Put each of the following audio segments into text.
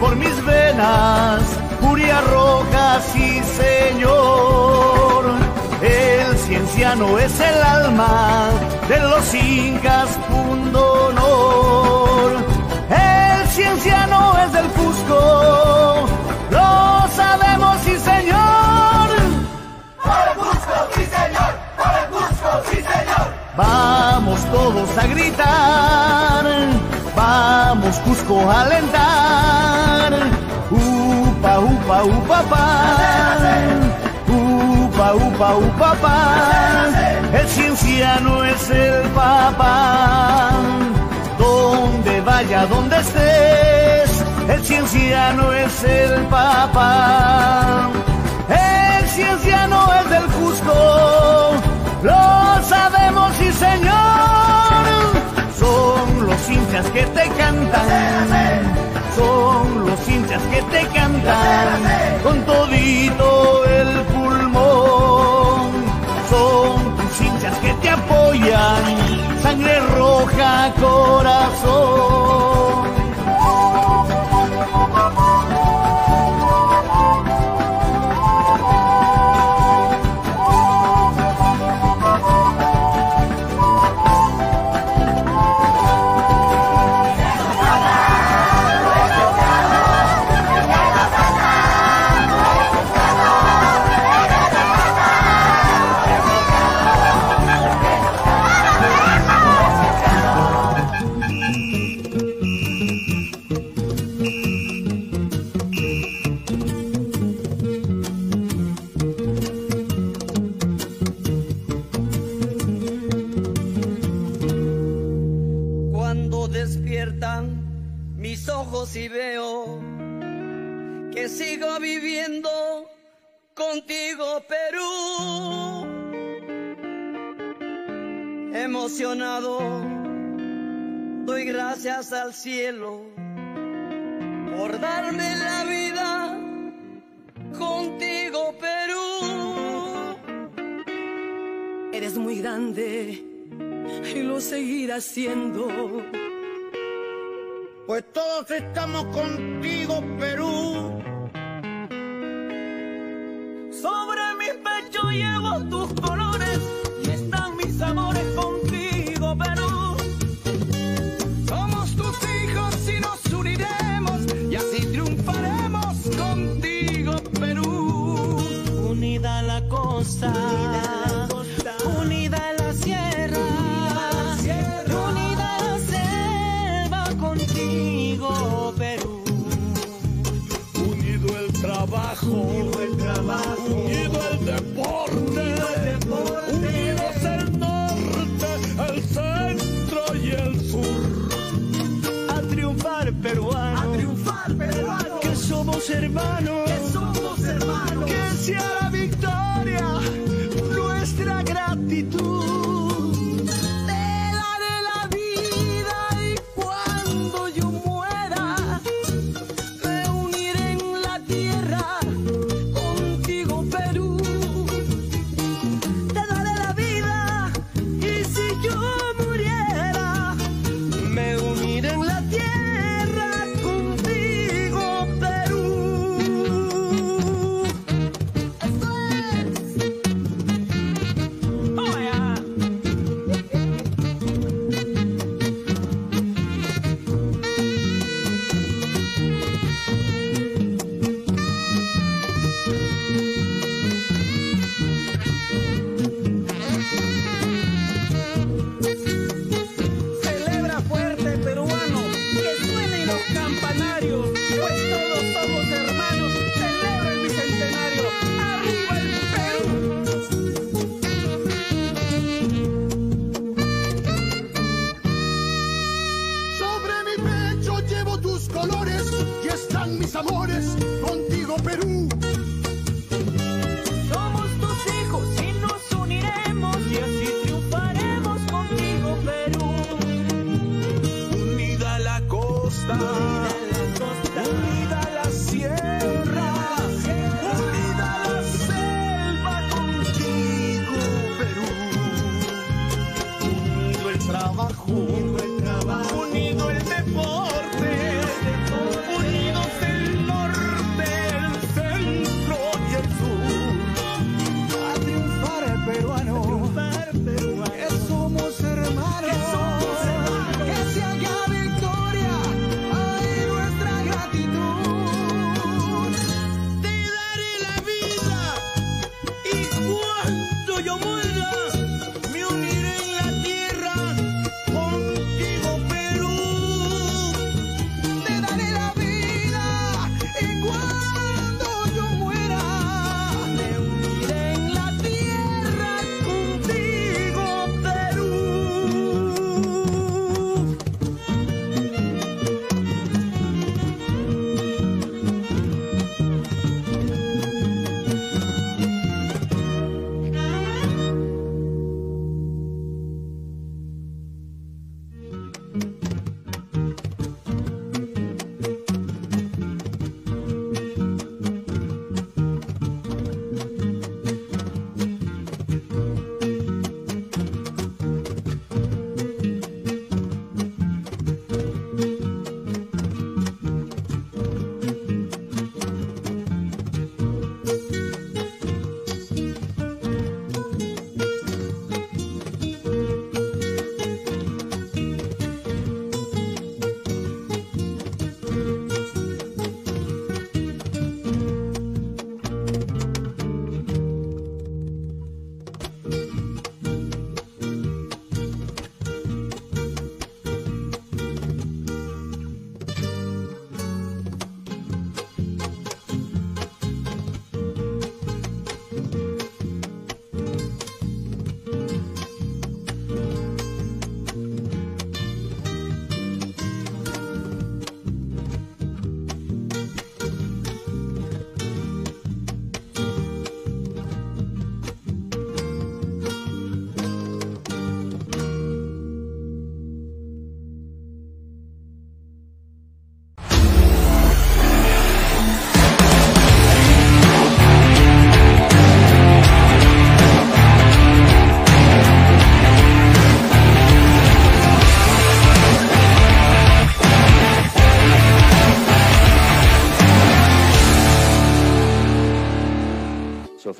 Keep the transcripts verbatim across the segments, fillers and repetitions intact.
por mis venas, furia roja, sí señor. El cienciano es el alma de los incas, punto honor. El cienciano es del Cusco, lo sabemos, sí señor. Por el Cusco, sí señor, por el Cusco, sí señor. Vamos todos a gritar, vamos Cusco a alentar. Upa, upa, upa, pa. Upa, upa, upa, pa. El cienciano es el papá. Donde vaya, donde estés, el cienciano es el papá. El cienciano es del Cusco, lo sabemos, sí señor. Son los hinchas que te cantan, son los hinchas que te cantan con todito el pulmón. Son tus hinchas que te apoyan, sangre roja, corazón. Mis ojos y veo que sigo viviendo contigo, Perú. Emocionado, doy gracias al cielo por darme la vida contigo, Perú. Eres muy grande y lo seguirás siendo, pues todos estamos contigo, Perú. Sobre mi pecho llevo tus colores y están mis amores contigo, Perú. Somos tus hijos y nos uniremos y así triunfaremos contigo, Perú. Unida la costa, unida la sierra, unida la selva contigo, Perú. Unido el trabajo, unido el trabajo, unido el deporte, unido el deporte, unidos el norte, el centro y el sur. A triunfar, peruano, A triunfar, peruano, que somos hermanos, que somos hermanos. que sea la victoria nuestra gratitud. Amores, contigo, Perú. Somos tus hijos y nos uniremos y así triunfaremos contigo, Perú. Unida la costa, unida la costa, unida la sierra, unida la selva contigo, Perú. Unido el trabajo, unido el trabajo, unido el deporte, unidos el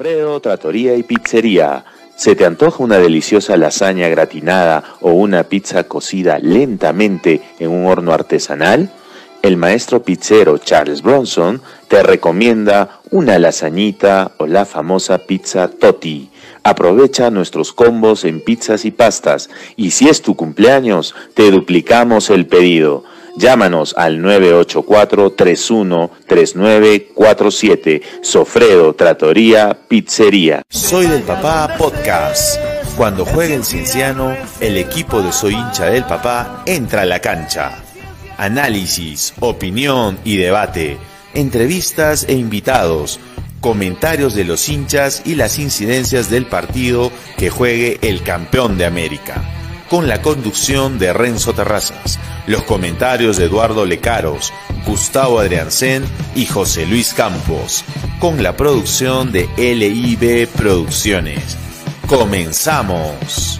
Sofredo, Trattoria y Pizzería. ¿Se te antoja una deliciosa lasaña gratinada o una pizza cocida lentamente en un horno artesanal? El maestro pizzero Charles Bronson te recomienda una lasañita o la famosa pizza Totti. Aprovecha nuestros combos en pizzas y pastas y si es tu cumpleaños, te duplicamos el pedido. Llámanos al nueve ocho cuatro, tres uno tres nueve cuatro siete. Sofredo, Trattoria, Pizzería. Soy del Papá Podcast. Cuando juega el Cienciano, el equipo de Soy Hincha del Papá entra a la cancha. Análisis, opinión y debate. Entrevistas e invitados. Comentarios de los hinchas y las incidencias del partido que juegue el campeón de América. Con la conducción de Renzo Terrazas, los comentarios de Eduardo Lecaros, Gustavo Adriancén y José Luis Campos, con la producción de L I B Producciones. ¡Comenzamos!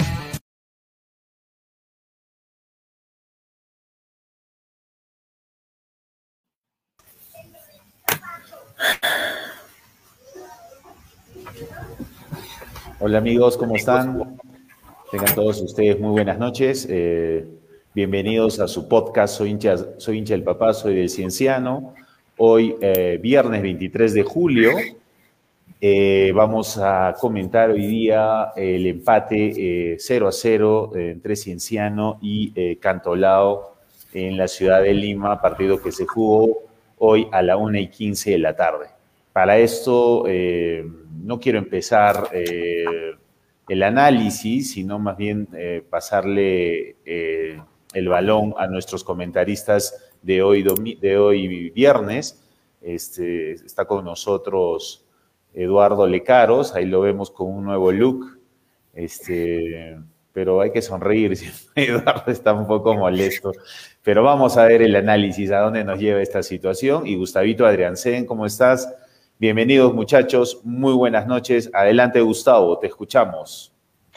Hola amigos, ¿cómo están? Tengan todos ustedes muy buenas noches. Eh, bienvenidos a su podcast Soy hincha, soy hincha del Papá, soy del Cienciano. Hoy, eh, viernes veintitrés de julio, eh, vamos a comentar hoy día el empate eh, cero a cero eh, entre Cienciano y eh, Cantolao en la ciudad de Lima, partido que se jugó hoy a la una y quince de la tarde. Para esto, eh, no quiero empezar eh, el análisis, sino más bien eh, pasarle eh, el balón a nuestros comentaristas de hoy, de hoy viernes. Este, está con nosotros Eduardo Lecaros, ahí lo vemos con un nuevo look, este, pero hay que sonreír, Eduardo está un poco molesto. Pero vamos a ver el análisis, a dónde nos lleva esta situación. Y Gustavito Adriancén, ¿cómo estás? Bienvenidos muchachos, muy buenas noches. Adelante Gustavo, te escuchamos.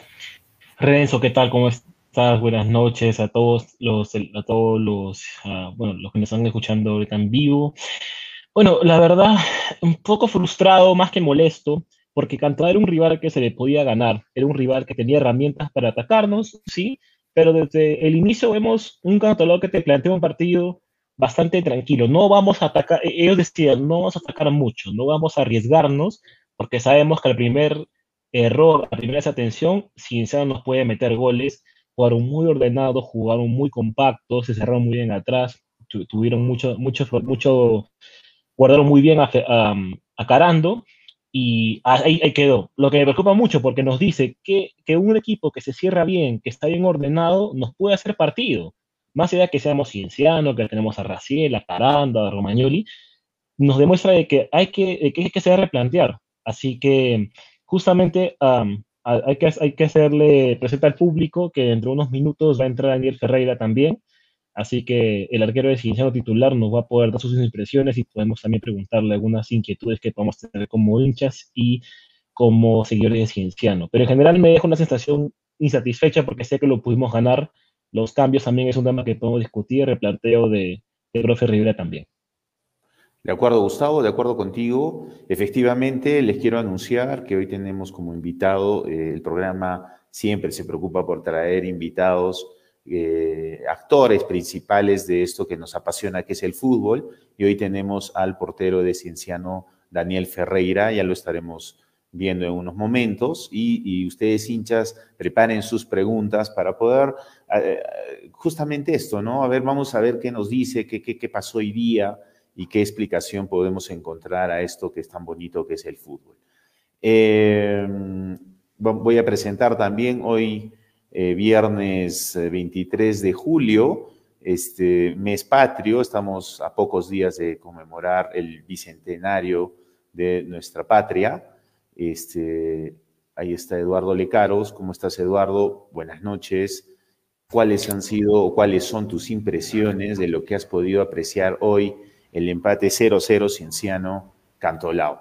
Renzo, ¿qué tal? ¿Cómo estás? Buenas noches a todos los, a todos los, uh, bueno, los que nos están escuchando ahorita en vivo. Bueno, la verdad, un poco frustrado, más que molesto, porque Cantolao era un rival que se le podía ganar, era un rival que tenía herramientas para atacarnos, sí, pero desde el inicio vemos un Cantolao que te plantea un partido bastante tranquilo. No vamos a atacar, ellos decían, no vamos a atacar mucho, no vamos a arriesgarnos, porque sabemos que el primer error, la primera desatención, Cienciano nos puede meter goles. Jugaron muy ordenados, jugaron muy compactos, se cerraron muy bien atrás, tu, tuvieron mucho, mucho, mucho, guardaron muy bien a, a, a Carando, y ahí, ahí quedó. Lo que me preocupa mucho, porque nos dice que, que un equipo que se cierra bien, que está bien ordenado, nos puede hacer partido. Más allá de que seamos Cienciano, que tenemos a Raciel, a Caranda, a Romagnoli, nos demuestra de que hay que, de que, hay que se debe replantear. Así que justamente um, hay, que, hay que hacerle presente al público que dentro de unos minutos va a entrar Daniel Ferreira también. Así que el arquero de Cienciano titular nos va a poder dar sus impresiones y podemos también preguntarle algunas inquietudes que podamos tener como hinchas y como seguidores de Cienciano. Pero en general me deja una sensación insatisfecha porque sé que lo pudimos ganar. Los cambios también es un tema que podemos discutir, el replanteo de, de profe Rivera también. De acuerdo, Gustavo, de acuerdo contigo. Efectivamente, les quiero anunciar que hoy tenemos como invitado, eh, el programa siempre se preocupa por traer invitados, eh, actores principales de esto que nos apasiona, que es el fútbol. Y hoy tenemos al portero de Cienciano, Daniel Ferreira, ya lo estaremos viendo en unos momentos, y, y ustedes hinchas preparen sus preguntas para poder, eh, justamente esto, ¿no? A ver, vamos a ver qué nos dice, qué, qué, qué pasó hoy día y qué explicación podemos encontrar a esto que es tan bonito que es el fútbol. Eh, voy a presentar también hoy, eh, viernes veintitrés de julio, este mes patrio, estamos a pocos días de conmemorar el bicentenario de nuestra patria. Este, ahí está Eduardo Lecaros. ¿Cómo estás, Eduardo? Buenas noches. ¿Cuáles han sido o cuáles son tus impresiones de lo que has podido apreciar hoy, el empate cero cero Cienciano Cantolao?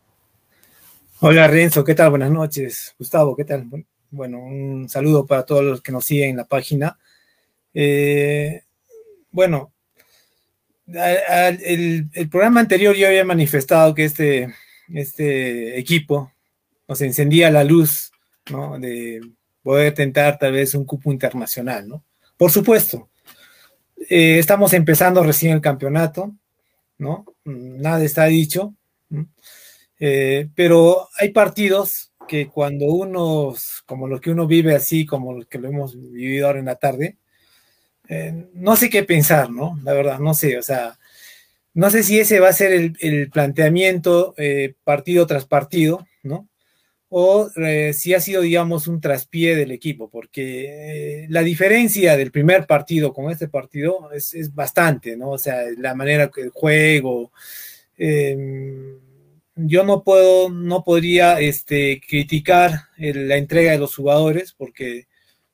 Hola Renzo, ¿qué tal? Buenas noches. Gustavo, ¿qué tal? Bueno, un saludo para todos los que nos siguen en la página. Eh, bueno, el, el programa anterior yo había manifestado que este este equipo, nos encendía la luz, ¿no? De poder tentar tal vez un cupo internacional, ¿no? Por supuesto, eh, estamos empezando recién el campeonato, ¿no? Nada está dicho, ¿no? Eh, pero hay partidos que cuando uno, como los que uno vive así, como los que lo hemos vivido ahora en la tarde, eh, no sé qué pensar, ¿no? La verdad, no sé, o sea, no sé si ese va a ser el, el planteamiento eh, partido tras partido, ¿no? O eh, si ha sido, digamos, un traspié del equipo, porque eh, la diferencia del primer partido con este partido es, es bastante, ¿no? O sea, la manera que el juego, eh, yo no puedo, no podría este, criticar el, la entrega de los jugadores, porque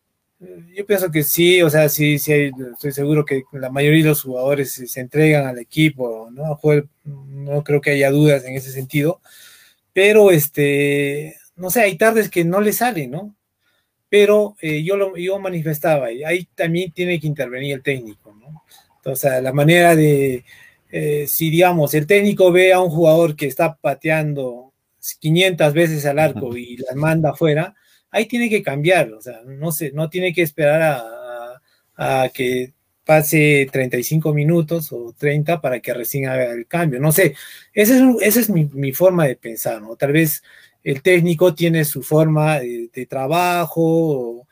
eh, yo pienso que sí, o sea, sí, sí hay, estoy seguro que la mayoría de los jugadores se, se entregan al equipo, ¿no? Juego, no creo que haya dudas en ese sentido, pero este, no sé, hay tardes que no le sale, ¿no? Pero eh, yo lo yo manifestaba, y ahí también tiene que intervenir el técnico, ¿no? Entonces, la manera de, eh, si digamos, el técnico ve a un jugador que está pateando quinientas veces al arco y la manda afuera, ahí tiene que cambiar, o sea, no sé, no tiene que esperar a, a, a que pase treinta y cinco minutos o treinta para que recién haga el cambio, no sé, esa es, esa es mi, mi forma de pensar, ¿no? Tal vez el técnico tiene su forma de, de trabajo o,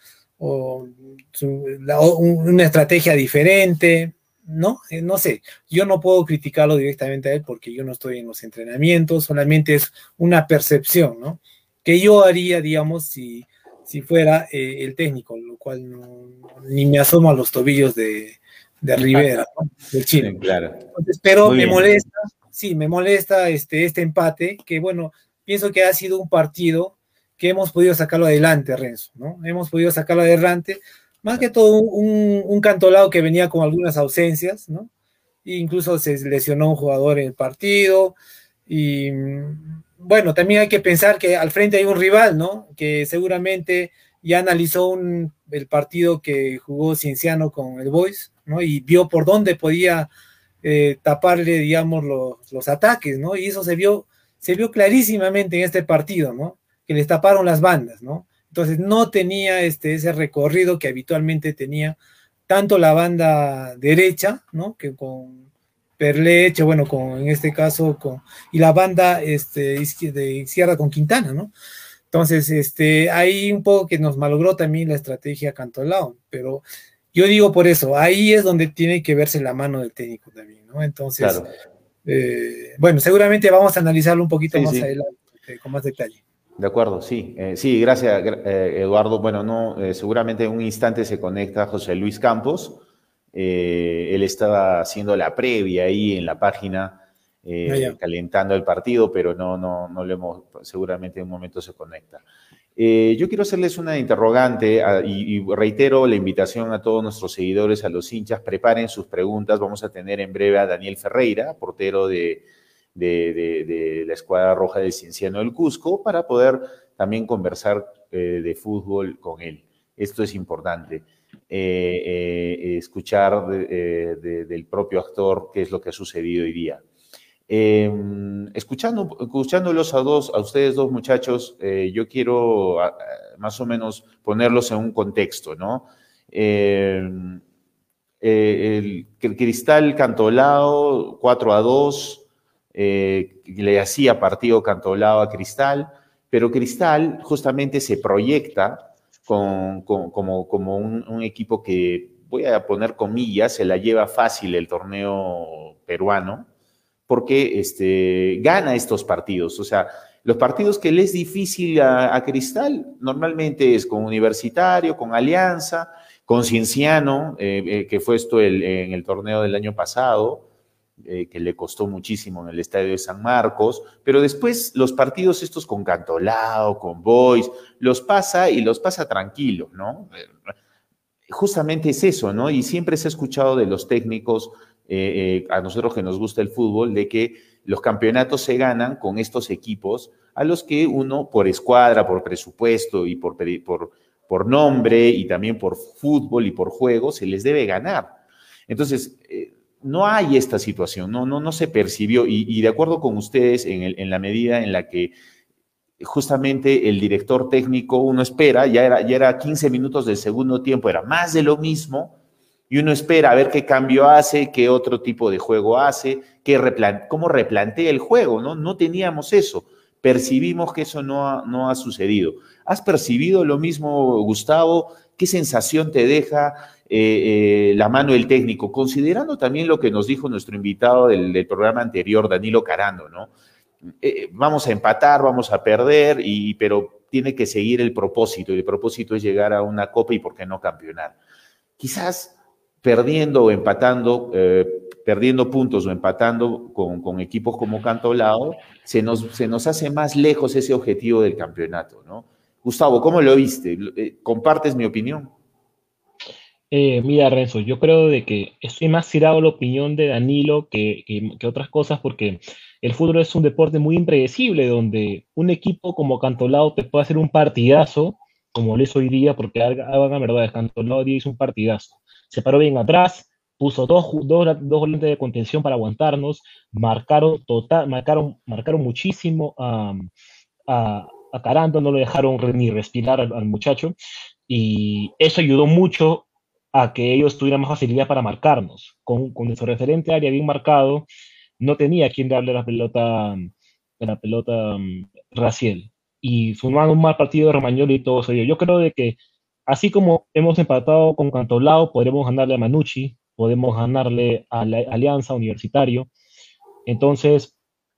o su, la, una estrategia diferente, ¿no? Eh, no sé, yo no puedo criticarlo directamente a él porque yo no estoy en los entrenamientos, solamente es una percepción, ¿no? Que yo haría, digamos, si, si fuera eh, el técnico, lo cual no, ni me asomo a los tobillos de, de Rivera, ¿no? Del chino. Sí, claro. Entonces, pero Muy me bien. molesta, sí, me molesta este, este empate, que bueno, pienso que ha sido un partido que hemos podido sacarlo adelante, Renzo, ¿no? Hemos podido sacarlo adelante, más que todo un, un Cantolao que venía con algunas ausencias, ¿no? E incluso se lesionó un jugador en el partido, y bueno, también hay que pensar que al frente hay un rival, ¿no? Que seguramente ya analizó un, el partido que jugó Cienciano con el Boys, ¿no? Y vio por dónde podía eh, taparle, digamos, los, los ataques, ¿no? Y eso se vio se vio clarísimamente en este partido, ¿no? Que les taparon las bandas, ¿no? Entonces no tenía este, ese recorrido que habitualmente tenía tanto la banda derecha, ¿no? Que con Perleche, bueno, con, en este caso, con, y la banda este, de izquierda con Quintana, ¿no? Entonces, este, ahí un poco que nos malogró también la estrategia Cantolao, pero yo digo por eso, ahí es donde tiene que verse la mano del técnico también, ¿no? Entonces, Claro. Eh, bueno, seguramente vamos a analizarlo un poquito Sí, más sí. adelante, eh, con más detalle. De acuerdo, sí. Eh, sí, gracias, eh, Eduardo. Bueno, no, eh, seguramente en un instante se conecta José Luis Campos. Eh, él estaba haciendo la previa ahí en la página, eh, Ah, ya. calentando el partido, pero no, no, no lo hemos, seguramente en un momento se conecta. Eh, yo quiero hacerles una interrogante a, y, y reitero la invitación a todos nuestros seguidores, a los hinchas, preparen sus preguntas. Vamos a tener en breve a Daniel Ferreira, portero de, de, de, de la Escuadra Roja del Cienciano del Cusco, para poder también conversar eh, de fútbol con él. Esto es importante. Eh, eh, escuchar de, eh, de, del propio actor qué es lo que ha sucedido hoy día. Eh, escuchando, escuchándolos a, dos, a ustedes dos muchachos, eh, yo quiero a, a, más o menos ponerlos en un contexto, ¿no? Eh, eh, el, el Cristal Cantolao cuatro a dos, eh, le hacía partido Cantolao a Cristal, pero Cristal justamente se proyecta con, con, como, como un, un equipo que, voy a poner comillas, se la lleva fácil el torneo peruano, porque este, gana estos partidos. O sea, los partidos que le es difícil a, a Cristal normalmente es con Universitario, con Alianza, con Cienciano, eh, eh, que fue esto el, en el torneo del año pasado, eh, que le costó muchísimo en el estadio de San Marcos, pero después los partidos estos con Cantolao, con Boys, los pasa y los pasa tranquilos, ¿no? Justamente es eso, ¿no? Y siempre se ha escuchado de los técnicos, Eh, eh, a nosotros que nos gusta el fútbol, de que los campeonatos se ganan con estos equipos a los que uno, por escuadra, por presupuesto y por, por, por nombre y también por fútbol y por juego, se les debe ganar. Entonces, eh, no hay esta situación, no, no, no se percibió, y, y de acuerdo con ustedes, en, el, en la medida en la que justamente el director técnico, uno espera, ya era, ya era quince minutos del segundo tiempo, era más de lo mismo, y uno espera a ver qué cambio hace, qué otro tipo de juego hace, qué replan cómo replantea el juego, ¿no? No teníamos eso, percibimos que eso no ha, no ha sucedido. ¿Has percibido lo mismo, Gustavo? ¿Qué sensación te deja eh, eh, la mano del técnico? Considerando también lo que nos dijo nuestro invitado del, del programa anterior, Danilo Carando, ¿no? Eh, vamos a empatar, vamos a perder, y, pero tiene que seguir el propósito, y el propósito es llegar a una copa y por qué no campeonar. Quizás perdiendo o empatando, eh, perdiendo puntos o empatando con, con equipos como Cantolao, se nos, se nos hace más lejos ese objetivo del campeonato, ¿no? Gustavo, ¿cómo lo viste? ¿Compartes mi opinión? Eh, mira, Renzo, yo creo de que estoy más tirado a la opinión de Danilo que, que, que otras cosas, porque el fútbol es un deporte muy impredecible, donde un equipo como Cantolao te puede hacer un partidazo, como lo hizo hoy día, porque hagan verdad, Cantolao hoy día hizo un partidazo. Se paró bien atrás, puso dos, dos, dos volantes de contención para aguantarnos, marcaron, total, marcaron, marcaron muchísimo um, a, a Carando, no lo dejaron ni respirar al, al muchacho, y eso ayudó mucho a que ellos tuvieran más facilidad para marcarnos. Con, con su referente área bien marcado, no tenía quien darle la pelota, la pelota um, Raciel. Y sumaron un mal partido de Romagnoli y todo eso. Yo creo de que, así como hemos empatado con Cantolao, podremos ganarle a Manucci, podemos ganarle a la Alianza Universitario. Entonces,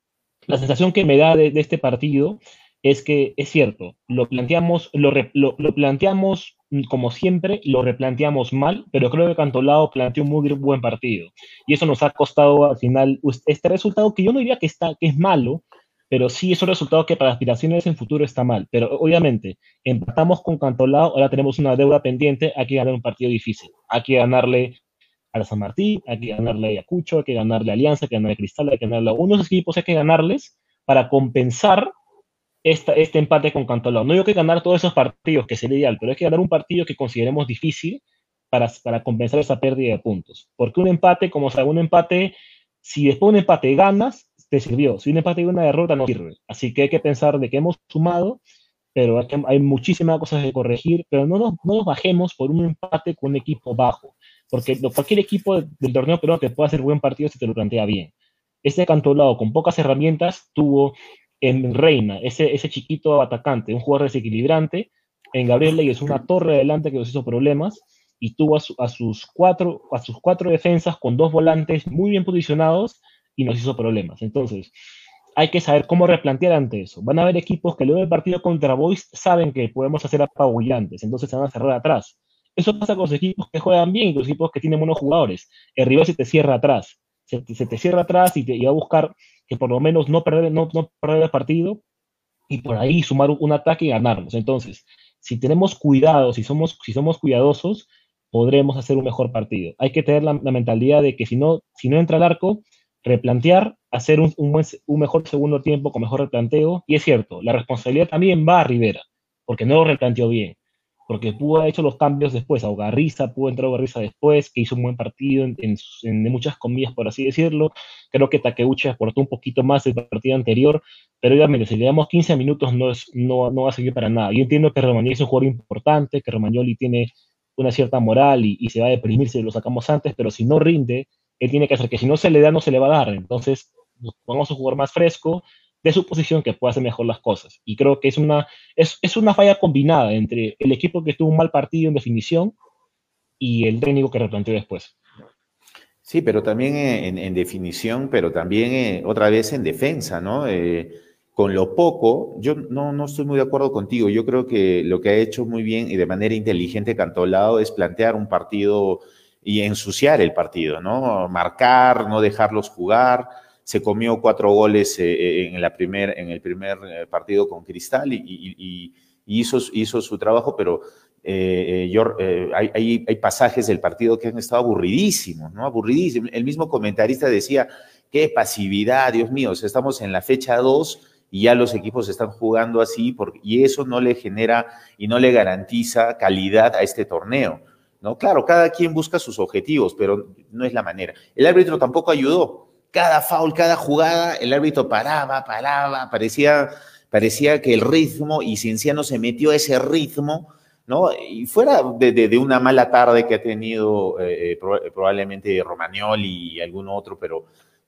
la sensación que me da de, de este partido es que es cierto, lo planteamos, lo, lo, lo planteamos como siempre, lo replanteamos mal, pero creo que Cantolao planteó un muy buen partido. Y eso nos ha costado al final este resultado que yo no diría que, está, que es malo, pero sí es un resultado que para aspiraciones en futuro está mal. Pero obviamente, empatamos con Cantolao, ahora tenemos una deuda pendiente, hay que ganar un partido difícil. Hay que ganarle a la San Martín, hay que ganarle a Ayacucho, hay que ganarle a Alianza, hay que ganarle a Cristal, hay que ganarle a unos equipos, hay que ganarles para compensar Esta, este empate con Cantolao. No digo que ganar todos esos partidos, que sería ideal, pero hay que ganar un partido que consideremos difícil para, para compensar esa pérdida de puntos. Porque un empate, como sea, un empate, si después de un empate ganas, te sirvió. Si un empate y una derrota, no sirve. Así que hay que pensar de que hemos sumado, pero hay, que, hay muchísimas cosas que corregir, pero no nos, no nos bajemos por un empate con un equipo bajo. Porque cualquier equipo del torneo peruano te puede hacer buen partido si te lo plantea bien. Este Cantolao, con pocas herramientas, tuvo en Reina, ese, ese chiquito atacante, un jugador desequilibrante, en Gabriel Leyes una torre adelante que nos hizo problemas, y tuvo a, su, a, sus cuatro, a sus cuatro defensas con dos volantes muy bien posicionados y nos hizo problemas. Entonces, hay que saber cómo replantear ante eso. Van a haber equipos que luego del partido contra Boys saben que podemos hacer apabullantes, entonces se van a cerrar atrás. Eso pasa con los equipos que juegan bien y los equipos que tienen buenos jugadores. El rival se te cierra atrás, se te, se te cierra atrás y, te, y va a buscar que por lo menos no perder, no, no perder el partido y por ahí sumar un, un ataque y ganarnos. Entonces, si tenemos cuidado, si somos, si somos cuidadosos, podremos hacer un mejor partido. Hay que tener la, la mentalidad de que si no, si no entra al arco, replantear, hacer un, un, buen, un mejor segundo tiempo con mejor replanteo. Y es cierto, la responsabilidad también va a Rivera, porque no lo replanteó bien, porque pudo haber hecho los cambios después. A Ugarriza, pudo entrar a Ugarriza después, que hizo un buen partido, en, en, en muchas comillas, por así decirlo. Creo que Takeuchi aportó un poquito más del partido anterior, pero obviamente, si le damos quince minutos, no, es, no, no va a seguir para nada. Yo entiendo que Romagnoli es un jugador importante, que Romagnoli tiene una cierta moral y, y se va a deprimir si lo sacamos antes, pero si no rinde, él tiene que hacer que si no se le da, no se le va a dar. Entonces, vamos a jugar más fresco, de su posición, que pueda hacer mejor las cosas. Y creo que es una, es, es una falla combinada entre el equipo que tuvo un mal partido en definición y el técnico que replanteó después. Sí, pero también en, en definición, pero también eh, otra vez en defensa, ¿no? Eh, con lo poco, yo no, no estoy muy de acuerdo contigo. Yo creo que lo que ha hecho muy bien y de manera inteligente Cantolao es plantear un partido y ensuciar el partido, ¿no? Marcar, no dejarlos jugar. Se comió cuatro goles eh, en, la primer, en el primer partido con Cristal y, y, y hizo, hizo su trabajo, pero eh, yo, eh, hay, hay, hay pasajes del partido que han estado aburridísimos, ¿no? Aburridísimos. El mismo comentarista decía, qué pasividad, Dios mío, o sea, estamos en la fecha dos y ya los equipos están jugando así porque, y eso no le genera y no le garantiza calidad a este torneo. ¿no? Claro, cada quien busca sus objetivos, pero no es la manera. El árbitro tampoco ayudó. Cada foul, cada jugada, el árbitro paraba, paraba, parecía, parecía que el ritmo, y Cienciano se metió a ese ritmo, ¿no? Y fuera de, de, de una mala tarde que ha tenido eh, probablemente Romagnoli y algún otro, pero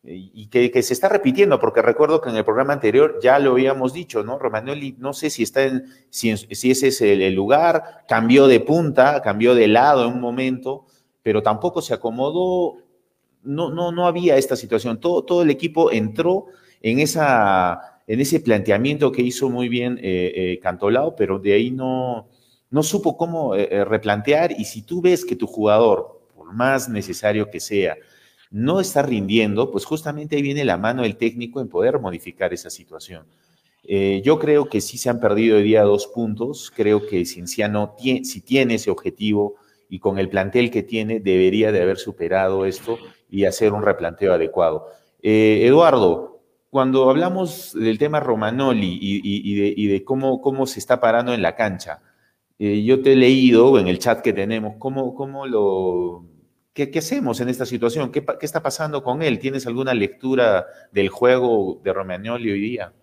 y que, que se está repitiendo, porque recuerdo que en el programa anterior ya lo habíamos dicho, ¿no? Romagnoli, no sé si está en, si, si ese es el, el lugar, cambió de punta, cambió de lado en un momento, pero tampoco se acomodó. No, no, no había esta situación. Todo, todo el equipo entró en, esa, en ese planteamiento que hizo muy bien eh, eh, Cantolao, pero de ahí no, no supo cómo eh, replantear. Y si tú ves que tu jugador, por más necesario que sea, no está rindiendo, pues justamente ahí viene la mano del técnico en poder modificar esa situación. Eh, yo creo que sí se han perdido hoy día dos puntos. Creo que Cienciano, tiene, si tiene ese objetivo y con el plantel que tiene, debería de haber superado esto y hacer un replanteo adecuado. Eh, Eduardo, cuando hablamos del tema Romagnoli y, y, y, de, y de cómo, cómo se está parando en la cancha, eh, yo te he leído en el chat que tenemos, ¿cómo, cómo lo, qué, qué hacemos en esta situación? ¿Qué, ¿Qué está pasando con él? ¿Tienes alguna lectura del juego de Romagnoli hoy día?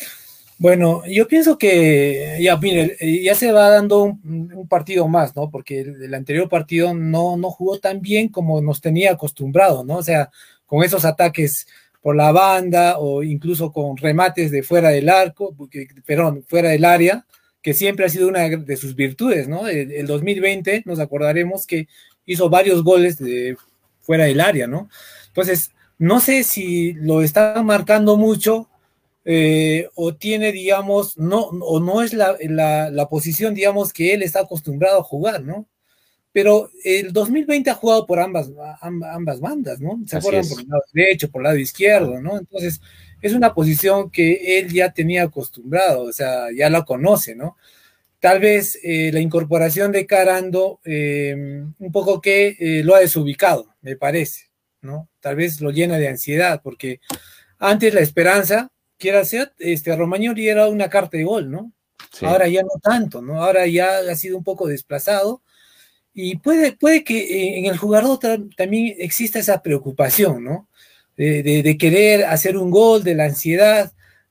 Bueno, yo pienso que ya, mire, ya se va dando un, un partido más, ¿no? Porque el, el anterior partido no, no jugó tan bien como nos tenía acostumbrado, ¿no? O sea, con esos ataques por la banda o incluso con remates de fuera del arco, porque, perdón, fuera del área, que siempre ha sido una de sus virtudes, ¿no? El, el dos mil veinte nos acordaremos que hizo varios goles de fuera del área, ¿no? Entonces, no sé si lo están marcando mucho. Eh, o tiene, digamos, no, o no es la, la, la posición, digamos, que él está acostumbrado a jugar, ¿no? Pero el dos mil veinte ha jugado por ambas, ambas bandas, ¿no? Se acuerdan por el lado derecho, por el lado izquierdo, ¿no? Entonces, es una posición que él ya tenía acostumbrado, o sea, ya la conoce, ¿no? Tal vez eh, la incorporación de Carando, eh, un poco que eh, lo ha desubicado, me parece, ¿no? Tal vez lo llena de ansiedad, porque antes la esperanza, quiera ser, este, Romagnoli era una carta de gol, ¿no? Sí. Ahora ya no tanto, ¿no? Ahora ya ha sido un poco desplazado y puede, puede que en el jugador también exista esa preocupación, ¿no? De, de, de querer hacer un gol, de la ansiedad,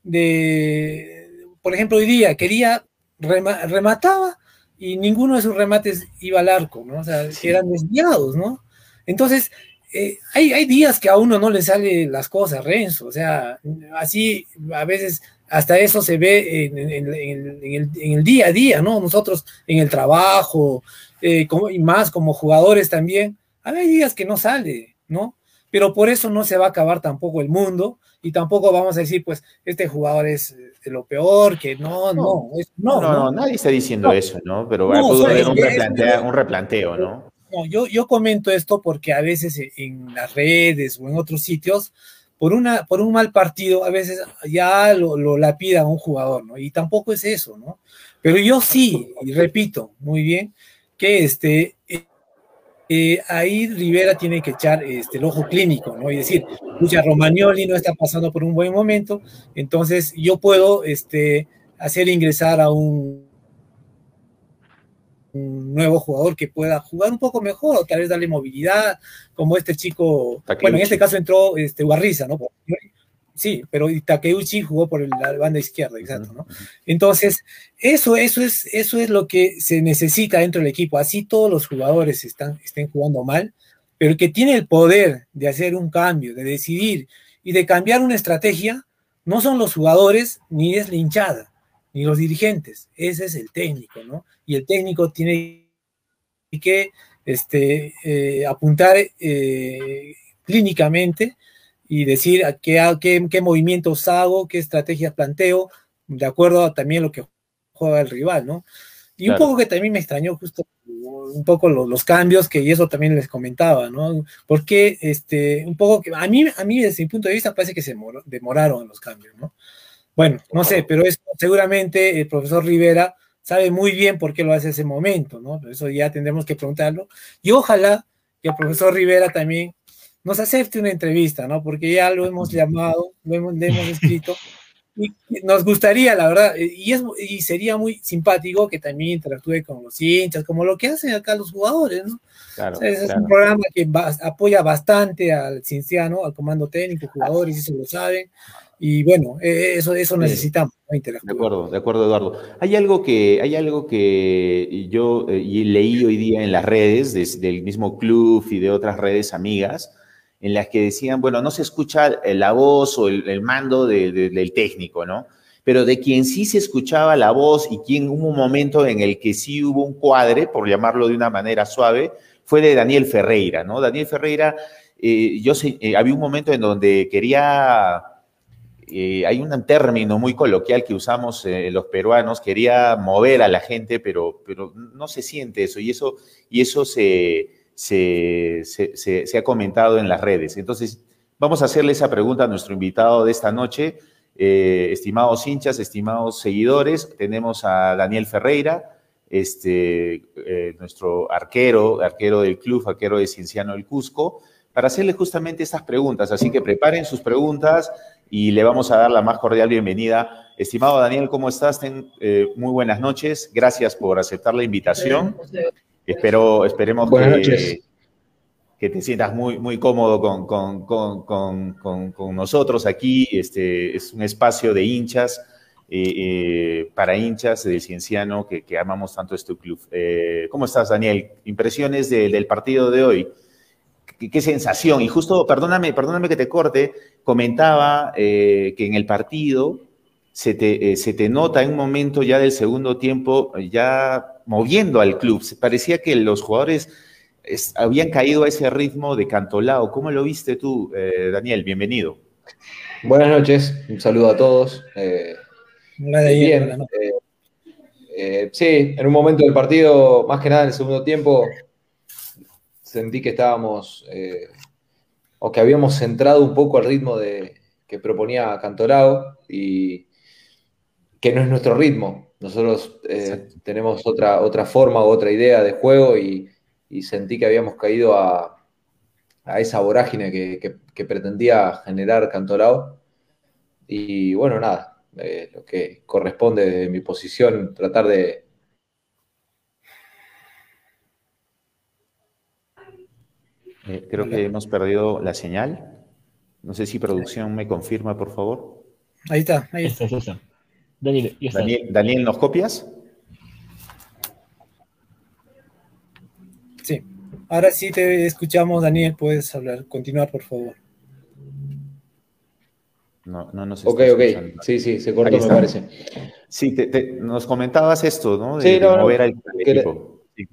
de, por ejemplo, hoy día quería, rema, remataba y ninguno de sus remates iba al arco, ¿no? O sea, sí. Eran desviados, ¿no? Entonces, Eh, hay, hay días que a uno no le salen las cosas, Renzo, o sea, así a veces hasta eso se ve en, en, en, en, el, en el día a día, ¿no? Nosotros en el trabajo, eh, como, y más como jugadores también, hay días que no sale, ¿no? Pero por eso no se va a acabar tampoco el mundo y tampoco vamos a decir, pues, este jugador es de lo peor, que no, no, es, no, no, no, no, nadie está diciendo no. eso, ¿no? Pero no, pudo haber un, replantea, un replanteo, ¿no? No, yo, yo comento esto porque a veces en las redes o en otros sitios, por, una, por un mal partido, a veces ya lo, lo lapida a un jugador, ¿no? Y tampoco es eso, ¿no? Pero yo sí, y repito muy bien, que este, eh, eh, ahí Rivera tiene que echar este, el ojo clínico, ¿no? Y decir, escucha, Romagnoli no está pasando por un buen momento, entonces yo puedo este, hacer ingresar a un un nuevo jugador que pueda jugar un poco mejor, o tal vez darle movilidad, como este chico, Takeuchi. Bueno, en este caso entró este Ugarriza, ¿no? Sí, pero Takeuchi jugó por la banda izquierda, exacto, ¿no? Entonces, eso, eso es, eso es lo que se necesita dentro del equipo, así todos los jugadores están, estén jugando mal, pero el que tiene el poder de hacer un cambio, de decidir y de cambiar una estrategia, no son los jugadores ni es la hinchada, ni los dirigentes, ese es el técnico, ¿no? Y el técnico tiene que este, eh, apuntar eh, clínicamente y decir a qué, a qué, qué movimientos hago, qué estrategias planteo, de acuerdo a también lo que juega el rival, ¿no? Y claro. Un poco que también me extrañó justo un poco los, los cambios, que y eso también les comentaba, ¿no? Porque este, un poco que a mí, a mí desde mi punto de vista parece que se demoraron en los cambios, ¿no? Bueno, no sé, pero eso seguramente el profesor Rivera sabe muy bien por qué lo hace ese momento, ¿no? Eso ya tendremos que preguntarlo. Y ojalá que el profesor Rivera también nos acepte una entrevista, ¿no? Porque ya lo hemos llamado, lo hemos, le hemos escrito, y nos gustaría, la verdad, y, es, y sería muy simpático que también interactúe con los hinchas, como lo que hacen acá los jugadores, ¿no? Claro, O sea, es claro. un programa que va, apoya bastante al Cienciano, al comando técnico, jugadores, y se lo saben, y bueno, eh, eso, eso Sí. necesitamos, ¿no? De Interactuar. acuerdo, de acuerdo, Eduardo. Hay algo que, hay algo que yo eh, y leí hoy día en las redes des- del mismo club y de otras redes amigas, en las que decían, bueno, no se escucha eh, la voz o el, el mando de- de- del técnico, ¿no? Pero de quien sí se escuchaba la voz y quien hubo un momento en el que sí hubo un cuadre, por llamarlo de una manera suave, fue de Daniel Ferreira, ¿no? Daniel Ferreira, eh, yo sé, eh, había un momento en donde quería eh, hay un término muy coloquial que usamos eh, los peruanos, quería mover a la gente, pero, pero no se siente eso, y eso, y eso se, se, se, se, se ha comentado en las redes. Entonces, vamos a hacerle esa pregunta a nuestro invitado de esta noche. Eh, estimados hinchas, estimados seguidores, tenemos a Daniel Ferreira, este, eh, nuestro arquero, arquero del club, arquero de Cienciano del Cusco, para hacerle justamente estas preguntas. Así que preparen sus preguntas y le vamos a dar la más cordial bienvenida. Estimado Daniel, ¿cómo estás? Ten, eh, muy buenas noches. Gracias por aceptar la invitación. Espero, esperemos Buenas que, noches. que te sientas muy, muy cómodo con, con, con, con, con, con nosotros aquí. Este, es un espacio de hinchas, eh, eh, para hinchas del Cienciano que, que amamos tanto este club. Eh, ¿Cómo estás, Daniel? Impresiones de, del partido de hoy. ¿Qué, qué sensación? Y justo, perdóname, perdóname que te corte, comentaba eh, que en el partido se te, eh, se te nota en un momento ya del segundo tiempo ya moviendo al club. Parecía que los jugadores es, habían caído a ese ritmo de Cantolao. ¿Cómo lo viste tú, eh, Daniel? Bienvenido. Buenas noches, un saludo a todos. Eh, Hola, eh, Daniel, bien, buenas noches. eh, eh, sí, en un momento del partido, más que nada en el segundo tiempo, sentí que estábamos, eh, o que habíamos centrado un poco el ritmo de, que proponía Cantolao y que no es nuestro ritmo. Nosotros eh, Exacto. tenemos otra, otra forma u otra idea de juego y, y sentí que habíamos caído a, a esa vorágine que, que, que pretendía generar Cantolao. Y bueno, nada, eh, lo que corresponde de mi posición, tratar de... Eh, creo Hola. que hemos perdido la señal. No sé si producción me confirma, por favor. Ahí está, ahí Ahí está. está, ahí está. Daniel, ya estás. Daniel, Daniel, ¿nos copias? Sí. Ahora sí te escuchamos, Daniel, puedes hablar, continuar, por favor. No, no nos Ok, está ok, escuchando. sí, sí, se Ahí cortó, me está. parece. Sí, te, te, nos comentabas esto, ¿no? De, Sí, de no, mover no, al, al que le- equipo. Sí.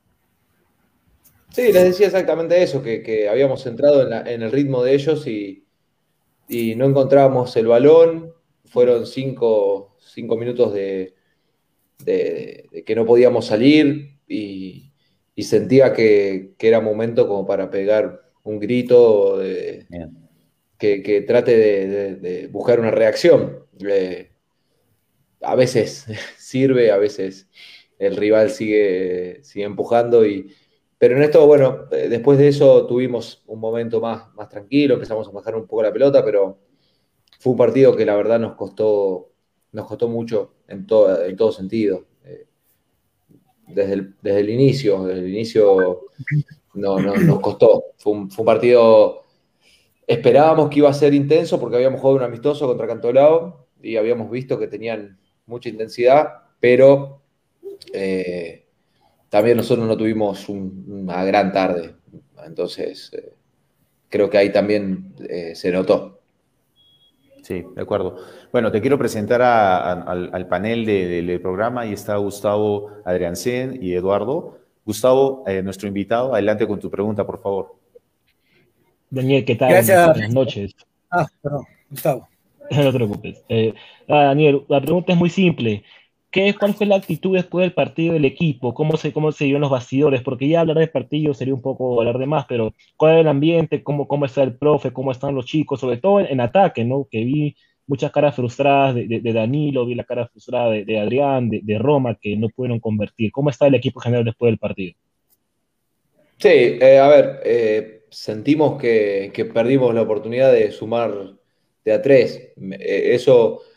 sí, les decía exactamente eso, que, que habíamos centrado en, la- en el ritmo de ellos y, y no encontrábamos el balón. Fueron cinco, cinco minutos de, de- de que no podíamos salir y, y sentía que, que era momento como para pegar un grito de- Bien. que, que trate de, de- de buscar una reacción. Eh, a veces sirve, a veces el rival sigue, sigue empujando. Y, pero en esto, bueno, eh, después de eso tuvimos un momento más, más tranquilo, empezamos a bajar un poco la pelota, pero fue un partido que la verdad nos costó, nos costó mucho en, to- en todo sentido. Eh, desde, el, desde el inicio, desde el inicio no, no, nos costó. Fue un, fue un partido, esperábamos que iba a ser intenso porque habíamos jugado un amistoso contra Cantolao y habíamos visto que tenían mucha intensidad, pero eh, también nosotros no tuvimos un- una gran tarde. Entonces, eh, creo que ahí también eh, se notó. Sí, de acuerdo. Bueno, te quiero presentar a- a- al, al panel de- de- del programa. Ahí está Gustavo Adriancén y Eduardo. Gustavo, eh, nuestro invitado, adelante con tu pregunta, por favor. Daniel, ¿qué tal? Gracias. Buenas noches. Ah, perdón, Gustavo. No te preocupes. Eh, ah, Daniel, la pregunta es muy simple. ¿Qué, cuál fue la actitud después del partido del equipo? ¿Cómo se, cómo se dio en los bastidores? Porque ya hablar del partido sería un poco hablar de más, pero ¿cuál era el ambiente? ¿Cómo, cómo está el profe? ¿Cómo están los chicos? Sobre todo en, en ataque, ¿no? Que vi muchas caras frustradas de, de- de Danilo, vi la cara frustrada de, de Adrián, de, de Roma, que no pudieron convertir. ¿Cómo está el equipo general después del partido? Sí, eh, a ver, eh, sentimos que, que perdimos la oportunidad de sumar de a tres. Me- eh, eso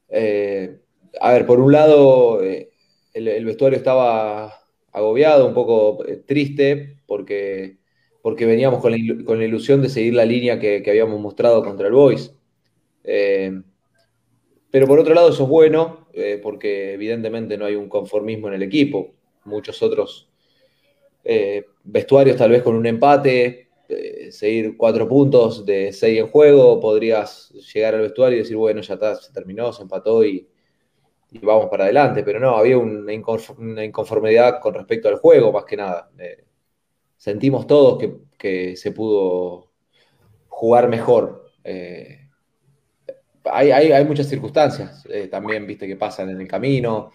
Eh, a ver, por un lado, eh, el, el vestuario estaba agobiado, un poco eh, triste, porque, porque veníamos con la, ilu- con la ilusión de seguir la línea que, que habíamos mostrado contra el Boys. Eh, pero por otro lado, eso es bueno, eh, porque evidentemente no hay un conformismo en el equipo. Muchos otros eh, vestuarios, tal vez con un empate, eh, seguir cuatro puntos de seis en juego, podrías llegar al vestuario y decir, bueno, ya está, se terminó, se empató y, y vamos para adelante. Pero no, había una, inconf- una inconformidad con respecto al juego, más que nada. Eh, sentimos todos que, que se pudo jugar mejor. Eh, hay, hay, hay muchas circunstancias eh, también, viste, que pasan en el camino.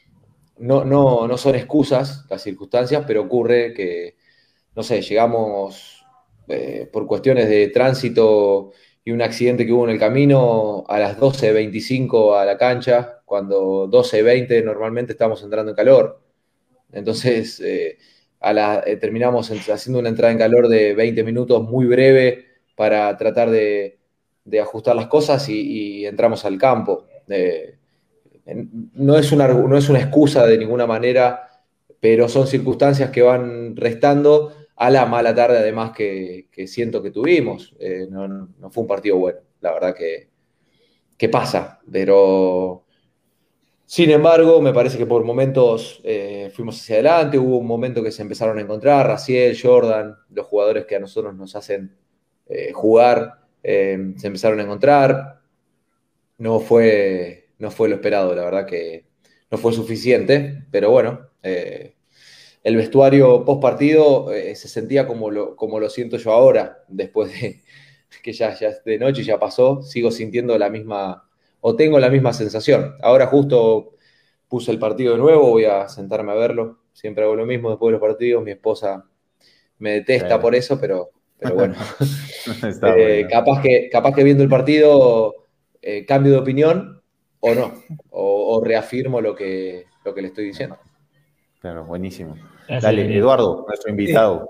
No, no, no son excusas las circunstancias, pero ocurre que, no sé, llegamos eh, por cuestiones de tránsito y un accidente que hubo en el camino a las doce veinticinco a la cancha, cuando doce veinte normalmente estamos entrando en calor. Entonces, eh, a la, eh, terminamos en- haciendo una entrada en calor de veinte minutos muy breve para tratar de, de ajustar las cosas y, y entramos al campo. Eh, en- no es una, no es una excusa de ninguna manera, pero son circunstancias que van restando a la mala tarde además que, que siento que tuvimos. Eh, no, no- no fue un partido bueno, la verdad que, que pasa, pero sin embargo, me parece que por momentos eh, fuimos hacia adelante, hubo un momento que se empezaron a encontrar, Raciel, Jordan, los jugadores que a nosotros nos hacen eh, jugar, eh, se empezaron a encontrar, no fue, no fue lo esperado, la verdad que no fue suficiente, pero bueno, eh, el vestuario post partido eh, se sentía como lo, como lo siento yo ahora, después de que ya, ya es de noche y ya pasó, sigo sintiendo la misma, o tengo la misma sensación. Ahora justo puse el partido de nuevo, voy a sentarme a verlo, siempre hago lo mismo después de los partidos, mi esposa me detesta Claro. por eso, pero, pero bueno, Está eh, bueno. capaz que, capaz que viendo el partido eh, cambio de opinión o no, o, o reafirmo lo que, lo que le estoy diciendo. Claro, buenísimo. Gracias, Dale, Daniel. Eduardo, nuestro Eh, invitado.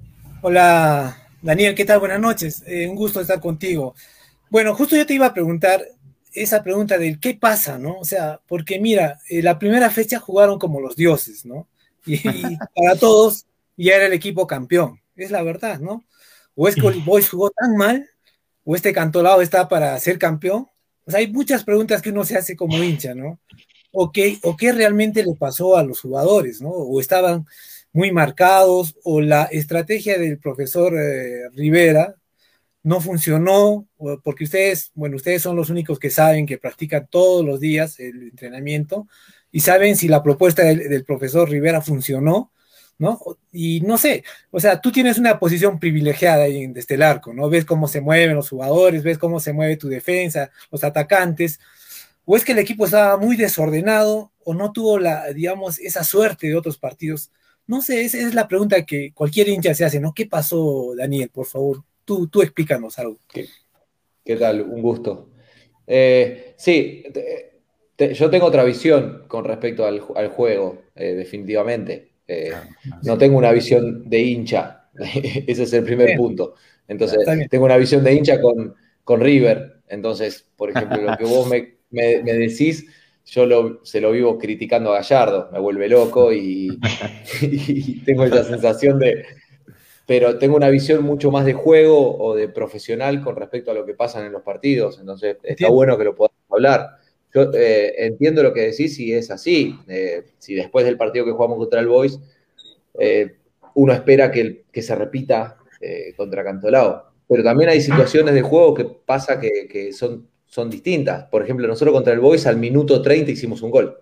hola, Daniel, ¿qué tal? Buenas noches. Eh, un gusto estar contigo. Bueno, justo yo te iba a preguntar esa pregunta del qué pasa, ¿no? O sea, porque mira, eh, la primera fecha jugaron como los dioses, ¿no? Y, y para todos ya era el equipo campeón, es la verdad, ¿no? O es que el Boys jugó tan mal, o este Cantolao está para ser campeón. O sea, hay muchas preguntas que uno se hace como hincha, ¿no? O qué, o qué realmente le pasó a los jugadores, ¿no? O estaban muy marcados, o la estrategia del profesor eh, Rivera no funcionó, porque ustedes, bueno, ustedes son los únicos que saben que practican todos los días el entrenamiento y saben si la propuesta del, del profesor Rivera funcionó, ¿no? Y no sé, o sea, tú tienes una posición privilegiada ahí desde el arco, ¿no? Ves cómo se mueven los jugadores, ves cómo se mueve tu defensa, los atacantes, o es que el equipo estaba muy desordenado o no tuvo la, digamos, esa suerte de otros partidos. No sé, esa es la pregunta que cualquier hincha se hace, ¿no? ¿Qué pasó, Daniel? Por favor, tú, tú explícanos algo. ¿Qué, qué tal? Un gusto. Eh, sí, te- te- yo tengo otra visión con respecto al, al juego, eh, definitivamente. Eh, Claro, no sí, tengo una visión de hincha, ese es el primer Bien, punto. Entonces, está bien. tengo una visión de hincha con, con River. Entonces, por ejemplo, lo que vos me, me- me decís, yo lo- se lo vivo criticando a Gallardo, me vuelve loco y, y tengo esa sensación de, pero tengo una visión mucho más de juego o de profesional con respecto a lo que pasa en los partidos. Entonces, está Entiendo. bueno que lo podamos hablar. Yo eh, entiendo lo que decís y es así. Eh, si después del partido que jugamos contra el Boys, eh, uno espera que, el- que se repita eh, contra Cantolao. Pero también hay situaciones de juego que pasa que, que son, son distintas. Por ejemplo, nosotros contra el Boys al minuto treinta hicimos un gol.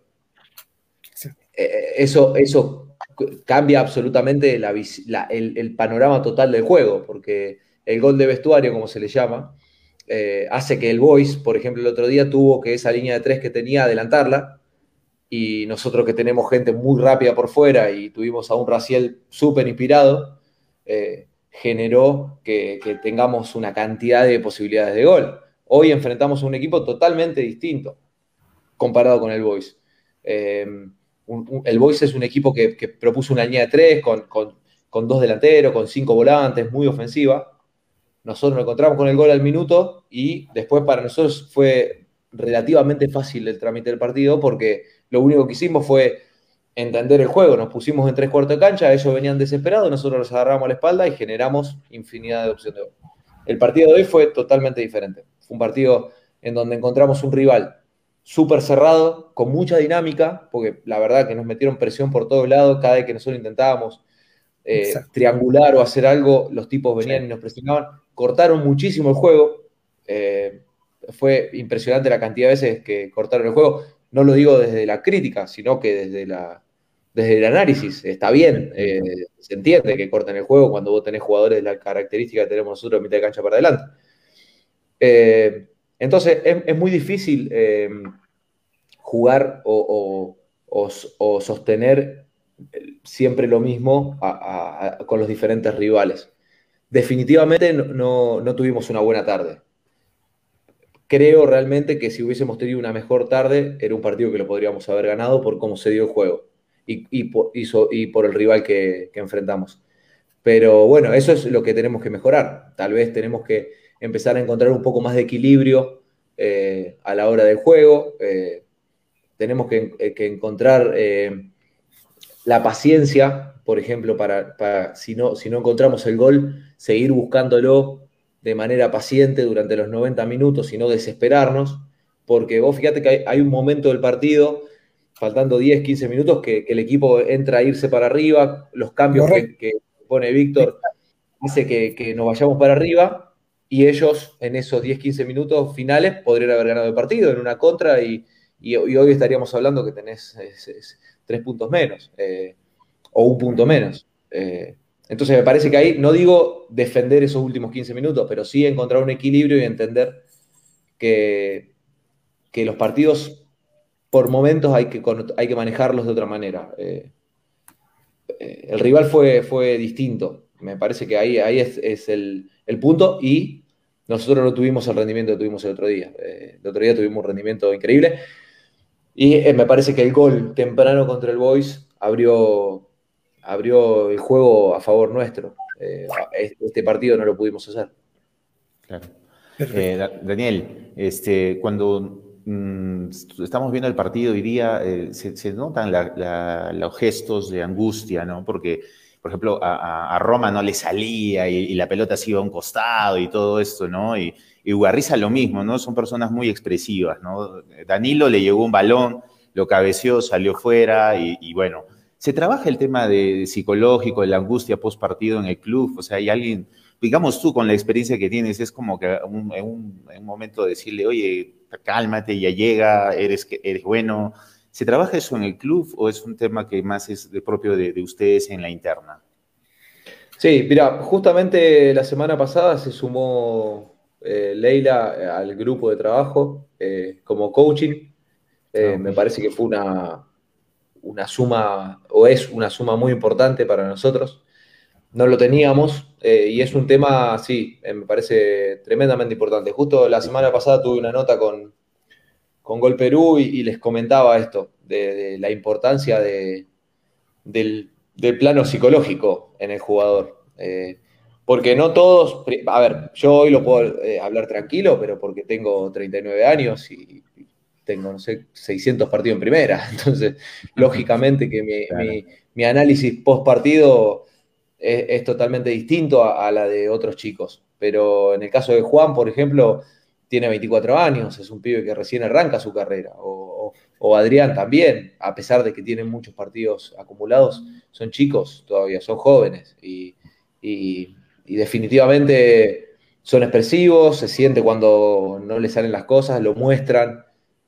Sí, Eh, eso, eso cambia absolutamente la, la, el, el, panorama total del juego, porque el gol de vestuario, como se le llama, eh, hace que el Boys, por ejemplo, el otro día tuvo que esa línea de tres que tenía adelantarla, y nosotros que tenemos gente muy rápida por fuera y tuvimos a un Raciel súper inspirado, eh, generó que, que tengamos una cantidad de posibilidades de gol. Hoy enfrentamos a un equipo totalmente distinto comparado con el Boys. Eh, un, un, el Boys es un equipo que, que propuso una línea de tres con, con, con, dos delanteros, con cinco volantes, muy ofensiva. Nosotros nos encontramos con el gol al minuto y después para nosotros fue relativamente fácil el trámite del partido porque lo único que hicimos fue entender el juego. Nos pusimos en tres cuartos de cancha, ellos venían desesperados, nosotros los agarramos a la espalda y generamos infinidad de opciones de gol. El partido de hoy fue totalmente diferente. Fue un partido en donde encontramos un rival súper cerrado, con mucha dinámica, porque la verdad que nos metieron presión por todos lados, cada vez que nosotros intentábamos eh, triangular o hacer algo, los tipos venían y nos presionaban, cortaron muchísimo el juego, eh, fue impresionante la cantidad de veces que cortaron el juego, no lo digo desde la crítica, sino que desde, la, desde el análisis, está bien, eh, se entiende que cortan el juego cuando vos tenés jugadores de la característica que tenemos nosotros de mitad de cancha para adelante. Eh, Entonces, es, es muy difícil eh, jugar o, o, o, o sostener siempre lo mismo a, a, a, con los diferentes rivales. Definitivamente no, no, no tuvimos una buena tarde. Creo realmente que si hubiésemos tenido una mejor tarde, era un partido que lo podríamos haber ganado por cómo se dio el juego y, y, por, y, so, y por el rival que, que enfrentamos. Pero bueno, eso es lo que tenemos que mejorar. Tal vez tenemos que empezar a encontrar un poco más de equilibrio eh, a la hora del juego. Eh, tenemos que, eh, que encontrar eh, la paciencia, por ejemplo, para, para si, no, si no encontramos el gol, seguir buscándolo de manera paciente durante los noventa minutos y no desesperarnos, porque vos fíjate que hay, hay un momento del partido, faltando diez, quince minutos, que, que el equipo entra a irse para arriba, los cambios que, que pone Víctor hace que, que nos vayamos para arriba, y ellos en esos diez, quince minutos finales podrían haber ganado el partido en una contra y, y, y hoy estaríamos hablando que tenés es, es, tres puntos menos eh, o un punto menos. Eh, entonces me parece que ahí, no digo defender esos últimos quince minutos, pero sí encontrar un equilibrio y entender que, que los partidos por momentos hay que, hay que manejarlos de otra manera. Eh, eh, el rival fue, fue distinto. Me parece que ahí, ahí es, es el, el punto y nosotros no tuvimos el rendimiento que tuvimos el otro día. Eh, el otro día tuvimos un rendimiento increíble y eh, me parece que el gol temprano contra el Boys abrió, abrió el juego a favor nuestro. Eh, este partido no lo pudimos hacer. Claro. Eh, Daniel, este, cuando mmm, estamos viendo el partido hoy día, eh, se, se notan la, la, los gestos de angustia, ¿no? Porque por ejemplo, a, a Roma no le salía y, y la pelota se iba a un costado y todo esto, ¿no? Y, y Ugarriza lo mismo, ¿no? Son personas muy expresivas, ¿no? Danilo le llegó un balón, lo cabeceó, salió fuera y, y bueno, se trabaja el tema de, de psicológico, de la angustia post partido en el club, o sea, hay alguien, digamos tú con la experiencia que tienes, es como que un, en, un, en un momento decirle, oye, cálmate, ya llega, eres, eres bueno. ¿Se trabaja eso en el club o es un tema que más es de propio de, de ustedes en la interna? Sí, mira, justamente la semana pasada se sumó eh, Leila al grupo de trabajo eh, como coaching. Eh, oh, me parece que fue una, una suma, o es una suma muy importante para nosotros. No lo teníamos eh, y es un tema, sí, eh, me parece tremendamente importante. Justo la semana pasada tuve una nota con... con Gol Perú y, y les comentaba esto, de, de la importancia de, del, del plano psicológico en el jugador. Eh, porque no todos, a ver, yo hoy lo puedo eh, hablar tranquilo, pero porque tengo treinta y nueve años y tengo, no sé, seiscientos partidos en primera. Entonces, lógicamente que mi, claro. mi, mi análisis post partido es, es totalmente distinto a, a la de otros chicos. Pero en el caso de Juan, por ejemplo, tiene veinticuatro años, es un pibe que recién arranca su carrera, o, o, o Adrián también, a pesar de que tienen muchos partidos acumulados, son chicos todavía, son jóvenes, y, y, y definitivamente son expresivos, se siente cuando no les salen las cosas, lo muestran,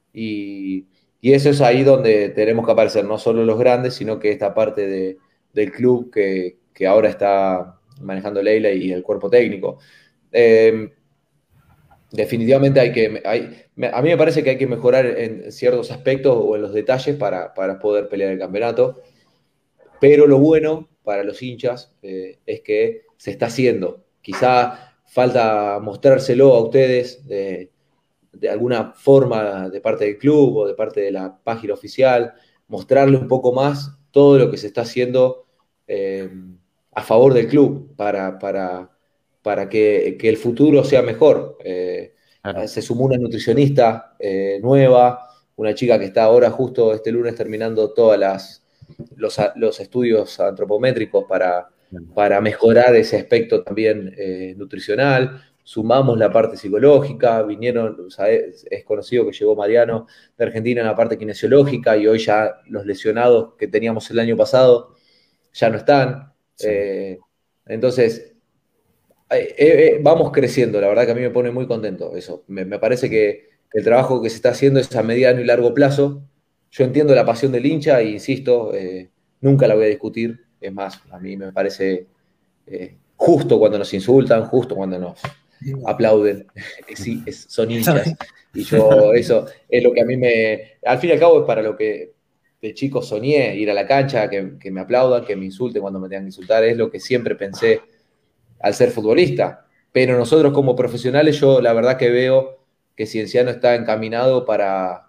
y, y eso es ahí donde tenemos que aparecer, no solo los grandes, sino que esta parte de, del club que, que ahora está manejando Leila y el cuerpo técnico. Eh, Definitivamente hay que, hay, a mí me parece que hay que mejorar en ciertos aspectos o en los detalles para, para poder pelear el campeonato, pero lo bueno para los hinchas eh, es que se está haciendo. Quizá falta mostrárselo a ustedes de, de alguna forma de parte del club o de parte de la página oficial, mostrarle un poco más todo lo que se está haciendo eh, a favor del club para... para para que, que el futuro sea mejor. Eh, Claro. Se sumó una nutricionista eh, nueva, una chica que está ahora justo este lunes terminando todos los, los estudios antropométricos para, para mejorar ese aspecto también eh, nutricional. Sumamos la parte psicológica, vinieron, o sea, es, es conocido que llegó Mariano de Argentina en la parte kinesiológica y hoy ya los lesionados que teníamos el año pasado ya no están. Sí. Eh, entonces, eh, eh, vamos creciendo, la verdad que a mí me pone muy contento eso. Me, me parece que el trabajo que se está haciendo es a mediano y largo plazo. Yo entiendo la pasión del hincha e insisto, eh, nunca la voy a discutir. Es más, a mí me parece eh, justo cuando nos insultan, justo cuando nos aplauden. Sí, es, son hinchas. Y yo, eso es lo que a mí me... Al fin y al cabo es para lo que de chico soñé, ir a la cancha, que, que me aplaudan, que me insulten cuando me tengan que insultar. Es lo que siempre pensé al ser futbolista. Pero nosotros como profesionales, yo la verdad que veo que Cienciano está encaminado para,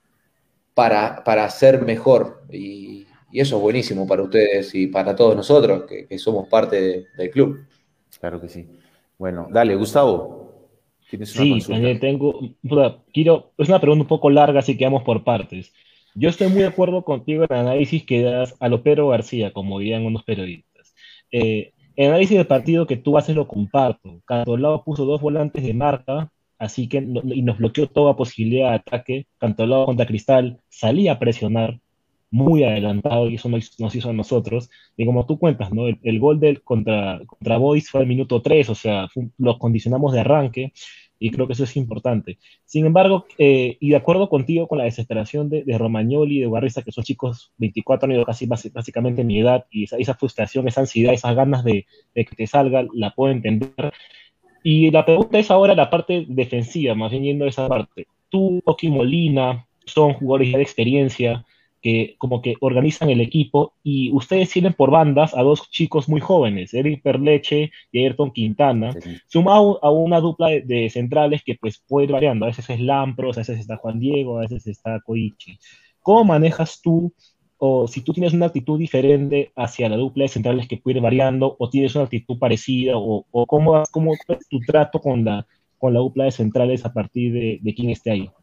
para, para ser mejor. Y, y eso es buenísimo para ustedes y para todos nosotros, que, que somos parte de, del club. Claro que sí. Bueno, dale, Gustavo. ¿Tienes una sí, consulta? también tengo... Quiero, es una pregunta un poco larga, así que vamos por partes. Yo estoy muy de acuerdo contigo en el análisis que das a lo Pedro García, como dirían unos periodistas. Eh, el análisis del partido que tú haces lo comparto. Cantolao puso dos volantes de marca, así que no, y nos bloqueó toda posibilidad de ataque. Cantolao contra Cristal salía a presionar muy adelantado y eso nos, nos hizo a nosotros. Y como tú cuentas, ¿no? El, el gol del contra, contra Boys fue al minuto tres, o sea, fue, los condicionamos de arranque y creo que eso es importante. Sin embargo, eh, y de acuerdo contigo con la desesperación de, de Romagnoli y de Guarriza, que son chicos veinticuatro años, casi básicamente mi edad, y esa, esa frustración, esa ansiedad, esas ganas de, de que te salga, la puedo entender. Y la pregunta es ahora la parte defensiva, más bien yendo a esa parte. Tú, Oki Molina, son jugadores ya de experiencia, que como que organizan el equipo, y ustedes tienen por bandas a dos chicos muy jóvenes, Eric Perleche y Ayrton Quintana, sí, sumado a una dupla de, de centrales que pues puede ir variando, a veces es Lampros, a veces está Juan Diego, a veces está Koichi. ¿Cómo manejas tú, o si tú tienes una actitud diferente hacia la dupla de centrales que puede ir variando, o tienes una actitud parecida, o, o cómo, cómo es tu trato con la, con la dupla de centrales a partir de, de quién esté ahí?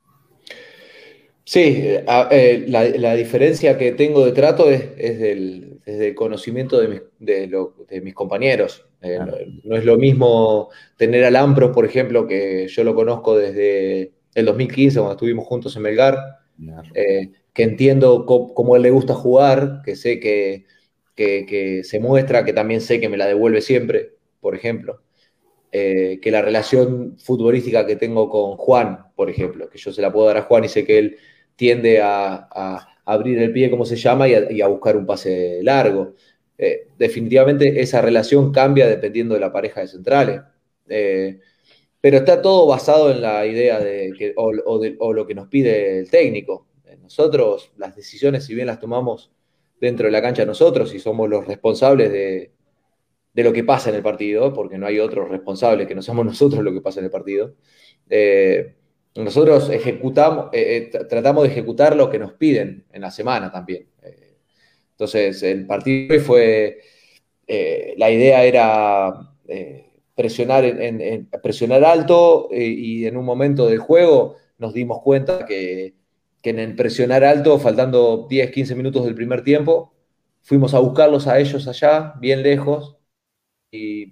Sí, a, eh, la, la diferencia que tengo de trato es, es del, desde el conocimiento de mis, de lo, de mis compañeros. Eh, no, no es lo mismo tener a Lampros, por ejemplo, que yo lo conozco desde el dos mil quince, cuando estuvimos juntos en Melgar, eh, que entiendo cómo, cómo a él le gusta jugar, que sé que, que, que se muestra, que también sé que me la devuelve siempre, por ejemplo. Eh, que la relación futbolística que tengo con Juan, por ejemplo, que yo se la puedo dar a Juan y sé que él tiende a, a abrir el pie, como se llama, y a, y a buscar un pase largo. Eh, definitivamente esa relación cambia dependiendo de la pareja de centrales. Eh, pero está todo basado en la idea de que, o, o, de, o lo que nos pide el técnico. Nosotros, las decisiones, si bien las tomamos dentro de la cancha nosotros y somos los responsables de, de lo que pasa en el partido, porque no hay otros responsables que no seamos nosotros lo que pasa en el partido, eh, nosotros ejecutamos, eh, tratamos de ejecutar lo que nos piden en la semana también. Eh, entonces, el partido fue, eh, la idea era eh, presionar, en, en, en, presionar alto eh, y en un momento del juego nos dimos cuenta que, que en el presionar alto, faltando diez, quince minutos del primer tiempo, fuimos a buscarlos a ellos allá, bien lejos, y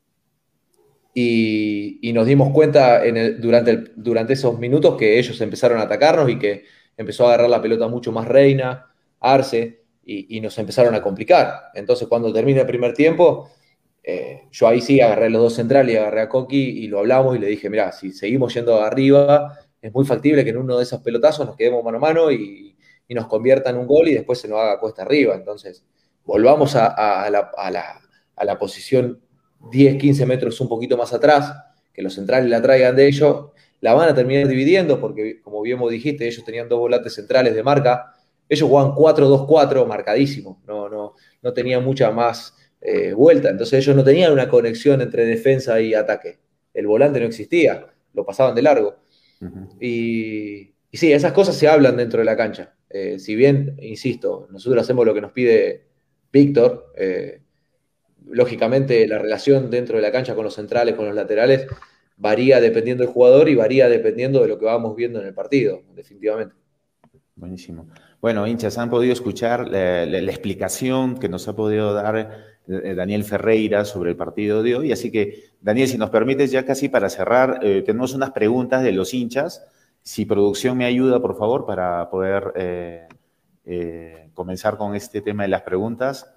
Y, y nos dimos cuenta en el, durante, el, durante esos minutos que ellos empezaron a atacarnos y que empezó a agarrar la pelota mucho más Reina, Arce, y, y nos empezaron a complicar. Entonces, cuando termina el primer tiempo, eh, yo ahí sí agarré los dos centrales y agarré a Coqui y lo hablamos y le dije, mirá, si seguimos yendo arriba, es muy factible que en uno de esos pelotazos nos quedemos mano a mano y, y nos conviertan un gol y después se nos haga cuesta arriba. Entonces, volvamos a, a, a, la, a, la, a la posición diez, quince metros un poquito más atrás, que los centrales la traigan de ellos, la van a terminar dividiendo, porque como bien vos dijiste, ellos tenían dos volantes centrales de marca, ellos jugaban cuatro dos cuatro marcadísimo, no, no, no tenían mucha más eh, vuelta, entonces ellos no tenían una conexión entre defensa y ataque, el volante no existía, lo pasaban de largo. Uh-huh. y, y sí, esas cosas se hablan dentro de la cancha, eh, si bien, insisto, nosotros hacemos lo que nos pide Víctor, eh, lógicamente la relación dentro de la cancha con los centrales, con los laterales, varía dependiendo del jugador y varía dependiendo de lo que vamos viendo en el partido, definitivamente. Buenísimo. Bueno, hinchas, han podido escuchar la, la, la explicación que nos ha podido dar eh, Daniel Ferreira sobre el partido de hoy. Así que, Daniel, si nos permites ya casi para cerrar, eh, tenemos unas preguntas de los hinchas. Si producción me ayuda, por favor, para poder eh, eh, comenzar con este tema de las preguntas.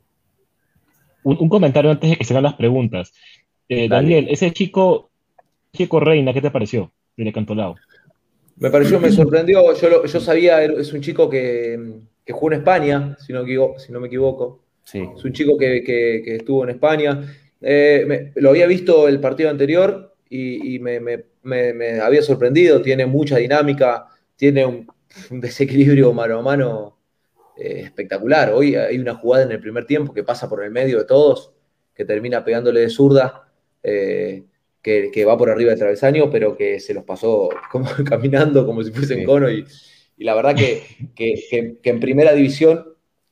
Un, un comentario antes de que se hagan las preguntas. Eh, Daniel, ese chico, chico Reina, ¿qué te pareció? De Cantolao. Me pareció, me sorprendió. Yo, lo, yo sabía, es un chico que, que jugó en España, si no, si no me equivoco. Sí. Es un chico que, que, que estuvo en España. Eh, me, lo había visto el partido anterior y, y me, me, me, me había sorprendido. Tiene mucha dinámica, tiene un, un desequilibrio mano a mano eh, espectacular. Hoy hay una jugada en el primer tiempo que pasa por el medio de todos, que termina pegándole de zurda. Eh, Que, que va por arriba del travesaño, pero que se los pasó como caminando como si fuesen sí. cono. Y, y la verdad que, que, que, que en primera división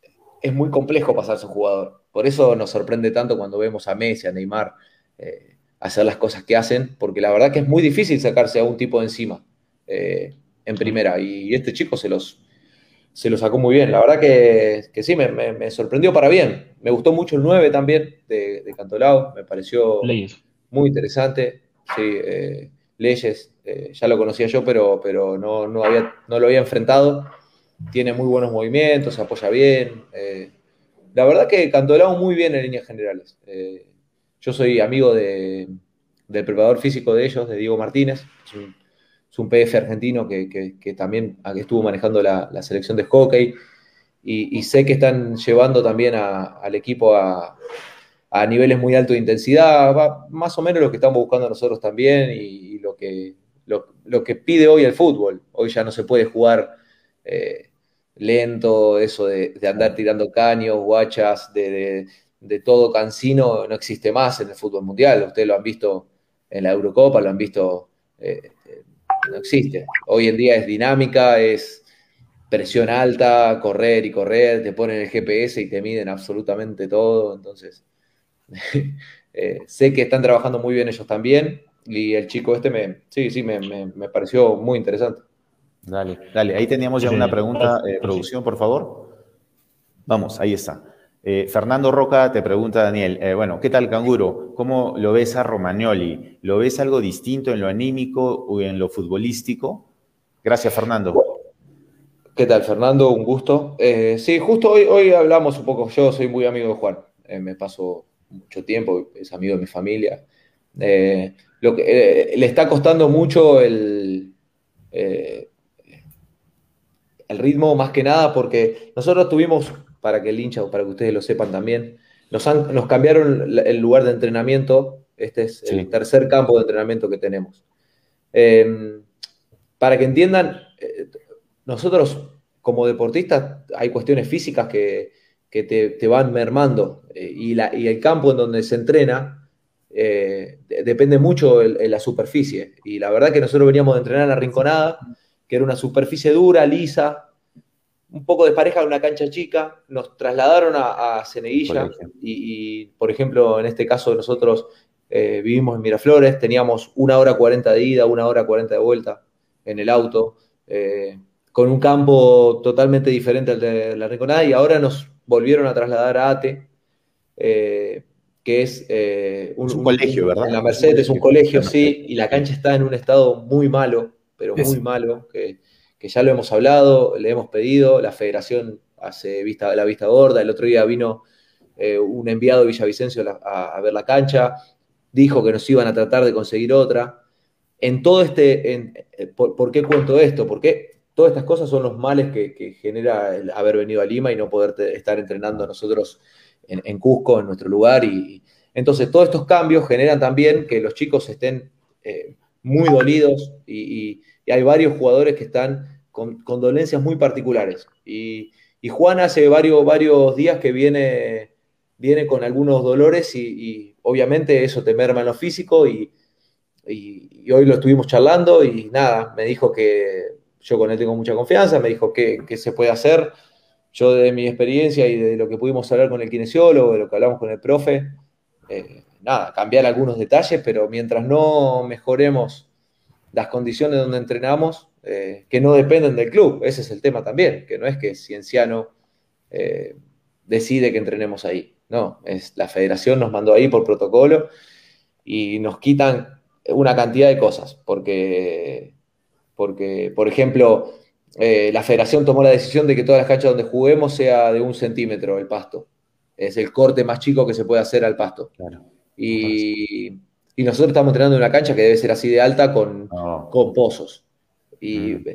es muy complejo pasar su jugador. Por eso nos sorprende tanto cuando vemos a Messi, a Neymar, eh, hacer las cosas que hacen, porque la verdad que es muy difícil sacarse a un tipo de encima eh, en primera. Y este chico se los, se los sacó muy bien. La verdad que, que sí, me, me, me sorprendió para bien. Me gustó mucho el nueve también de, de Cantolao. Me pareció... Leyes. Muy interesante, sí, eh, Leyes, eh, ya lo conocía yo, pero, pero no, no, había, no lo había enfrentado. Tiene muy buenos movimientos, se apoya bien. Eh, la verdad que Cantolao muy bien en líneas generales. Eh, yo soy amigo de, del preparador físico de ellos, de Diego Martínez. Es un, es un P F argentino que, que, que también que estuvo manejando la, la selección de hockey. Y, y sé que están llevando también a, al equipo a... a niveles muy altos de intensidad, va más o menos lo que estamos buscando nosotros también y, y lo, que, lo, lo que pide hoy el fútbol. Hoy ya no se puede jugar eh, lento, eso de, de andar tirando caños, guachas, de, de, de todo cansino, no existe más en el fútbol mundial. Ustedes lo han visto en la Eurocopa, lo han visto, eh, no existe. Hoy en día es dinámica, es presión alta, correr y correr, te ponen el G P S y te miden absolutamente todo, entonces... eh, sé que están trabajando muy bien ellos también y el chico este me, sí, sí, me, me, me pareció muy interesante. Dale, dale, ahí teníamos ya una pregunta, eh, producción, por favor. Vamos, ahí está. Eh, Fernando Roca te pregunta, Daniel, eh, bueno, ¿qué tal, Canguro? ¿Cómo lo ves a Romagnoli? ¿Lo ves algo distinto en lo anímico o en lo futbolístico? Gracias, Fernando. ¿Qué tal, Fernando? Un gusto. Eh, sí, justo hoy, hoy hablamos un poco, yo soy muy amigo de Juan, eh, me paso mucho tiempo, es amigo de mi familia. Eh, lo que, eh, le está costando mucho el, eh, el ritmo, más que nada, porque nosotros tuvimos, para que el hincha o para que ustedes lo sepan también, nos, han, nos cambiaron el lugar de entrenamiento. Este es sí. el tercer campo de entrenamiento que tenemos. Eh, para que entiendan, eh, nosotros como deportistas hay cuestiones físicas que que te, te van mermando eh, y, la, y el campo en donde se entrena eh, de, depende mucho de la superficie y la verdad que nosotros veníamos de entrenar en la Rinconada, que era una superficie dura, lisa, un poco despareja de una cancha chica, nos trasladaron a, a Ceneguilla y, y por ejemplo en este caso nosotros eh, vivimos en Miraflores, teníamos una hora cuarenta de ida, una hora cuarenta de vuelta en el auto, eh, con un campo totalmente diferente al de la Rinconada y ahora nos volvieron a trasladar a ATE, eh, que es, eh, un, es un colegio, ¿verdad? En la Merced es un colegio, sí, y la cancha está en un estado muy malo, pero muy sí. malo, que, que ya lo hemos hablado, le hemos pedido, la federación hace vista, la vista gorda, el otro día vino eh, un enviado de Villavicencio a, a, a ver la cancha, dijo que nos iban a tratar de conseguir otra. En todo este, en, ¿por, ¿por qué cuento esto? Porque todas estas cosas son los males que, que genera el haber venido a Lima y no poder te, estar entrenando nosotros en, en Cusco, en nuestro lugar. Y, entonces, todos estos cambios generan también que los chicos estén eh, muy dolidos y, y, y hay varios jugadores que están con, con dolencias muy particulares. Y, y Juan hace varios, varios días que viene, viene con algunos dolores y, y obviamente eso te merma en lo físico y, y, y hoy lo estuvimos charlando y nada, me dijo que... Yo con él tengo mucha confianza, me dijo qué, qué se puede hacer. Yo de mi experiencia y de lo que pudimos hablar con el kinesiólogo, de lo que hablamos con el profe, eh, nada, cambiar algunos detalles, pero mientras no mejoremos las condiciones donde entrenamos, eh, que no dependen del club, ese es el tema también, que no es que Cienciano eh, decide que entrenemos ahí, no, es la federación nos mandó ahí por protocolo y nos quitan una cantidad de cosas, porque, porque por ejemplo, eh, la federación tomó la decisión de que todas las canchas donde juguemos sea de un centímetro el pasto, es el corte más chico que se puede hacer al pasto. Claro. Y, y nosotros estamos entrenando en una cancha que debe ser así de alta con, Oh. con pozos. Y Mm.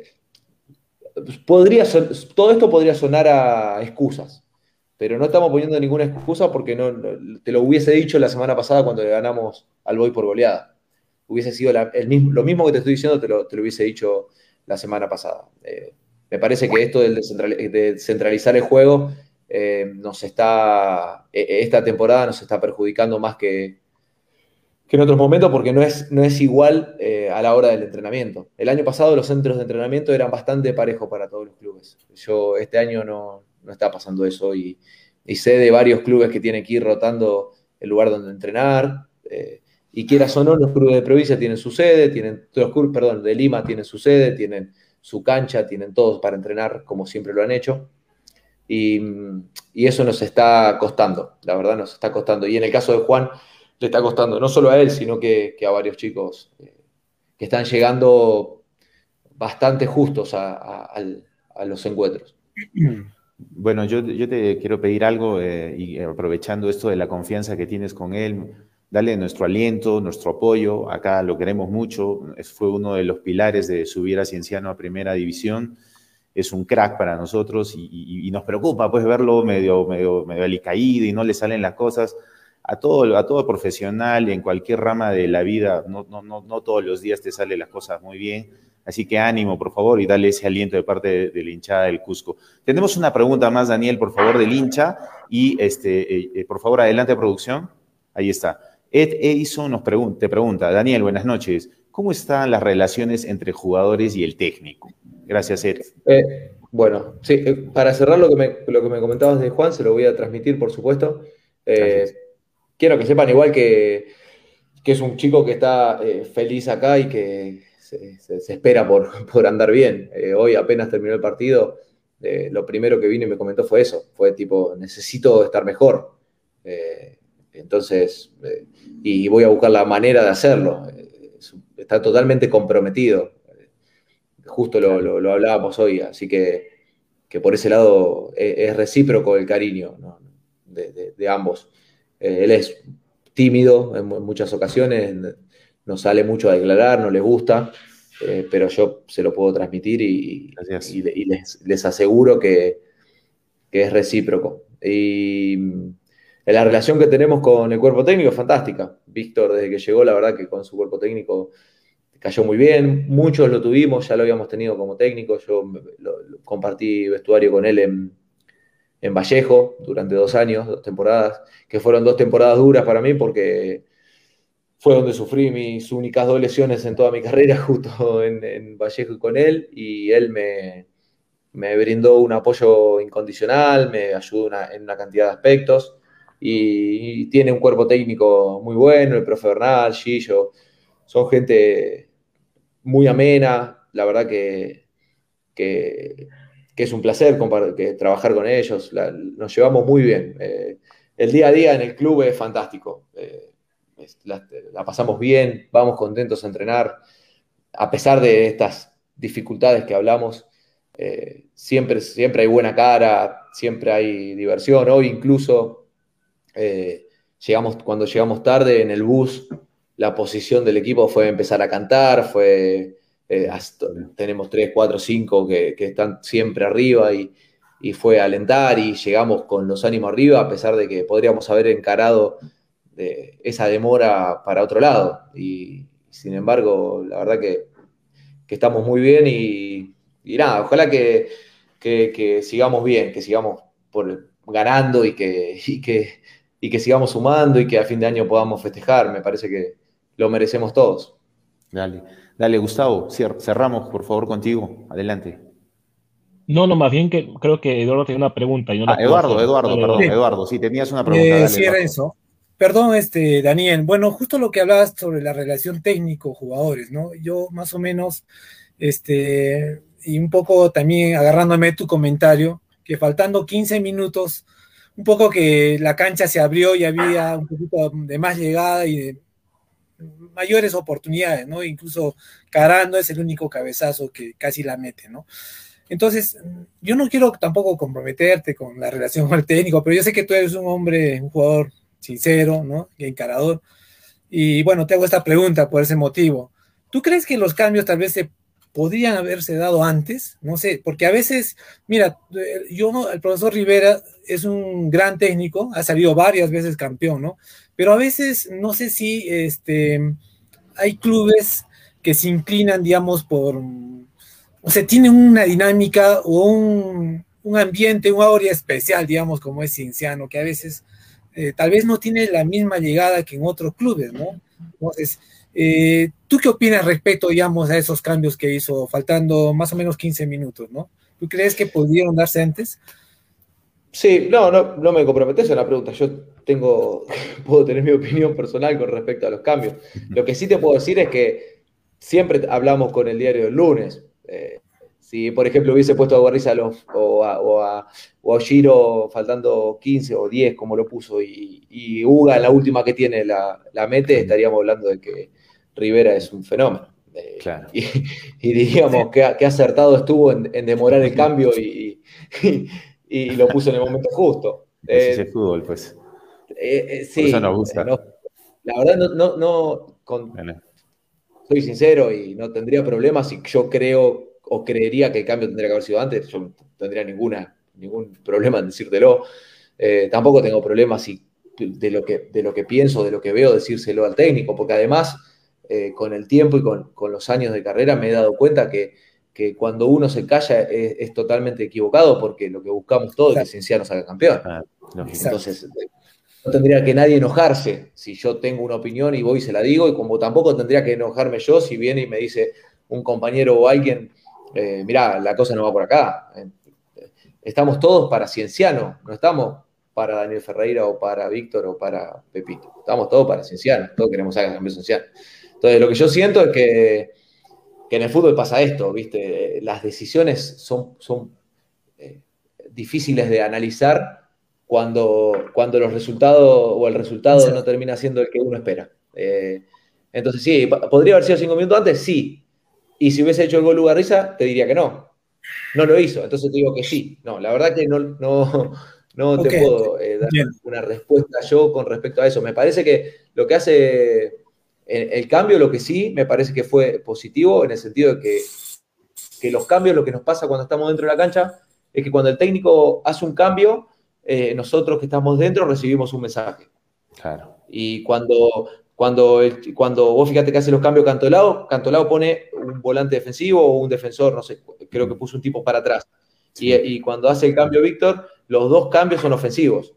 podría son- todo esto podría sonar a excusas, pero no estamos poniendo ninguna excusa porque no, no- te lo hubiese dicho la semana pasada cuando le ganamos al Boy por goleada. Hubiese sido la- el mismo, lo mismo que te estoy diciendo, te lo, te lo hubiese dicho la semana pasada. Eh, me parece que esto del descentrali- de centralizar el juego eh, nos está, eh, esta temporada nos está perjudicando más que, que en otros momentos porque no es, no es igual eh, a la hora del entrenamiento. El año pasado los centros de entrenamiento eran bastante parejos para todos los clubes. Yo este año no, no está pasando eso y, y sé de varios clubes que tienen que ir rotando el lugar donde entrenar. Eh, y quieras o no, los clubes de provincia tienen su sede, tienen, los clubes, perdón, de Lima tienen su sede, tienen su cancha, tienen todos para entrenar como siempre lo han hecho. Y, y eso nos está costando, la verdad nos está costando. Y en el caso de Juan, le está costando, no solo a él, sino que, que a varios chicos eh, que están llegando bastante justos a, a, a los encuentros. Bueno, yo, yo te quiero pedir algo eh, y aprovechando esto de la confianza que tienes con él, dale nuestro aliento, nuestro apoyo, acá lo queremos mucho, es- fue uno de los pilares de subir a Cienciano a Primera División, es un crack para nosotros y, y- y nos preocupa pues verlo medio, medio, medio alicaído y no le salen las cosas. A todo, a todo profesional en cualquier rama de la vida, no, no, no, no todos los días te salen las cosas muy bien, así que ánimo por favor y dale ese aliento de parte de, de la hinchada del Cusco. Tenemos una pregunta más, Daniel, por favor, del hincha y este, eh, eh, por favor adelante producción, ahí está. Ed Edison nos pregunta, te pregunta, Daniel, buenas noches, ¿cómo están las relaciones entre jugadores y el técnico? Gracias, Ed. Eh, bueno, sí, eh, para cerrar lo que, me, lo que me comentabas de Juan, se lo voy a transmitir, por supuesto. Eh, quiero que sepan igual que, que es un chico que está eh, feliz acá y que se, se- se espera por, por andar bien. Eh, hoy apenas terminó el partido, eh, lo primero que vino y me comentó fue eso, fue tipo, necesito estar mejor. Eh, entonces, eh, y voy a buscar la manera de hacerlo. Eh, es- está totalmente comprometido. Justo lo, lo- lo hablábamos hoy, así que, que por ese lado es, es recíproco el cariño, ¿no? de, de- de ambos. Eh, él es tímido en, mu- en muchas ocasiones, no sale mucho a declarar, no le gusta, eh, pero yo se lo puedo transmitir y, Gracias. y- y les, les aseguro que, que es recíproco. Y mm, la relación que tenemos con el cuerpo técnico es fantástica. Víctor, desde que llegó, la verdad que con su cuerpo técnico cayó muy bien. Muchos lo tuvimos, ya lo habíamos tenido como técnico. Yo me- lo- lo- compartí vestuario con él en, en Vallejo durante dos años, dos temporadas, que fueron dos temporadas duras para mí porque fue donde sufrí mis únicas dos lesiones en toda mi carrera, justo en, en Vallejo y con él, y él me, me brindó un apoyo incondicional, me ayudó una- en una cantidad de aspectos, y, y tiene un cuerpo técnico muy bueno, el profe Bernal, Gillo, son gente muy amena, la verdad que, que, que es un placer compar- que trabajar con ellos, la- nos llevamos muy bien. Eh, el día a día en el club es fantástico. Eh, es- la, la pasamos bien, vamos contentos a entrenar, a pesar de estas dificultades que hablamos, eh, siempre, siempre hay buena cara, siempre hay diversión. Hoy incluso eh, llegamos, cuando llegamos tarde en el bus, la posición del equipo fue empezar a cantar, fue, eh, hasta- tenemos tres, cuatro, cinco que, que están siempre arriba y, y fue a alentar y llegamos con los ánimos arriba, a pesar de que podríamos haber encarado de esa demora para otro lado. Y sin embargo, la verdad que, que estamos muy bien y, y nada, ojalá que, que, que sigamos bien, que sigamos por, ganando y que, y, que, y que sigamos sumando y que a fin de año podamos festejar. Me parece que lo merecemos todos. Dale, dale, Gustavo, cier- cerramos por favor contigo, adelante. No, no, más bien que creo que Eduardo tiene una pregunta y no Ah, la puedo Eduardo, hacer. Eduardo, Dale, perdón, Eduardo. Eduardo, sí, tenías una pregunta, Eh, dale, sí, Eduardo. Renzo. Perdón, este, Daniel. Bueno, justo lo que hablabas sobre la relación técnico-jugadores, ¿no? Yo más o menos, este, y un poco también agarrándome tu comentario, que faltando quince minutos, un poco que la cancha se abrió y había un poquito de más llegada y de mayores oportunidades, ¿no? Incluso Carando es el único cabezazo que casi la mete, ¿no? Entonces, yo no quiero tampoco comprometerte con la relación con el técnico, pero yo sé que tú eres un hombre, un jugador sincero, ¿no? Y encarador. Y bueno, te hago esta pregunta por ese motivo. ¿Tú crees que los cambios tal vez se podrían haberse dado antes? No sé, porque a veces, mira, yo, el profesor Rivera es un gran técnico, ha salido varias veces campeón, ¿no? Pero a veces no sé si este, hay clubes que se inclinan, digamos, por, o sea, tienen una dinámica o un, un ambiente, un aura especial, digamos, como es Cienciano, que a veces eh, tal vez no tiene la misma llegada que en otros clubes, ¿no? Entonces, eh, ¿tú qué opinas respecto, digamos, a esos cambios que hizo, faltando más o menos quince minutos, ¿no? ¿Tú crees que pudieron darse antes? Sí, no, no, no me comprometes a la pregunta. Yo tengo, puedo tener mi opinión personal con respecto a los cambios. Lo que sí te puedo decir es que siempre hablamos con el diario del lunes. Eh, si, por ejemplo, hubiese puesto a Guarriza o a, o a, o a Giro faltando quince o diez, como lo puso, y, y Uga en la última que tiene la, la mete, estaríamos hablando de que Rivera es un fenómeno. Eh, claro. y, y diríamos que, que acertado estuvo en, en demorar el cambio y, y, y lo puso en el momento justo. Eh, eh, es fútbol, pues. Eh, eh, sí, por eso nos gusta. no, la verdad no, no, no con, bueno. soy sincero y no tendría problemas si yo creo o creería que el cambio tendría que haber sido antes, yo no tendría ninguna, ningún problema en decírtelo. Eh, tampoco tengo problemas si, de, lo que, de lo que pienso, de lo que veo, decírselo al técnico, porque además eh, con el tiempo y con, con los años de carrera me he dado cuenta que, que cuando uno se calla es, es totalmente equivocado, porque lo que buscamos todos es que Cienciano salga campeón. Ah, Entonces, no tendría que nadie enojarse si yo tengo una opinión y voy y se la digo, y como tampoco tendría que enojarme yo si viene y me dice un compañero o alguien, eh, mirá, la cosa no va por acá. Estamos todos para Cienciano, no estamos para Daniel Ferreira o para Víctor o para Pepito. Estamos todos para Cienciano, todos queremos sacar campeón Cienciano. Entonces, lo que yo siento es que, que en el fútbol pasa esto, ¿viste? Las decisiones son, son eh, difíciles de analizar cuando, cuando los resultados o el resultado sí. no termina siendo el que uno espera. Eh, entonces, sí, ¿podría haber sido cinco minutos antes? Sí. Y si hubiese hecho el gol Ugarriza, te diría que no. No lo hizo, entonces te digo que sí. No, la verdad que no, no, no okay. te puedo eh, dar Bien. una respuesta yo con respecto a eso. Me parece que lo que hace el, el cambio, lo que sí, me parece que fue positivo en el sentido de que, que los cambios, lo que nos pasa cuando estamos dentro de la cancha, es que cuando el técnico hace un cambio, Eh, nosotros que estamos dentro recibimos un mensaje. Claro. Y cuando, cuando, el, cuando vos fíjate que hace los cambios Cantolao, Cantolao pone un volante defensivo o un defensor, no sé, creo que puso un tipo para atrás. Sí. Y, y cuando hace el cambio Víctor, los dos cambios son ofensivos.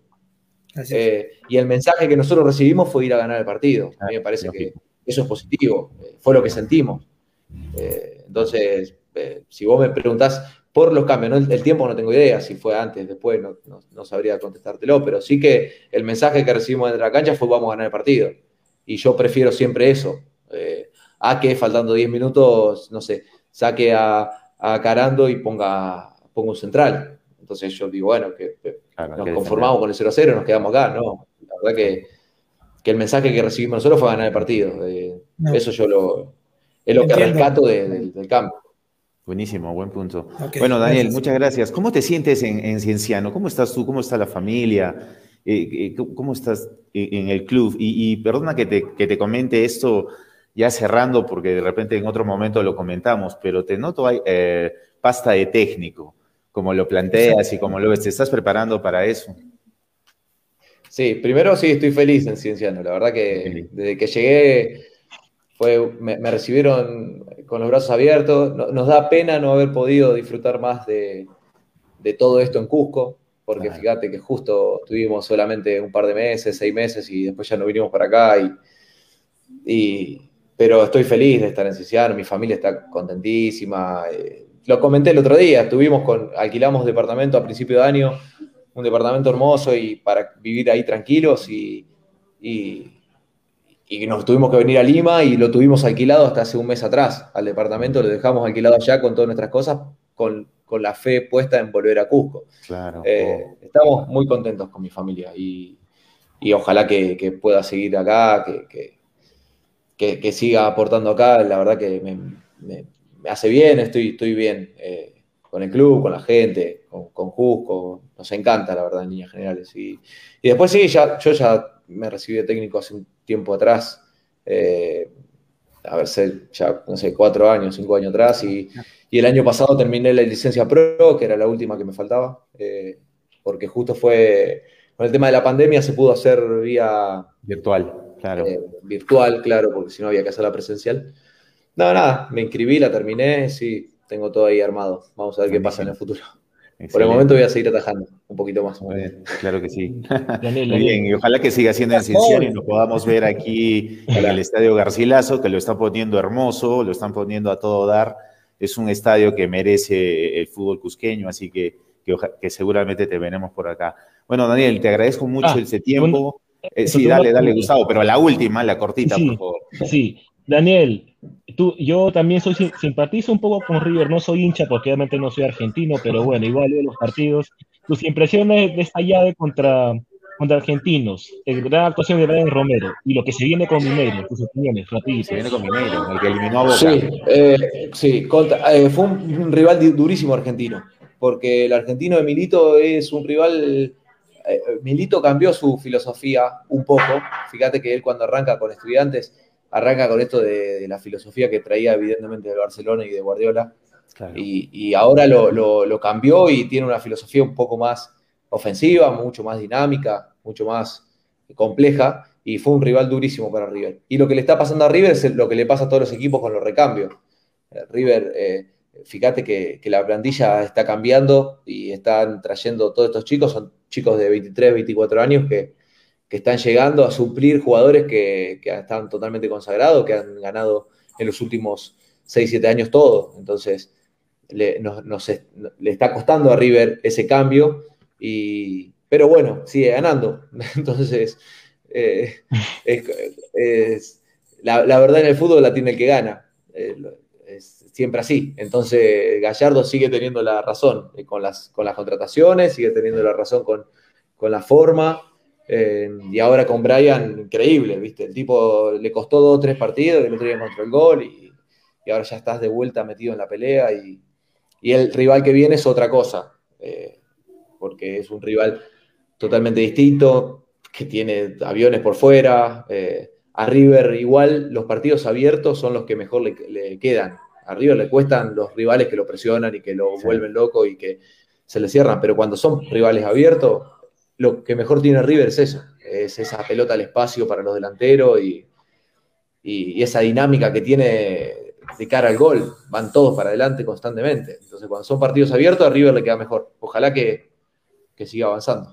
Eh, y el mensaje que nosotros recibimos fue ir a ganar el partido. A mí me parece que eso es positivo, eh, fue lo que sentimos. Eh, entonces, eh, si vos me preguntás por los cambios, ¿no? el, el tiempo no tengo idea, si fue antes, después, no, no, no sabría contestártelo, pero sí que el mensaje que recibimos de la cancha fue vamos a ganar el partido. Y yo prefiero siempre eso, eh, a que faltando diez minutos, no sé, saque a, a Carando y ponga, ponga un central. Entonces yo digo, bueno, que, que claro, nos que conformamos con el cero a cero, nos quedamos acá. No, la verdad que, que el mensaje que recibimos nosotros fue ganar el partido. Eh, no. Eso yo lo, es lo Entiendo. que rescato de, de, del campo. Buenísimo, buen punto. Okay, bueno, Daniel, gracias. muchas gracias. ¿Cómo te sientes en, en Cienciano? ¿Cómo estás tú? ¿Cómo está la familia? Eh, eh, ¿Cómo estás en el club? Y, y perdona que te, que te comente esto ya cerrando, porque de repente en otro momento lo comentamos, pero te noto hay, eh, pasta de técnico, como lo planteas y como lo ves. ¿Te estás preparando para eso? Sí, primero sí, estoy feliz en Cienciano. La verdad que sí. desde que llegué... Fue, me, me recibieron con los brazos abiertos. No, nos da pena no haber podido disfrutar más de, de todo esto en Cusco, porque claro. fíjate que justo tuvimos solamente un par de meses, seis meses, y después ya nos vinimos para acá. Y, y, pero estoy feliz de estar en Cienciano, mi familia está contentísima. Eh, lo comenté el otro día, estuvimos con, alquilamos departamento a principio de año, un departamento hermoso y para vivir ahí tranquilos, y y, y nos tuvimos que venir a Lima y lo tuvimos alquilado hasta hace un mes atrás al departamento, lo dejamos alquilado allá con todas nuestras cosas, con, con la fe puesta en volver a Cusco. Claro. Eh, estamos muy contentos con mi familia y, y ojalá que, que pueda seguir acá, que, que, que, que siga aportando acá. La verdad que me, me, me hace bien, estoy, estoy bien eh, con el club, con la gente, con, con Cusco. Nos encanta, la verdad, en líneas generales. Y, y después sí, ya, yo ya me recibí de técnico hace un tiempo atrás, eh, a ver, ya, no sé, cuatro años, cinco años atrás, y, y el año pasado terminé la licencia pro, que era la última que me faltaba, eh, porque justo fue, con el tema de la pandemia se pudo hacer vía... Virtual, claro. Eh, virtual, claro, porque si no había que hacerla presencial. No, nada, me inscribí, la terminé, sí, tengo todo ahí armado. Vamos a ver qué pasa en el futuro. Excelente. Por el momento voy a seguir atajando un poquito más. Bien, claro que sí. Daniel, Muy bien, y ojalá que siga siendo en Cienciano y lo podamos ver aquí en el Estadio Garcilaso, que lo están poniendo hermoso, lo están poniendo a todo dar. Es un estadio que merece el fútbol cusqueño, así que, que, que seguramente te veremos por acá. Bueno, Daniel, te agradezco mucho ah, ese tiempo. Eh, sí, dale, dale, Gustavo, pero la última, la cortita, sí, por favor. Sí, Daniel, tú, yo también soy simpatizo un poco con River, no soy hincha porque obviamente no soy argentino, pero bueno, igual veo los partidos. Tus impresiones de esta llave contra, contra argentinos, el gran actuación de Brian Romero y lo que se viene con Mineiro, tus opiniones, rapidito. Se viene con Mineiro, el que eliminó a Boca. Sí, eh, sí contra, eh, fue un, un rival durísimo argentino, porque el argentino de Milito es un rival... Eh, Milito cambió su filosofía un poco. Fíjate que él cuando arranca con Estudiantes, arranca con esto de, de la filosofía que traía evidentemente de Barcelona y de Guardiola. Claro. Y, y ahora lo, lo, lo cambió y tiene una filosofía un poco más ofensiva, mucho más dinámica, mucho más compleja, y fue un rival durísimo para River. Y lo que le está pasando a River es lo que le pasa a todos los equipos con los recambios. Eh, River... Eh, Fíjate que, que la plantilla está cambiando y están trayendo todos estos chicos, son chicos de veintitrés, veinticuatro años que, que están llegando a suplir jugadores que, que están totalmente consagrados, que han ganado en los últimos seis, siete años todo. Entonces, le, nos, nos, le está costando a River ese cambio, y, pero bueno, sigue ganando. Entonces, eh, es, es, la, la verdad en el fútbol la tiene el que gana. Eh, es, siempre así. Entonces Gallardo sigue teniendo la razón eh, con, las, con las contrataciones, sigue teniendo la razón con, con la forma, eh, y ahora con Brian, increíble, ¿viste? El tipo le costó dos o tres partidos, el otro día encontró el gol, y, y ahora ya estás de vuelta metido en la pelea, y, y el rival que viene es otra cosa, eh, porque es un rival totalmente distinto, que tiene aviones por fuera. eh, a River igual los partidos abiertos son los que mejor le, le quedan. A River le cuestan los rivales que lo presionan y que lo sí. vuelven loco y que se le cierran, pero cuando son rivales abiertos, lo que mejor tiene River es eso, es esa pelota al espacio para los delanteros y, y, y esa dinámica que tiene de cara al gol, van todos para adelante constantemente. Entonces cuando son partidos abiertos, a River le queda mejor. Ojalá que, que siga avanzando.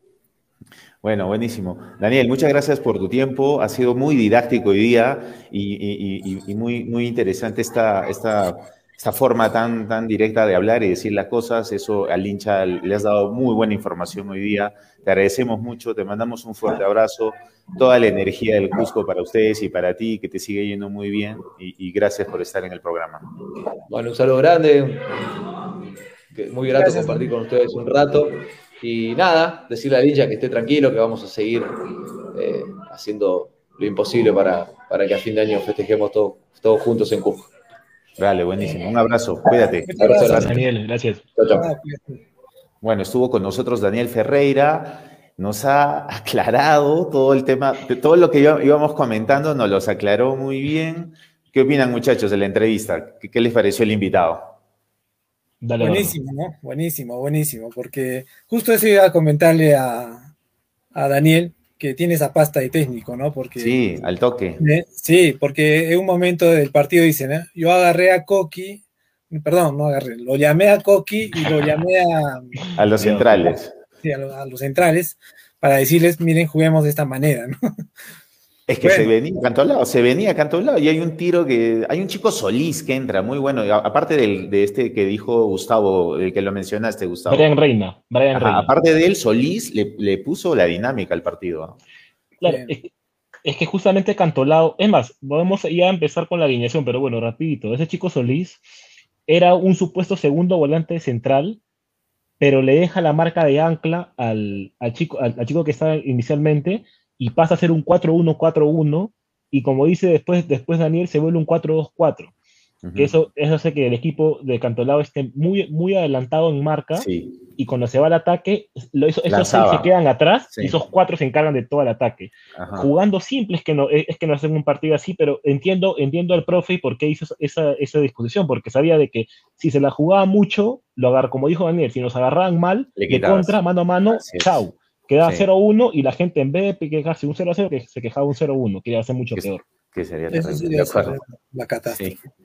Bueno, buenísimo. Daniel, muchas gracias por tu tiempo. Ha sido muy didáctico hoy día y, y, y, y muy, muy interesante esta, esta, esta forma tan, tan directa de hablar y decir las cosas. Eso al hincha le has dado muy buena información hoy día. Te agradecemos mucho, te mandamos un fuerte abrazo. Toda la energía del Cusco para ustedes y para ti, que te sigue yendo muy bien. Y, y gracias por estar en el programa. Bueno, un saludo grande. Muy grato gracias. Compartir con ustedes un rato. Y nada, decirle al hincha que esté tranquilo, que vamos a seguir eh, haciendo lo imposible para, para que a fin de año festejemos todos, todos juntos en Cusco. Vale, buenísimo. Un abrazo. Cuídate. Un abrazo, gracias, Daniel. Gracias. Chao, chao. Bueno, estuvo con nosotros Daniel Ferreira. Nos ha aclarado todo el tema, todo lo que íbamos comentando, nos los aclaró muy bien. ¿Qué opinan, muchachos, de la entrevista? ¿Qué, qué les pareció el invitado? Dale, buenísimo, ¿no? Buenísimo, buenísimo, porque justo eso iba a comentarle a, a Daniel, que tiene esa pasta de técnico, ¿no? Porque, sí, al toque. Eh, sí, porque en un momento del partido dicen, ¿eh? Yo agarré a Coqui, perdón, no agarré, lo llamé a Coqui y lo llamé a... a los centrales. Sí, a, lo, a los centrales, para decirles, miren, juguemos de esta manera, ¿no? Es que bueno. se venía cantolado, se venía cantolado, y hay un tiro que, hay un chico Solís que entra, muy bueno, aparte del, de este que dijo Gustavo, el que lo mencionaste, Gustavo. Brian Reina, Brian Ajá, Reina. Aparte de él, Solís le, le puso la dinámica al partido. Claro, es, es que justamente Cantolao, es más, podemos ya empezar con la alineación, pero bueno, rapidito. Ese chico Solís era un supuesto segundo volante central, pero le deja la marca de ancla al, al chico, al, al chico que estaba inicialmente y pasa a ser un cuatro uno cuatro uno y como dice después, después Daniel, se vuelve un cuatro dos cuatro. Uh-huh. Que eso, eso hace que el equipo de Cantolao esté muy, muy adelantado en marca, sí. Y cuando se va al ataque, lo, eso, esos seis se quedan atrás, sí. Y esos cuatro se encargan de todo el ataque. Ajá. Jugando simple es que, no, es que no hacen un partido así, pero entiendo, entiendo al profe por qué hizo esa, esa disposición, porque sabía de que si se la jugaba mucho, lo agarra, como dijo Daniel, si nos agarraban mal, de contra, mano a mano, chau. Quedaba sí. cero uno y la gente en vez de quejarse un cero a cero, que se quejaba un cero uno, que iba a ser mucho que, peor. Que sería Eso sería la catástrofe. Sí.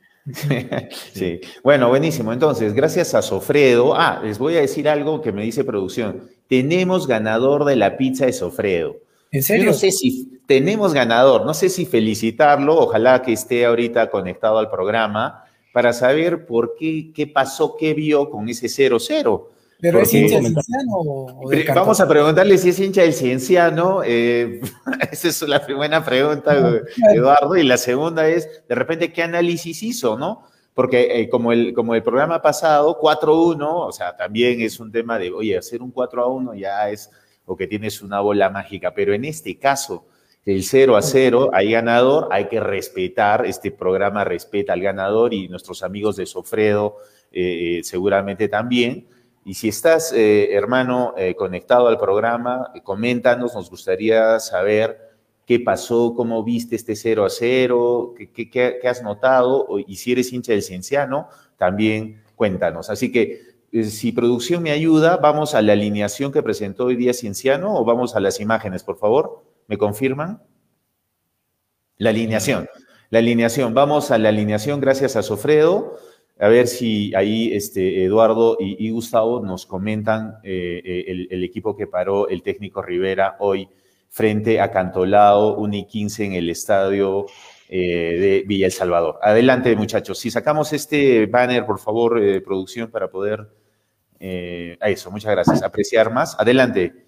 Sí, bueno, buenísimo. Entonces, gracias a Sofredo. Ah, les voy a decir algo que me dice producción. Tenemos ganador de la pizza de Sofredo. ¿En serio? Yo no sé si tenemos ganador, no sé si felicitarlo, ojalá que esté ahorita conectado al programa para saber por qué, qué pasó, qué vio con ese cero cero. ¿Pero es hincha del Cienciano o del Cantolao? Vamos a preguntarle si es hincha del Cienciano. Eh, esa es la buena pregunta, no, Eduardo. Y la segunda es, de repente, ¿qué análisis hizo, no? Porque eh, como, el, como el programa pasado, cuatro uno, o sea, también es un tema de, oye, hacer un cuatro a uno ya es, o que tienes una bola mágica. Pero en este caso, el cero a cero, hay ganador, hay que respetar, este programa respeta al ganador y nuestros amigos de Sofredo eh, seguramente también. Y si estás, eh, hermano, eh, conectado al programa, eh, coméntanos, nos gustaría saber qué pasó, cómo viste este cero a cero, qué, qué, qué has notado, y si eres hincha del Cienciano, también cuéntanos. Así que, eh, si producción me ayuda, vamos a la alineación que presentó hoy día Cienciano o vamos a las imágenes, por favor. ¿Me confirman? La alineación. La alineación. Vamos a la alineación gracias a Sofredo. A ver si ahí este, Eduardo y, y Gustavo nos comentan eh, el, el equipo que paró el técnico Rivera hoy frente a Cantolao, uno y quince en el estadio eh, de Villa El Salvador. Adelante, muchachos. Si sacamos este banner, por favor, eh, producción, para poder... Eh, a eso, muchas gracias. Apreciar más. Adelante.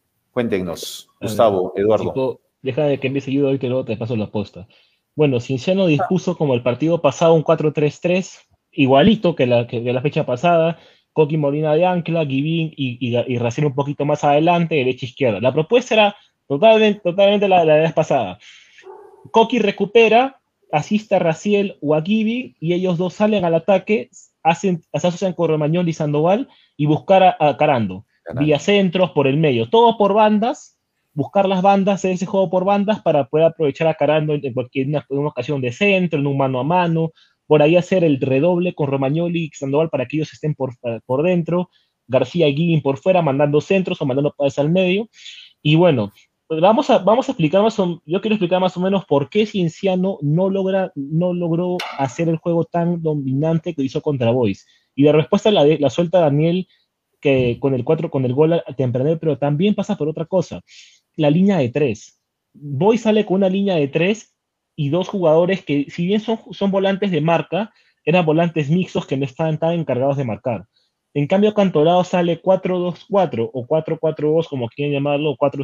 Cuéntenos, Gustavo, Eduardo. Chico, deja de que empiece yo hoy, que luego te paso la posta. Bueno, Cienciano dispuso como el partido pasado un cuatro tres tres, igualito que la, que, que la fecha pasada, Coqui Molina de ancla, Guivín y, y, y Raciel un poquito más adelante, derecha-izquierda. La propuesta era totalmente, totalmente la, la vez pasada. Coqui recupera, asiste a Raciel o a Guivín y ellos dos salen al ataque, hacen, se asocian con Romagnoli y Sandoval y buscar a, a Carando, vía centros por el medio, todo por bandas, buscar las bandas, ese juego por bandas para poder aprovechar a Carando en cualquier una, en una ocasión de centro, en un mano a mano, por ahí hacer el redoble con Romagnoli y Sandoval para que ellos estén por, por dentro, García y Guivín por fuera, mandando centros o mandando pases al medio. Y bueno, vamos a, vamos a explicar más o, yo quiero explicar más o menos por qué Cienciano no, logra, no logró hacer el juego tan dominante que hizo contra Boys. Y la respuesta la, de, la suelta Daniel que con el cuatro, con el gol temprano, pero también pasa por otra cosa, la línea de tres. Boys sale con una línea de tres y dos jugadores que, si bien son, son volantes de marca, eran volantes mixtos que no estaban tan encargados de marcar. En cambio, Cantolao sale cuatro dos cuatro o cuatro cuatro dos, como quieren llamarlo, o cuatro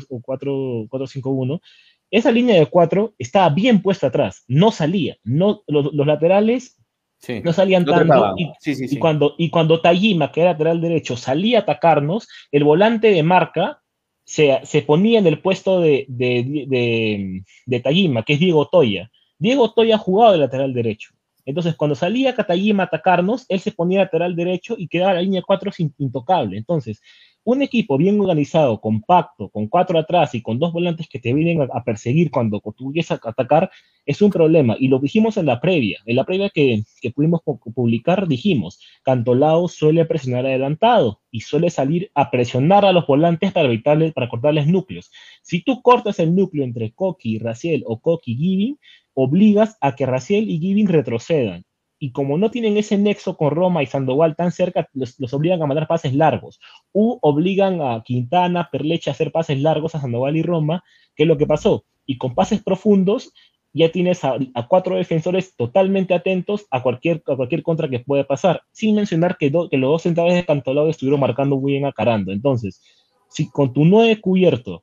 cinco uno. Esa línea de cuatro estaba bien puesta atrás, no salía. No, los, los laterales sí, no salían no tanto. Y, sí, sí, sí. y, cuando, y cuando Tajima, que era lateral derecho, salía a atacarnos, el volante de marca Se, se ponía en el puesto de, de, de, de Tajima, que es Diego Toya. Diego Toya ha jugado de lateral derecho. Entonces, cuando salía Tajima a atacarnos, él se ponía lateral derecho y quedaba la línea cuatro intocable. Entonces, un equipo bien organizado, compacto, con cuatro atrás y con dos volantes que te vienen a, a perseguir cuando tú vienes a atacar, es un problema. Y lo dijimos en la previa. En la previa que, que pudimos publicar, dijimos, Cantolao suele presionar adelantado y suele salir a presionar a los volantes para evitarles, para cortarles núcleos. Si tú cortas el núcleo entre Coqui y Raciel o Coqui y Guivín, obligas a que Raciel y Guivín retrocedan. Y como no tienen ese nexo con Roma y Sandoval tan cerca, los, los obligan a mandar pases largos. U obligan a Quintana, Perleche a hacer pases largos a Sandoval y Roma, que es lo que pasó. Y con pases profundos, ya tienes a, a cuatro defensores totalmente atentos a cualquier, a cualquier contra que pueda pasar. Sin mencionar que, do, que los dos centrales de Cantolao estuvieron marcando muy bien a Carando. Entonces, si con tu nueve cubierto,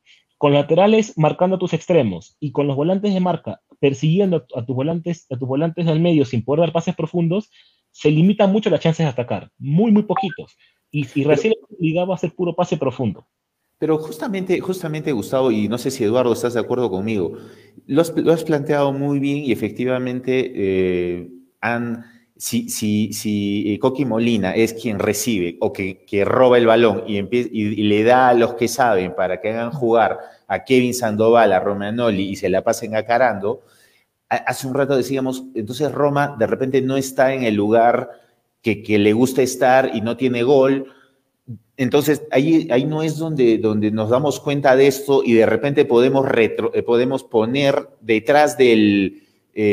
con laterales marcando a tus extremos y con los volantes de marca persiguiendo a, a tus volantes, a tus volantes del medio sin poder dar pases profundos, se limitan mucho las chances de atacar, muy, muy poquitos. Y, y recién obligaba a hacer puro pase profundo. Pero justamente, justamente, Gustavo, y no sé si Eduardo estás de acuerdo conmigo, lo has, lo has planteado muy bien y efectivamente eh, han, si, si, si Coqui Molina es quien recibe o que, que roba el balón y, empieza, y, y le da a los que saben para que hagan jugar a Kevin Sandoval, a Romagnoli y se la pasen acarando, hace un rato decíamos, entonces Roma de repente no está en el lugar que, que le gusta estar y no tiene gol. Entonces ahí, ahí no es donde, donde nos damos cuenta de esto y de repente podemos, retro, eh, podemos poner detrás del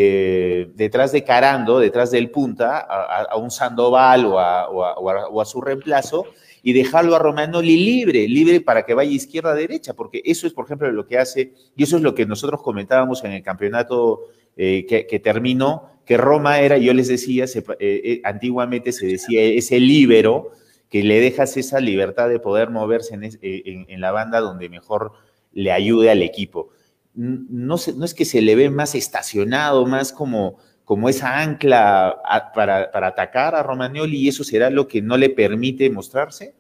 eh, detrás de Carando, detrás del punta, a, a un Sandoval o a, o, a, o, a, o a su reemplazo y dejarlo a Romagnoli libre, libre para que vaya izquierda a derecha, porque eso es, por ejemplo, lo que hace, y eso es lo que nosotros comentábamos en el campeonato eh, que, que terminó, que Roma era, yo les decía, se, eh, eh, antiguamente se decía, ese líbero, que le dejas esa libertad de poder moverse en, en, en la banda donde mejor le ayude al equipo. No, se, no es que se le ve más estacionado, más como, como esa ancla a, para, para atacar a Romagnoli y eso será lo que no le permite mostrarse.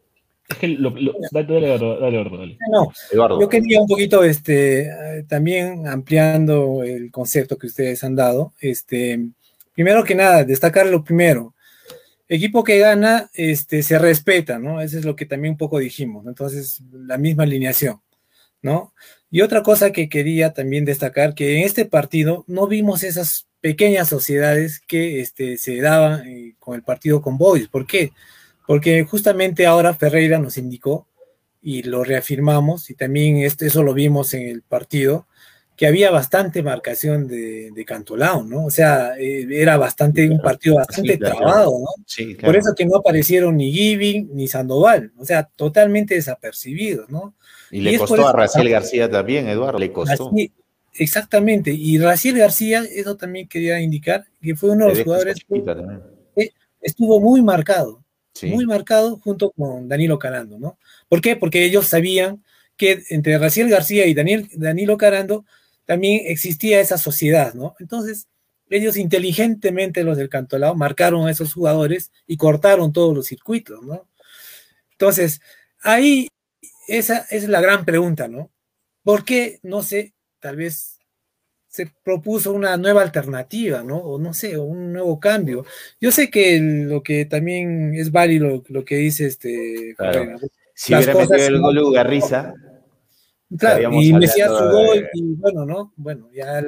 Es que lo, lo, dale, dale, dale, dale. No, Eduardo. Yo quería un poquito, este, también ampliando el concepto que ustedes han dado, este, primero que nada, destacar lo primero. Equipo que gana, este, se respeta, ¿no? Eso es lo que también un poco dijimos, ¿no? Entonces, la misma alineación, ¿no? Y otra cosa que quería también destacar, que en este partido no vimos esas pequeñas sociedades que este, se daban eh, con el partido con Boys. ¿Por qué? Porque justamente ahora Ferreira nos indicó, y lo reafirmamos, y también esto, eso lo vimos en el partido, que había bastante marcación de, de Cantolao, ¿no? O sea, eh, era bastante, un partido bastante sí, claro, trabado, ¿no? Sí, claro. Por eso que no aparecieron ni Giving ni Sandoval, o sea, totalmente desapercibidos, ¿no? Y, y le costó a Raciel García también, Eduardo, le costó. Así, exactamente, y Raciel García, eso también quería indicar, que fue uno de los jugadores que estuvo muy marcado, sí. muy marcado junto con Danilo Carando, ¿no? ¿Por qué? Porque ellos sabían que entre Raciel García y Daniel, Danilo Carando también existía esa sociedad, ¿no? Entonces, ellos inteligentemente, los del Cantolao, marcaron a esos jugadores y cortaron todos los circuitos, ¿no? Entonces, ahí, esa es la gran pregunta, ¿no? ¿Por qué, no sé, tal vez se propuso una nueva alternativa, ¿no? O no sé, un nuevo cambio. Yo sé que lo que también es válido, lo que dice este... Claro. Ferreira, si hubiera metido el gol Ugarriza... Claro, y Mesías su gol, de... y bueno, ¿no? Bueno, ya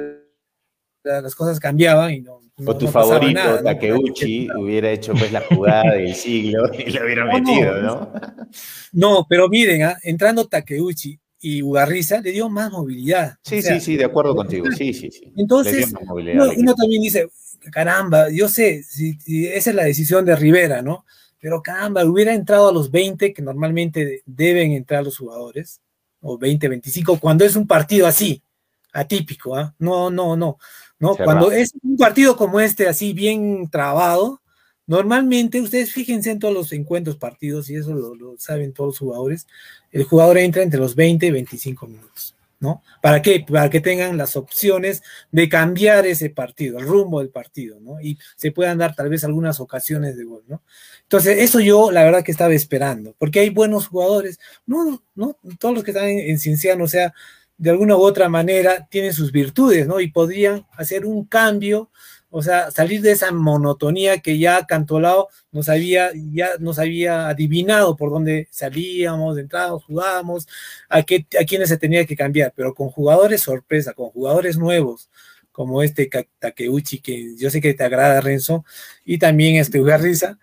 las cosas cambiaban y no. O no, tu no favorito, nada, Takeuchi, ¿no? Hubiera hecho pues la jugada del siglo y lo hubiera no, metido, ¿no? No, pero miren, ¿eh? entrando Takeuchi y Ugarriza le dio más movilidad. Sí, o sea, sí, sí, de acuerdo contigo, sí, sí, sí. Entonces, uno, uno también dice, caramba, yo sé, si, si esa es la decisión de Rivera, ¿no? Pero caramba, hubiera entrado a los veinte, que normalmente deben entrar los jugadores, o veinte, veinticinco, cuando es un partido así, atípico, ¿eh? No, no, no, no, Se cuando va. Es un partido como este, así bien trabado, normalmente, ustedes fíjense en todos los encuentros, partidos, y eso lo, lo saben todos los jugadores, el jugador entra entre los veinte y veinticinco minutos, ¿no? ¿Para qué? Para que tengan las opciones de cambiar ese partido, el rumbo del partido, ¿no? Y se puedan dar tal vez algunas ocasiones de gol, ¿no? Entonces, eso yo la verdad que estaba esperando, porque hay buenos jugadores, no, no, todos los que están en, en Cienciano, o sea, de alguna u otra manera tienen sus virtudes, ¿no? Y podrían hacer un cambio, o sea, salir de esa monotonía que ya Cantolao nos había, ya nos había adivinado por dónde salíamos, entrábamos, jugábamos, a, qué, a quiénes se tenía que cambiar, pero con jugadores sorpresa, con jugadores nuevos, como este Takeuchi, que yo sé que te agrada, Renzo, y también este Ugarriza,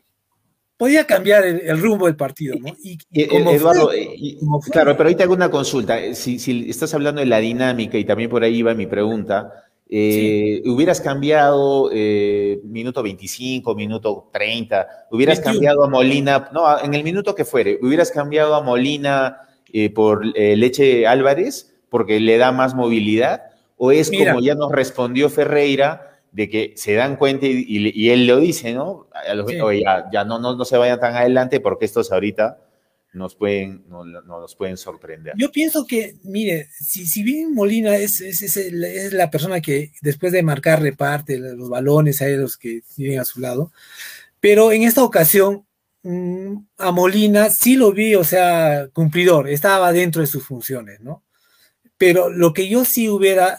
podía cambiar el, el rumbo del partido, ¿no? Y, y como Eduardo, fue, y, como claro, pero ahí te hago una consulta. Si, si estás hablando de la dinámica, y también por ahí iba mi pregunta, eh, sí. ¿hubieras cambiado eh, minuto veinticinco, minuto treinta? ¿Hubieras veintiuno. Cambiado a Molina? No, en el minuto que fuere, ¿hubieras cambiado a Molina eh, por eh, Leche Álvarez porque le da más movilidad? ¿O es Mira, como ya nos respondió Ferreira, de que se dan cuenta y, y, y él lo dice, ¿no? A los, sí. Oye, ya, ya no, no, no se vayan tan adelante porque estos ahorita nos pueden, no, no nos pueden sorprender. Yo pienso que, mire, si, si bien Molina es, es, es, el, es la persona que después de marcar reparte los balones a los que viven a su lado, pero en esta ocasión mmm, a Molina sí lo vi, o sea, cumplidor, estaba dentro de sus funciones, ¿no? Pero lo que yo sí hubiera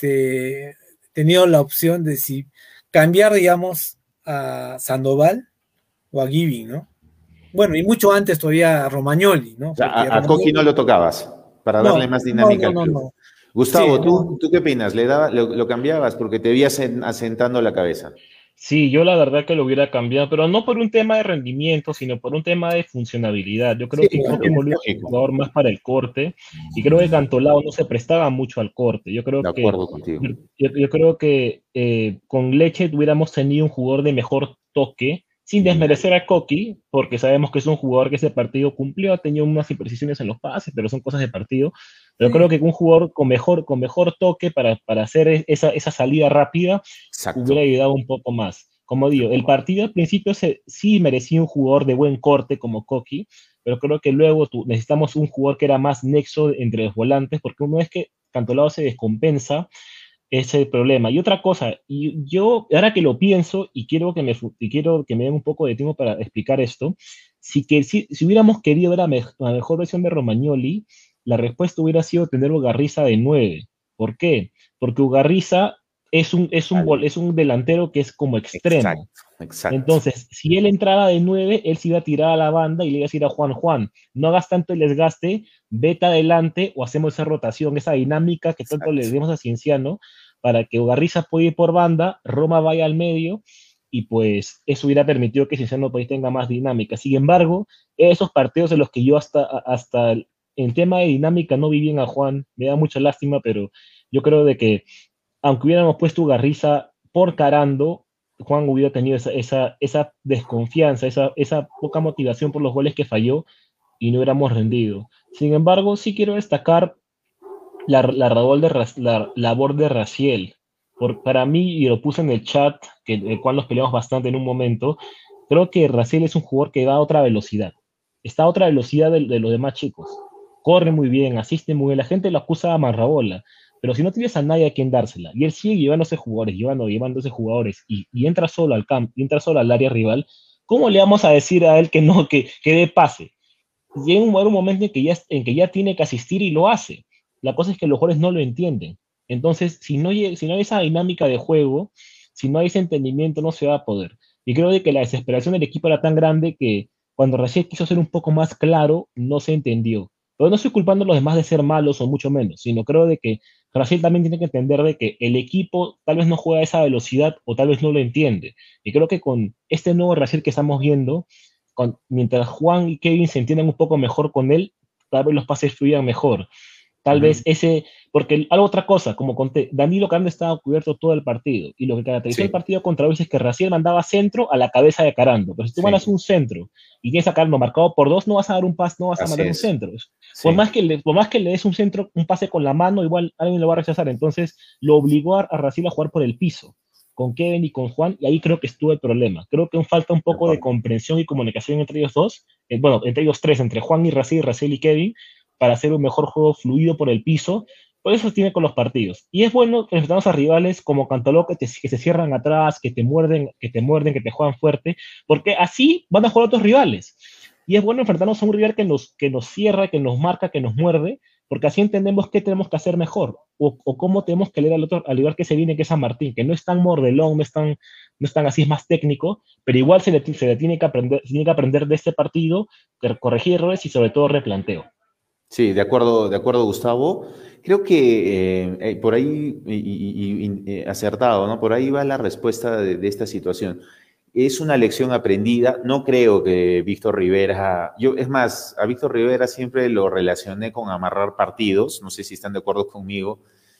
este, tenido la opción de si cambiar, digamos, a Sandoval o a Giving, ¿no? Bueno, y mucho antes todavía a Romagnoli, ¿no? O sea, a, a Romagnoli... Coqui no lo tocabas para no, darle más dinámica no, no, al club. no, no. Gustavo, Sí, ¿tú, no. ¿tú qué opinas? ¿Le daba, lo, lo cambiabas porque te veías en, asentando la cabeza? Sí, yo la verdad que lo hubiera cambiado, pero no por un tema de rendimiento, sino por un tema de funcionabilidad. Yo creo Sí, que claro, Coqui Molina es un jugador más para el corte y creo que Cantolao no se prestaba mucho al corte. Yo creo de que, acuerdo contigo. yo, yo creo que eh, con Leche hubiéramos tenido un jugador de mejor toque, sin desmerecer a Coqui, porque sabemos que es un jugador que ese partido cumplió, ha tenido unas imprecisiones en los pases, pero son cosas de partido. Pero Sí. creo que un jugador con mejor, con mejor toque para, para hacer esa, esa salida rápida Exacto. hubiera ayudado un poco más. Como digo, el partido al principio se, sí merecía un jugador de buen corte como Coqui, pero creo que luego tú, necesitamos un jugador que era más nexo entre los volantes, porque una vez que Cantolao se descompensa, ese es el problema. Y otra cosa, y yo ahora que lo pienso y quiero que me, y quiero que me den un poco de tiempo para explicar esto, si, que, si, si hubiéramos querido ver la, me, la mejor versión de Romagnoli, la respuesta hubiera sido tener a Ugarriza de nueve. ¿Por qué? Porque Ugarriza es un, es un, es un delantero que es como extremo. Exacto, exacto. Entonces, si él entraba de nueve, él se iba a tirar a la banda y le iba a decir a Juan, Juan, no hagas tanto el desgaste, vete adelante o hacemos esa rotación, esa dinámica que tanto le dimos a Cienciano, para que Ugarriza pueda ir por banda, Roma vaya al medio, y pues eso hubiera permitido que Cienciano pues, tenga más dinámica. Sin embargo, esos partidos en los que yo hasta, hasta en tema de dinámica no vi bien a Juan, me da mucha lástima, pero yo creo de que aunque hubiéramos puesto Ugarriza por Carando, Juan hubiera tenido esa, esa, esa desconfianza, esa, esa poca motivación por los goles que falló y no hubiéramos rendido. Sin embargo, sí quiero destacar la, la, labor, de, la labor de Raciel. Por, para mí, y lo puse en el chat, que, el cual nos peleamos bastante en un momento, creo que Raciel es un jugador que va a otra velocidad. Está a otra velocidad de, de los demás chicos. Corre muy bien, asiste muy bien. La gente lo acusa a Marrabola. Pero si no tienes a nadie a quien dársela, y él sigue llevándose jugadores, llevando, llevándose jugadores, y, y entra solo al campo, y entra solo al área rival, ¿cómo le vamos a decir a él que no, que, que dé pase? Llega un, un momento en que, ya, en que ya tiene que asistir y lo hace. La cosa es que los jugadores no lo entienden. Entonces, si no, si no hay esa dinámica de juego, si no hay ese entendimiento, no se va a poder. Y creo que la desesperación del equipo era tan grande que cuando recién quiso ser un poco más claro, no se entendió. Pero no estoy culpando a los demás de ser malos o mucho menos, sino creo de que Brasil también tiene que entender de que el equipo tal vez no juega a esa velocidad o tal vez no lo entiende. Y creo que con este nuevo Brasil que estamos viendo, con, mientras Juan y Kevin se entiendan un poco mejor con él, tal vez los pases fluyan mejor. Tal uh-huh. vez ese, porque algo otra cosa, como conté, Danilo Carando estaba cubierto todo el partido, y lo que caracterizó sí. el partido contra Luis es que Raciel mandaba centro a la cabeza de Carando, pero si tú sí. mandas un centro y tienes a Carando marcado por dos, no vas a dar un pase, no vas Así a mandar es. un centro. Sí. Por, más que le, por más que le des un centro, un pase con la mano, igual alguien lo va a rechazar, entonces lo obligó a, a Raciel a jugar por el piso, con Kevin y con Juan, y ahí creo que estuvo el problema. Creo que falta un poco de comprensión y comunicación entre ellos dos, eh, bueno, entre ellos tres, entre Juan y Raciel, Raciel y Kevin, para hacer un mejor juego fluido por el piso. Por eso se tiene con los partidos. Y es bueno enfrentarnos a rivales como Cantolao que, te, que se cierran atrás, que te muerden, que te muerden, que te juegan fuerte, porque así van a jugar otros rivales. Y es bueno enfrentarnos a un rival que nos, que nos cierra, que nos marca, que nos muerde, porque así entendemos qué tenemos que hacer mejor, o, o cómo tenemos que leer al otro, al rival que se viene, que es San Martín, que no es tan mordelón, no es tan, no es tan así, es más técnico, pero igual se le, se le tiene, que aprender, se tiene que aprender de este partido, corregir errores y sobre todo replanteo. Sí, de acuerdo, de acuerdo, Gustavo. Creo que eh, eh, por ahí, y, y, y, eh, acertado, ¿no? Por ahí va la respuesta de, de esta situación. Es una lección aprendida. No creo que Víctor Rivera, yo, es más, a Víctor Rivera siempre lo relacioné con amarrar partidos, no sé si están de acuerdo conmigo,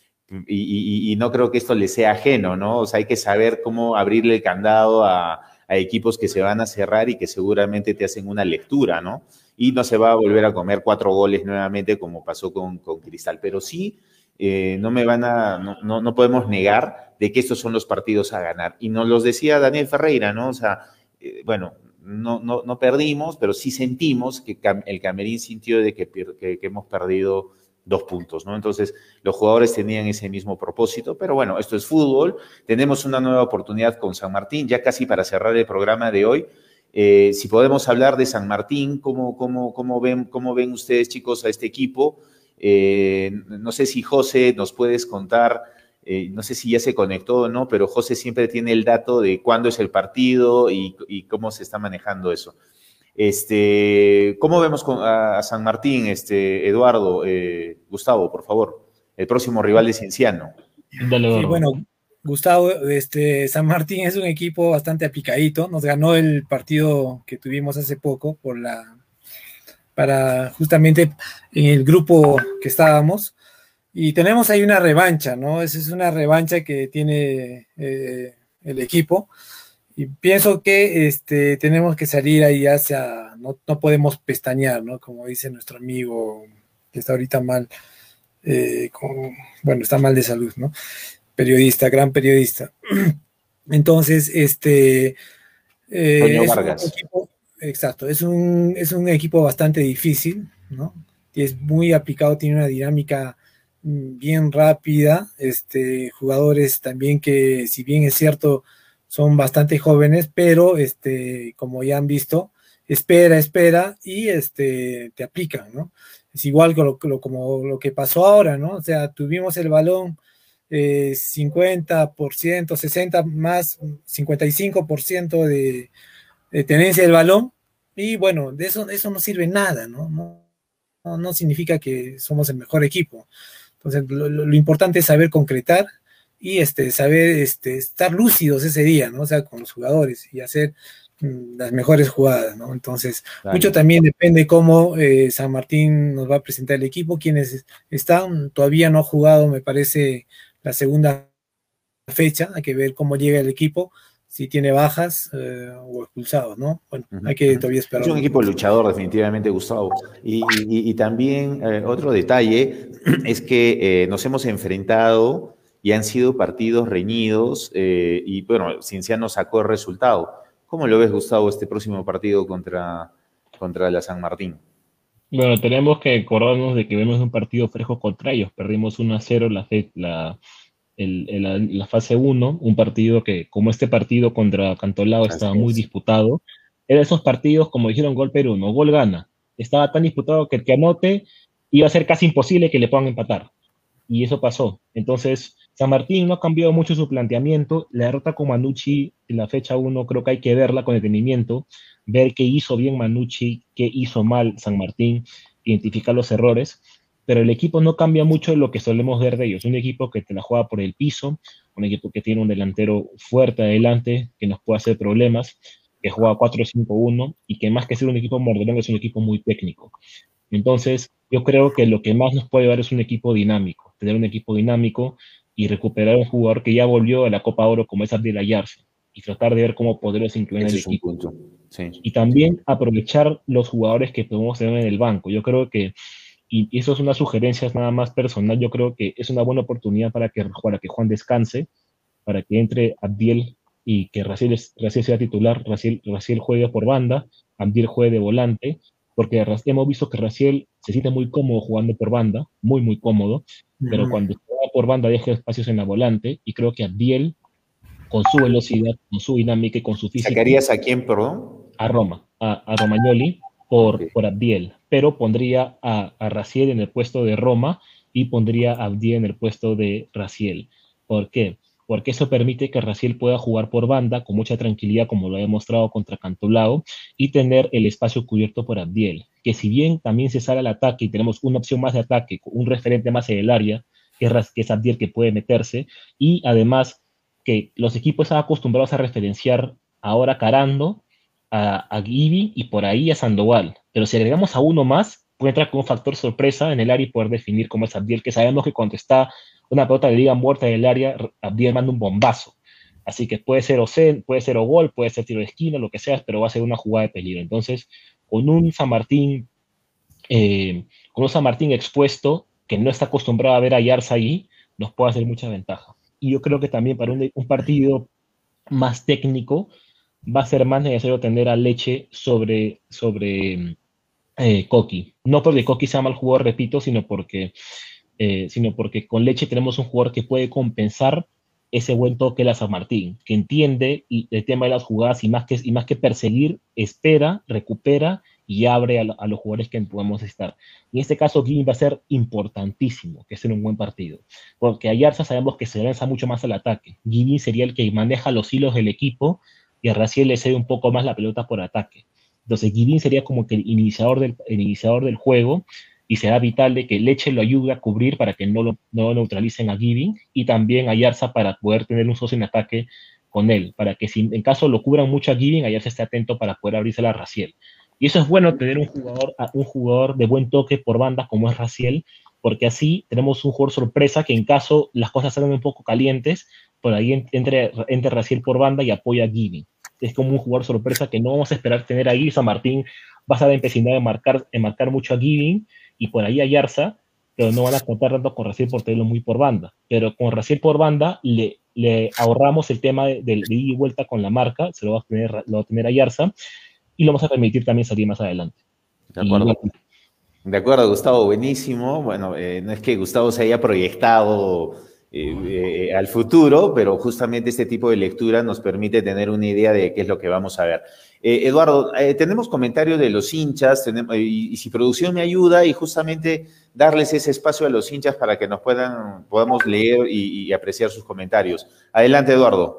y, y, y no creo que esto le sea ajeno, ¿no? O sea, hay que saber cómo abrirle el candado a, a equipos que se van a cerrar y que seguramente te hacen una lectura, ¿no? Y no se va a volver a comer cuatro goles nuevamente como pasó con, con Cristal. Pero sí, eh, no me van a, no, no, no podemos negar de que estos son los partidos a ganar. Y nos los decía Daniel Ferreira, ¿no? O sea, eh, bueno, no, no, no perdimos, pero sí sentimos que el Camerín sintió de que, que, que hemos perdido dos puntos, ¿no? Entonces, los jugadores tenían ese mismo propósito, pero bueno, esto es fútbol, tenemos una nueva oportunidad con San Martín, ya casi para cerrar el programa de hoy. Eh, si podemos hablar de San Martín, ¿cómo, cómo, cómo, ven, cómo ven ustedes, chicos, a este equipo? Eh, no sé si José nos puedes contar, eh, no sé si ya se conectó o no, pero José siempre tiene el dato de cuándo es el partido y, y cómo se está manejando eso. Este, ¿cómo vemos con, a, a San Martín, este, Eduardo, eh, Gustavo, por favor, el próximo rival de Cienciano? Dale, sí, bueno, Gustavo, este, San Martín es un equipo bastante aplicadito, nos ganó el partido que tuvimos hace poco por la, para justamente en el grupo que estábamos, y tenemos ahí una revancha, ¿no? Esa es una revancha que tiene eh, el equipo. Y pienso que este, tenemos que salir ahí hacia, no, no podemos pestañear, ¿no? Como dice nuestro amigo que está ahorita mal, eh, con, bueno, está mal de salud, ¿no? Periodista, gran periodista. Entonces, este... Eh, Toño es Vargas. un equipo, exacto, es un, es un equipo bastante difícil, ¿no? Y es muy aplicado, tiene una dinámica bien rápida, este, jugadores también que, si bien es cierto, son bastante jóvenes, pero este, como ya han visto, espera, espera y este, te aplican, ¿no? Es igual con lo, lo, como lo que pasó ahora, ¿no? O sea, tuvimos el balón eh, cincuenta por ciento, sesenta más, cincuenta y cinco por ciento de, de tenencia del balón, y bueno, de eso, eso no sirve nada, ¿no? No, no, no significa que somos el mejor equipo. Entonces, lo, lo, lo importante es saber concretar y este, saber este, estar lúcidos ese día, ¿no? O sea, con los jugadores y hacer mm, las mejores jugadas, ¿no? Entonces, Dale. mucho también depende cómo eh, San Martín nos va a presentar el equipo, quienes están, todavía no ha jugado, me parece, la segunda fecha, hay que ver cómo llega el equipo, si tiene bajas eh, o expulsados, ¿no? Bueno, uh-huh. hay que todavía esperar. Es un equipo luchador, definitivamente, Gustavo. Y, y, y también eh, otro detalle es que eh, nos hemos enfrentado y han sido partidos reñidos eh, y, bueno, Cienciano sacó el resultado. ¿Cómo lo ves, Gustavo, este próximo partido contra, contra la San Martín? Bueno, tenemos que acordarnos de que vemos un partido fresco contra ellos. Perdimos uno a cero la, la, el, el, la, la fase uno, un partido que, como este partido contra Cantolao estaba muy disputado, era esos partidos, como dijeron, gol Perú, no gol gana. Estaba tan disputado que el que anote iba a ser casi imposible que le puedan empatar. Y eso pasó. Entonces, San Martín no ha cambiado mucho su planteamiento. La derrota con Manucci en la fecha uno creo que hay que verla con detenimiento, ver qué hizo bien Manucci, qué hizo mal San Martín, identificar los errores, pero el equipo no cambia mucho de lo que solemos ver de ellos. Un equipo que te la juega por el piso, un equipo que tiene un delantero fuerte adelante, que nos puede hacer problemas, que juega cuatro cinco uno y que más que ser un equipo mordelón es un equipo muy técnico. Entonces, yo creo que lo que más nos puede llevar es un equipo dinámico, tener un equipo dinámico y recuperar un jugador que ya volvió a la Copa Oro como es Abdiel Ayarza y tratar de ver cómo poderlos incluir en el equipo. Sí. Y también aprovechar los jugadores que podemos tener en el banco. Yo creo que, y eso es una sugerencia nada más personal, yo creo que es una buena oportunidad para que, para que Juan descanse, para que entre Abdiel y que Raciel, Raciel sea titular, Raciel, Raciel juegue por banda, Abdiel juegue de volante, porque hemos visto que Raciel se siente muy cómodo jugando por banda, muy, muy cómodo, uh-huh. pero cuando juega por banda deja espacios en la volante, y creo que Abdiel, con su velocidad, con su dinámica y con su físico... ¿Sacarías a quién, perdón? A Roma, a, a Romagnoli por, okay. por Abdiel, pero pondría a, a Raciel en el puesto de Roma y pondría a Abdiel en el puesto de Raciel. ¿Por qué? Porque eso permite que Raciel pueda jugar por banda con mucha tranquilidad, como lo ha demostrado contra Cantolao, y tener el espacio cubierto por Abdiel, que si bien también se sale al ataque y tenemos una opción más de ataque, un referente más en el área, que es, que es Abdiel que puede meterse, y además que los equipos están acostumbrados a referenciar ahora a Carando, a, a Gibi y por ahí a Sandoval, pero si agregamos a uno más, puede entrar con un factor sorpresa en el área y poder definir cómo es Abdiel, que sabemos que cuando está una pelota de liga muerta del área, Abdiel manda un bombazo. Así que puede ser o cen, puede ser o gol, puede ser tiro de esquina, lo que sea, pero va a ser una jugada de peligro. Entonces, con un San Martín, eh, con un San Martín expuesto, que no está acostumbrado a ver a Ayarza ahí, nos puede hacer mucha ventaja. Y yo creo que también para un, un partido más técnico, va a ser más necesario tener a Leche sobre, sobre eh, Coqui. No porque Coqui sea mal jugador, repito, sino porque, eh, sino porque con Leche tenemos un jugador que puede compensar ese buen toque de la San Martín, que entiende y el tema de las jugadas y más que, y más que perseguir, espera, recupera y abre a, a los jugadores que podemos estar. En este caso, Gibbing va a ser importantísimo que sea un buen partido, porque Ayarza sabemos que se lanza mucho más al ataque. Gibbing sería el que maneja los hilos del equipo y a Raciel le cede un poco más la pelota por ataque. Entonces, Gibbing sería como que el iniciador del, el iniciador del juego y será vital de que Leche lo ayude a cubrir para que no lo, no lo neutralicen a Gibbing y también a Ayarza para poder tener un socio en ataque con él, para que si en caso lo cubran mucho a Gibbing, Ayarza esté atento para poder abrirse a Raciel. Y eso es bueno tener un jugador, un jugador de buen toque por banda como es Raciel, porque así tenemos un jugador sorpresa que en caso las cosas salgan un poco calientes, por ahí entre, entre Raciel por banda y apoya a Gibbing. Es como un jugador sorpresa que no vamos a esperar tener ahí. San Martín va a estar empecinado en marcar, en marcar mucho a Gibbing y por ahí a Ayarza, pero no van a contar tanto con Raciel por tenerlo muy por banda. Pero con Raciel por banda le, le ahorramos el tema de, de, de ida y vuelta con la marca, se lo va a tener, lo va a tener Ayarza, y lo vamos a permitir también salir más adelante. De acuerdo. Y, de acuerdo, Gustavo, buenísimo. Bueno, eh, no es que Gustavo se haya proyectado eh, eh, al futuro, pero justamente este tipo de lectura nos permite tener una idea de qué es lo que vamos a ver. Eh, Eduardo, eh, tenemos comentarios de los hinchas, tenemos, y, y si producción me ayuda, y justamente darles ese espacio a los hinchas para que nos puedan, podamos leer y, y apreciar sus comentarios. Adelante, Eduardo.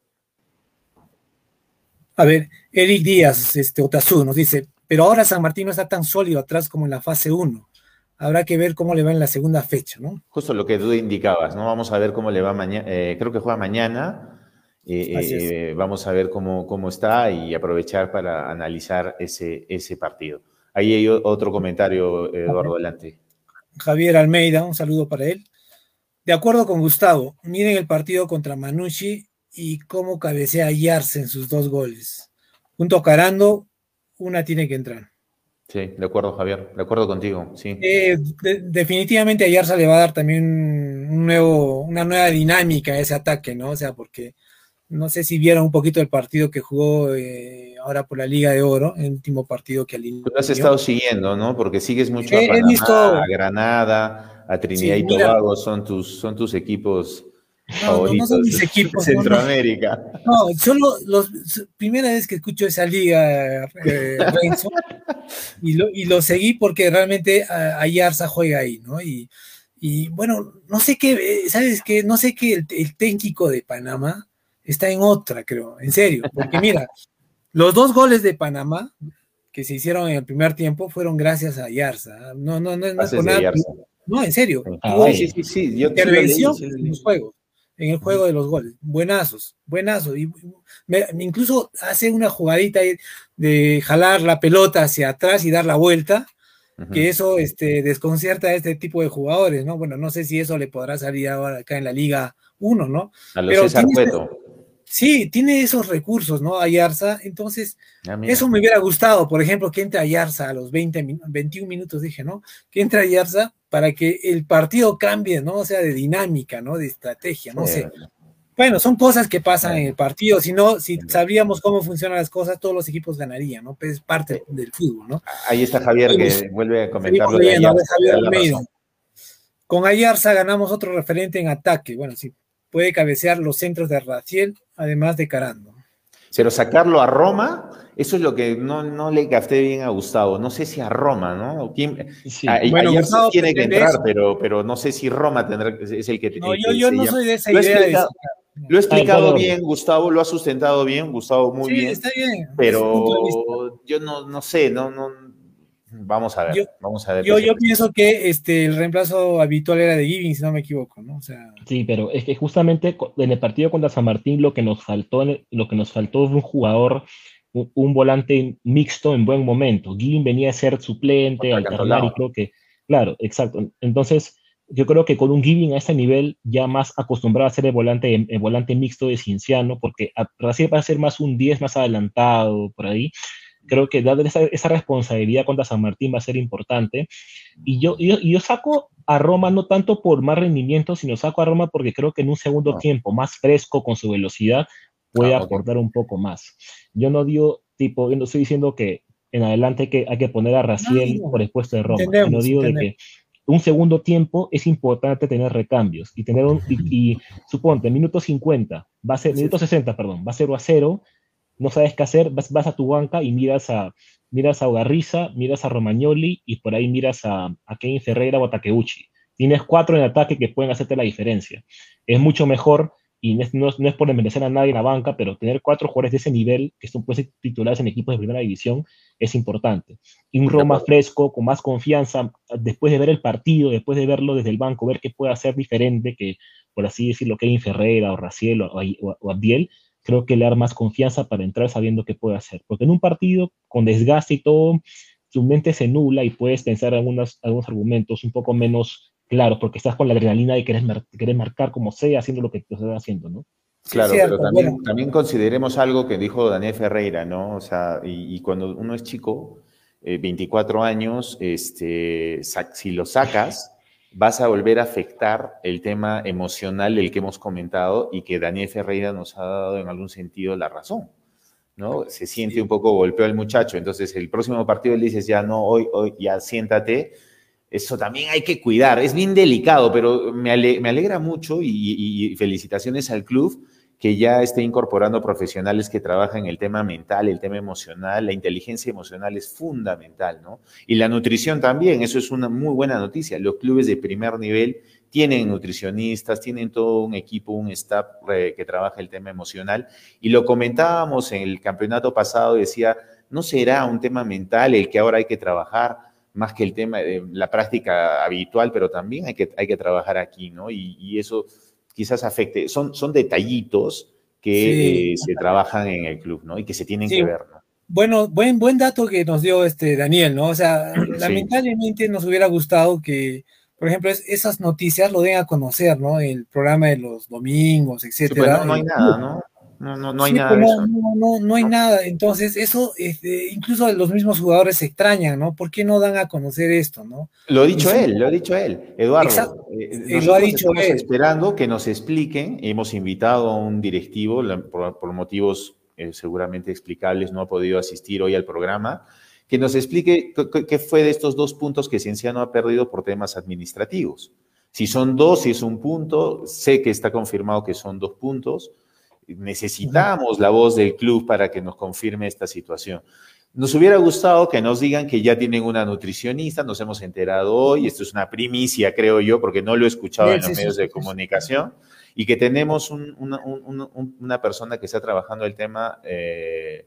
A ver, Eric Díaz, este, Otazú, nos dice, pero ahora San Martín no está tan sólido atrás como en la fase uno. Habrá que ver cómo le va en la segunda fecha, ¿no? Justo lo que tú indicabas, ¿no? Vamos a ver cómo le va mañana, eh, creo que juega mañana, eh, eh, vamos a ver cómo, cómo está y aprovechar para analizar ese, ese partido. Ahí hay otro comentario, Eduardo, adelante. Javier Almeida, un saludo para él. De acuerdo con Gustavo, miren el partido contra Manucci y cómo cabecea Ayarza en sus dos goles. Junto a Carando, una tiene que entrar. Sí, de acuerdo, Javier, de acuerdo contigo, sí. Eh, de, definitivamente a Ayarza le va a dar también un nuevo, una nueva dinámica a ese ataque, ¿no? O sea, porque no sé si vieron un poquito el partido que jugó eh, ahora por la Liga de Oro, el último partido que alineó. Tú lo has estado siguiendo, ¿no? Porque sigues mucho eh, a Panamá, visto... a Granada, a Trinidad sí, y mira, Tobago, son tus, son tus equipos no, favoritos. No, no son mis equipos. De Centroamérica. No, no solo los, primera vez que escucho esa liga, eh, Renzo, y, lo, y lo seguí porque realmente Ayarza juega ahí, ¿no? Y, y bueno, no sé qué, ¿sabes qué? No sé qué el, el técnico de Panamá está en otra, creo, en serio, porque mira, los dos goles de Panamá que se hicieron en el primer tiempo fueron gracias a Ayarza. No, no, no, no es por nada. No, en serio. Ah, sí, sí, sí. Yo intervención sí en los juegos, en el juego de los goles. Buenazos, buenazos. Y me, incluso hace una jugadita de jalar la pelota hacia atrás y dar la vuelta, uh-huh. que eso este, desconcierta a este tipo de jugadores, ¿no? Bueno, no sé si eso le podrá salir ahora acá en la Liga uno, ¿no? A los César Cueto. Sí, tiene esos recursos, ¿no? Ayarza, entonces, ah, eso me hubiera gustado, por ejemplo, que entre Ayarza a los veinte, veintiún minutos, dije, ¿no? Que entre Ayarza para que el partido cambie, ¿no? O sea, de dinámica, ¿no? De estrategia, no sí. sé. Bueno, son cosas que pasan sí. en el partido, si no, si sabríamos cómo funcionan las cosas, todos los equipos ganarían, ¿no? Pues es parte sí. del fútbol, ¿no? Ahí está Javier, que pues, vuelve a comentarlo. Leyendo, a ver, Javier Almeida. Con Ayarza ganamos otro referente en ataque, bueno, sí. Puede cabecear los centros de Raciel, además de Carando. Pero sacarlo a Roma, eso es lo que no, no le capté bien a Gustavo. No sé si a Roma, ¿no? ¿Quién, sí. a, bueno, Gustavo tiene que entrar, pero, pero no sé si Roma tendrá, es el que tiene no, que yo, yo no soy de esa lo idea. De lo he explicado Ay, bien, Gustavo, lo ha sustentado bien, Gustavo muy sí, bien. Está bien. Pero yo no, no sé, no, no. Vamos a ver, yo, vamos a ver. Yo, yo pienso que este, el reemplazo habitual era de Gibbing, si no me equivoco, ¿no? O sea... Sí, pero es que justamente en el partido contra San Martín lo que nos faltó, lo que nos faltó fue un jugador, un, un volante mixto en buen momento. Gibbing venía a ser suplente, alternar y creo que, claro, exacto. Entonces, yo creo que con un Gibbing a ese nivel ya más acostumbrado a ser el volante, el volante mixto de Cienciano, porque Raciel va a ser más un diez más adelantado por ahí. Creo que darle esa, esa responsabilidad contra San Martín va a ser importante. Y yo, yo, yo saco a Roma no tanto por más rendimiento, sino saco a Roma porque creo que en un segundo no. tiempo más fresco, con su velocidad, puede Ah, ok. aportar un poco más. Yo no digo, tipo, yo no estoy diciendo que en adelante que hay que poner a No, Raciel no, por el puesto de Roma, sino entendemos, digo de entendemos. que un segundo tiempo es importante tener recambios y tener un, y, y suponte, minuto cincuenta, va a ser, Sí, minuto sesenta, perdón, va cero a cero, no sabes qué hacer, vas, vas a tu banca y miras a, miras a Ugarriza, miras a Romagnoli y por ahí miras a, a Kevin Ferreira o a Takeuchi. Tienes cuatro en ataque que pueden hacerte la diferencia. Es mucho mejor, y no es, no es, no es por desmerecer a nadie en la banca, pero tener cuatro jugadores de ese nivel, que son pues, titulares en equipos de primera división, es importante. Y un De Roma acuerdo. fresco, con más confianza, después de ver el partido, después de verlo desde el banco, ver qué puede hacer diferente que, por así decirlo, Kevin Ferreira o Raciel o, o, o Abdiel, creo que le da más confianza para entrar sabiendo qué puede hacer. Porque en un partido con desgaste y todo, tu mente se nubla y puedes pensar algunos, algunos argumentos un poco menos claros, porque estás con la adrenalina de querer, mar querer marcar como sea, haciendo lo que te estás haciendo, ¿no? sí, Claro, pero cierto. Bueno, también, también consideremos algo que dijo Daniel Ferreira, ¿no? O sea, y, y cuando uno es chico, eh, veinticuatro años, este, si lo sacas, vas a volver a afectar el tema emocional del que hemos comentado y que Daniel Ferreira nos ha dado en algún sentido la razón, ¿no? Se siente sí, un poco golpeado el muchacho, entonces el próximo partido le dices, ya no, hoy, hoy, ya siéntate. Eso también hay que cuidar, es bien delicado, pero me, ale me alegra mucho y, y, y felicitaciones al club que ya esté incorporando profesionales que trabajan en el tema mental, el tema emocional. La inteligencia emocional es fundamental, ¿no? Y la nutrición también, eso es una muy buena noticia. Los clubes de primer nivel tienen nutricionistas, tienen todo un equipo, un staff eh, que trabaja el tema emocional. Y lo comentábamos en el campeonato pasado, decía, ¿no será un tema mental el que ahora hay que trabajar más que el tema de la práctica habitual, pero también hay que, hay que trabajar aquí, ¿no? Y, y eso quizás afecte, son, son detallitos que sí, eh, se trabajan en el club, ¿no? Y que se tienen sí. que ver, ¿no? Bueno, buen, buen dato que nos dio este Daniel, ¿no? O sea, Sí. lamentablemente nos hubiera gustado que, por ejemplo, es, esas noticias lo den a conocer, ¿no? El programa de los domingos, Sí, pues etcétera. no, no hay El nada, club. ¿no? No, no, no hay Sí, nada pues de no, eso. no, no, no hay ¿No? nada. Entonces, eso, este, incluso los mismos jugadores se extrañan, ¿no? ¿Por qué no dan a conocer esto, ¿no? Lo ha Y dicho son, él, lo ha dicho él. exacto, Eduardo, eh, eh, lo ha nosotros dicho estamos él. esperando que nos expliquen. Hemos invitado a un directivo, la- por, por motivos eh, seguramente explicables, no ha podido asistir hoy al programa, que nos explique qué- qué fue de estos dos puntos que Cienciano ha perdido por temas administrativos. Si son dos, si es un punto, sé que está confirmado que son dos puntos. Ujú. Necesitamos la voz del club para que nos confirme esta situación. Nos hubiera gustado que nos digan que ya tienen una nutricionista, nos hemos enterado hoy, esto es una primicia, creo yo, porque no lo he escuchado Sí, en los sí, sí, medios de sí, sí. comunicación, y que tenemos un, una, un, un, una, persona que está trabajando el tema eh,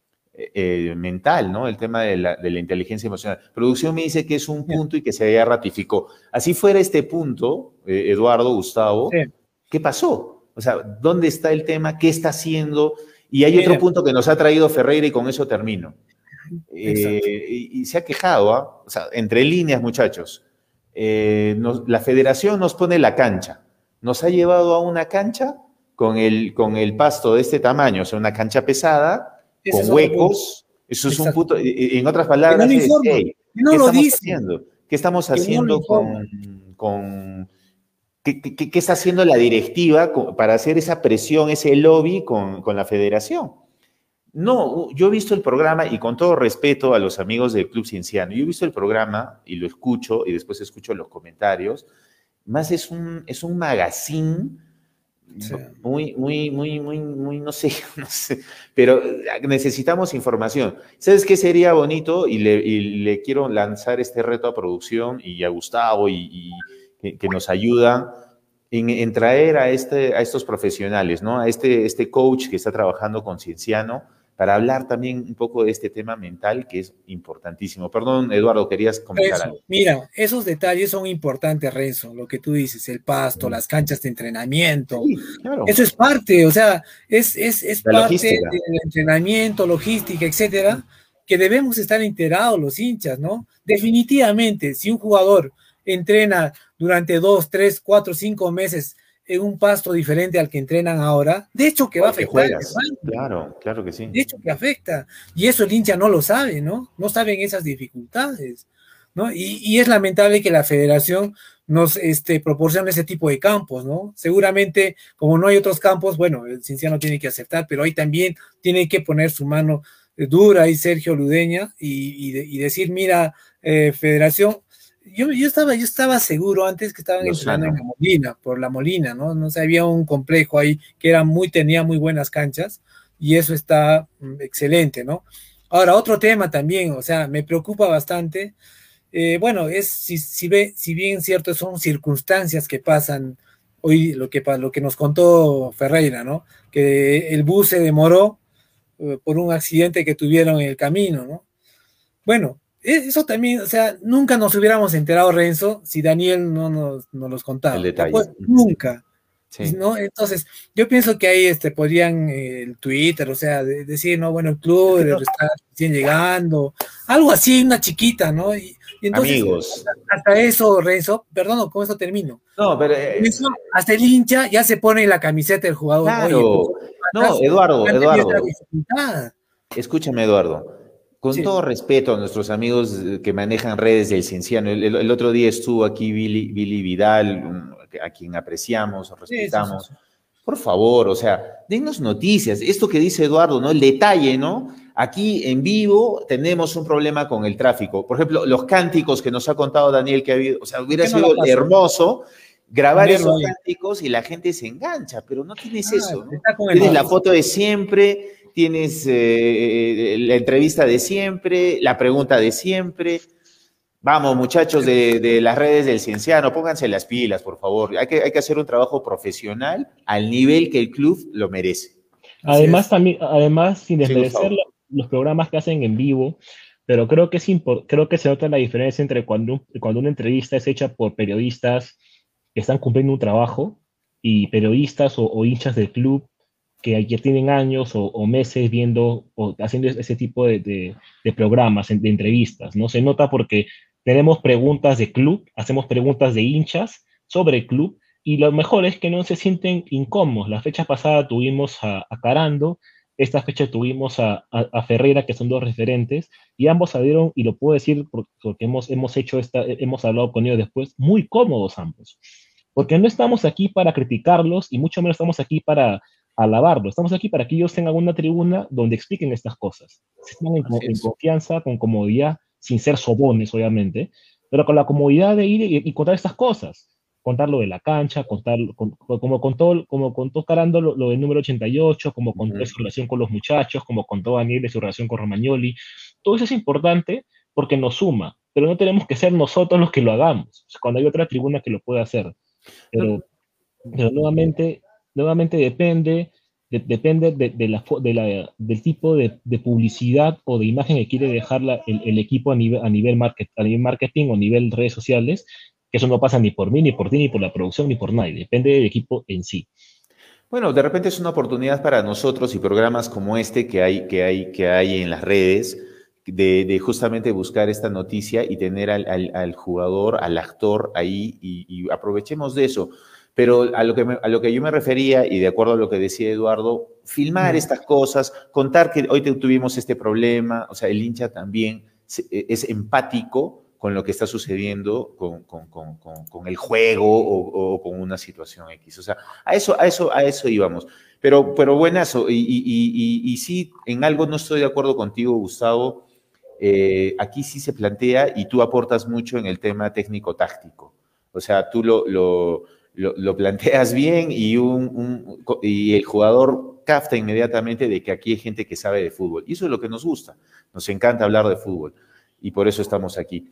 eh, mental, ¿no? El tema de la, de la inteligencia emocional. Producción me dice que es un punto y que se ya ratificó. Así fuera este punto, eh, Eduardo, Gustavo, Sí. ¿qué pasó? O sea, ¿dónde está el tema? ¿Qué está haciendo? Y hay otro Mira, punto que nos ha traído Ferreira y con eso termino. exacto. Eh, y, y se ha quejado, ¿ah? O sea, entre líneas, muchachos. Eh, nos, la federación nos pone la cancha. Nos ha llevado a una cancha con el, con el pasto de este tamaño, o sea, una cancha pesada, Ese con es otro punto. huecos. Eso es un Exacto. punto. En otras Que no palabras, lo es, informan, hey, que no ¿qué lo estamos dicen, haciendo? ¿Qué estamos que no lo haciendo informan. con, con ¿Qué, qué, ¿Qué está haciendo la directiva para hacer esa presión, ese lobby con, con la federación? No, yo he visto el programa y con todo respeto a los amigos del Club Cienciano, yo he visto el programa y lo escucho y después escucho los comentarios, más es un, es un magazine Sí. muy, muy, muy, muy, muy, no sé, no sé, pero necesitamos información. ¿Sabes qué sería bonito? Y le, y le quiero lanzar este reto a producción y a Gustavo y, y que, que nos ayudan en, en traer a, este, a estos profesionales, ¿no? A este, este coach que está trabajando con Cienciano para hablar también un poco de este tema mental que es importantísimo. Perdón, Eduardo, querías comentar Renzo, algo. mira, esos detalles son importantes, Renzo, lo que tú dices, el pasto, las canchas de entrenamiento, Sí, claro. eso es parte, o sea, es, es, es La parte logística. del entrenamiento, logística, etcétera, que debemos estar enterados los hinchas, ¿no? Definitivamente, si un jugador entrena durante dos, tres, cuatro, cinco meses en un pasto diferente al que entrenan ahora, de hecho que va a Porque afectar el juegas. rango. Claro, claro que sí. De hecho que afecta, y eso el hincha no lo sabe, ¿no? No saben esas dificultades, ¿no? Y, y es lamentable que la federación nos este, proporciona ese tipo de campos, ¿no? Seguramente, como no hay otros campos, bueno, el Cienciano tiene que aceptar, pero ahí también tiene que poner su mano dura ahí Sergio Ludeña y, y, de, y decir, mira, eh, Federación, yo, yo, estaba, yo estaba seguro antes que estaban entrenando en la Molina, por la Molina, ¿no? No sé, había un complejo ahí que era muy, tenía muy buenas canchas y eso está mm, excelente, ¿no? Ahora, otro tema también, o sea, me preocupa bastante. Eh, bueno, es si, si, ve, si bien cierto son circunstancias que pasan hoy, lo que, lo que nos contó Ferreira, ¿no? Que el bus se demoró eh, por un accidente que tuvieron en el camino, ¿no? Bueno, eso también, o sea, nunca nos hubiéramos enterado, Renzo, si Daniel no nos, nos los contaba. El detalle. Pues, nunca. Sí. ¿No? Entonces, yo pienso que ahí este, podrían eh, el Twitter, o sea, de, decir, no, bueno, el club no. está recién llegando, algo así, una chiquita, ¿no? Y, y entonces, amigos. Hasta, hasta eso, Renzo, perdón, con eso termino. No, pero. Eh, eso, hasta el hincha ya se pone la camiseta del jugador. Claro. Oye, no, Eduardo, Eduardo. Escúchame, Eduardo. Con sí. todo respeto a nuestros amigos que manejan redes del Cienciano, el, el, el otro día estuvo aquí Billy, Billy Vidal, un, a quien apreciamos, respetamos. Sí, sí, sí. Por favor, o sea, dennos noticias. Esto que dice Eduardo, ¿no? El detalle, ¿no? Aquí en vivo tenemos un problema con el tráfico. Por ejemplo, los cánticos que nos ha contado Daniel que ha habido, o sea, hubiera sido no hermoso grabar Daniel, esos cánticos y la gente se engancha, pero no tienes ah, eso, ¿no? Tienes la foto de siempre, tienes eh, la entrevista de siempre, la pregunta de siempre. Vamos, muchachos de, de las redes del Cienciano, pónganse las pilas, por favor. Hay que, hay que hacer un trabajo profesional al nivel que el club lo merece. Además, también, además sin desmerecer sí, los programas que hacen en vivo, pero creo que, es creo que se nota la diferencia entre cuando, cuando una entrevista es hecha por periodistas que están cumpliendo un trabajo y periodistas o, o hinchas del club que ya tienen años o, o meses viendo o haciendo ese tipo de, de, de programas, de entrevistas, ¿no? Se nota porque tenemos preguntas de club, hacemos preguntas de hinchas sobre el club, y lo mejor es que no se sienten incómodos. La fecha pasada tuvimos a, a Carando, esta fecha tuvimos a, a, a Ferreira, que son dos referentes, y ambos salieron, y lo puedo decir porque hemos, hemos hecho esta, hemos hablado con ellos después, muy cómodos ambos. Porque no estamos aquí para criticarlos, y mucho menos estamos aquí para alabarlos. Estamos aquí para que ellos tengan una tribuna donde expliquen estas cosas. Están en, en confianza, con comodidad, sin ser sobones, obviamente, pero con la comodidad de ir y, y contar estas cosas. Contar lo de la cancha, contar, con, como contó, como contó Carando lo, lo del número ochenta y ocho, como contó uh-huh. su relación con los muchachos, como contó Daniel de su relación con Romagnoli. Todo eso es importante porque nos suma, pero no tenemos que ser nosotros los que lo hagamos. Cuando hay otra tribuna que lo puede hacer. Pero, pero nuevamente, nuevamente depende... De, depende de, de la, de la, del tipo de, de publicidad o de imagen que quiere dejar la, el, el equipo a nivel, a, nivel market, a nivel marketing o a nivel redes sociales, que eso no pasa ni por mí, ni por ti, ni por la producción, ni por nadie. Depende del equipo en sí. Bueno, de repente es una oportunidad para nosotros y programas como este que hay, que hay, que hay en las redes, de, de justamente buscar esta noticia y tener al, al, al jugador, al actor ahí, y, y aprovechemos de eso. Pero a lo, que me, a lo que yo me refería, y de acuerdo a lo que decía Eduardo, filmar estas cosas, contar que hoy tuvimos este problema, o sea, el hincha también es empático con lo que está sucediendo con, con, con, con, con el juego o, o con una situación X. O sea, a eso, a eso, a eso íbamos. Pero, pero buenazo, y, y, y, y sí, en algo no estoy de acuerdo contigo, Gustavo. Eh, aquí sí se plantea, y tú aportas mucho en el tema técnico-táctico. O sea, tú lo... lo Lo, lo planteas bien y, un, un, y el jugador capta inmediatamente de que aquí hay gente que sabe de fútbol. Y eso es lo que nos gusta. Nos encanta hablar de fútbol y por eso estamos aquí.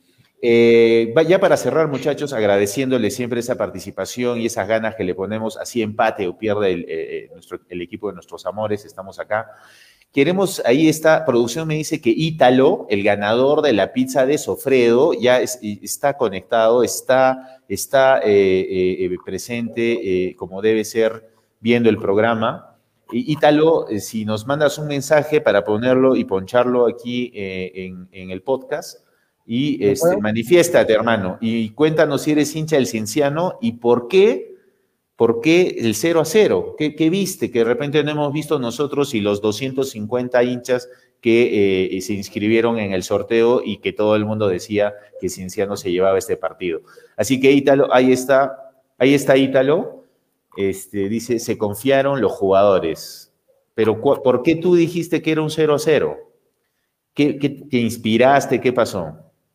Eh, ya para cerrar, muchachos, agradeciéndoles siempre esa participación y esas ganas que le ponemos, así empate o pierde el, eh, nuestro, el equipo de nuestros amores, estamos acá. Queremos, ahí está, producción me dice que Ítalo, el ganador de la pizza de Sofredo, ya es, está conectado, está, está eh, eh, presente eh, como debe ser, viendo el programa. Ítalo, eh, si nos mandas un mensaje para ponerlo y poncharlo aquí eh, en, en el podcast, y este, manifiéstate, hermano, y cuéntanos si eres hincha del Cienciano y por qué ¿Por qué el cero a cero? ¿Qué, qué viste que de repente no hemos visto nosotros y los doscientos cincuenta hinchas que eh, se inscribieron en el sorteo y que todo el mundo decía que Cienciano se llevaba este partido? Así que Ítalo, ahí está, ahí está Ítalo, este, dice, se confiaron los jugadores. Pero ¿por qué tú dijiste que era un cero a cero? ¿Qué, qué te inspiraste? ¿Qué pasó?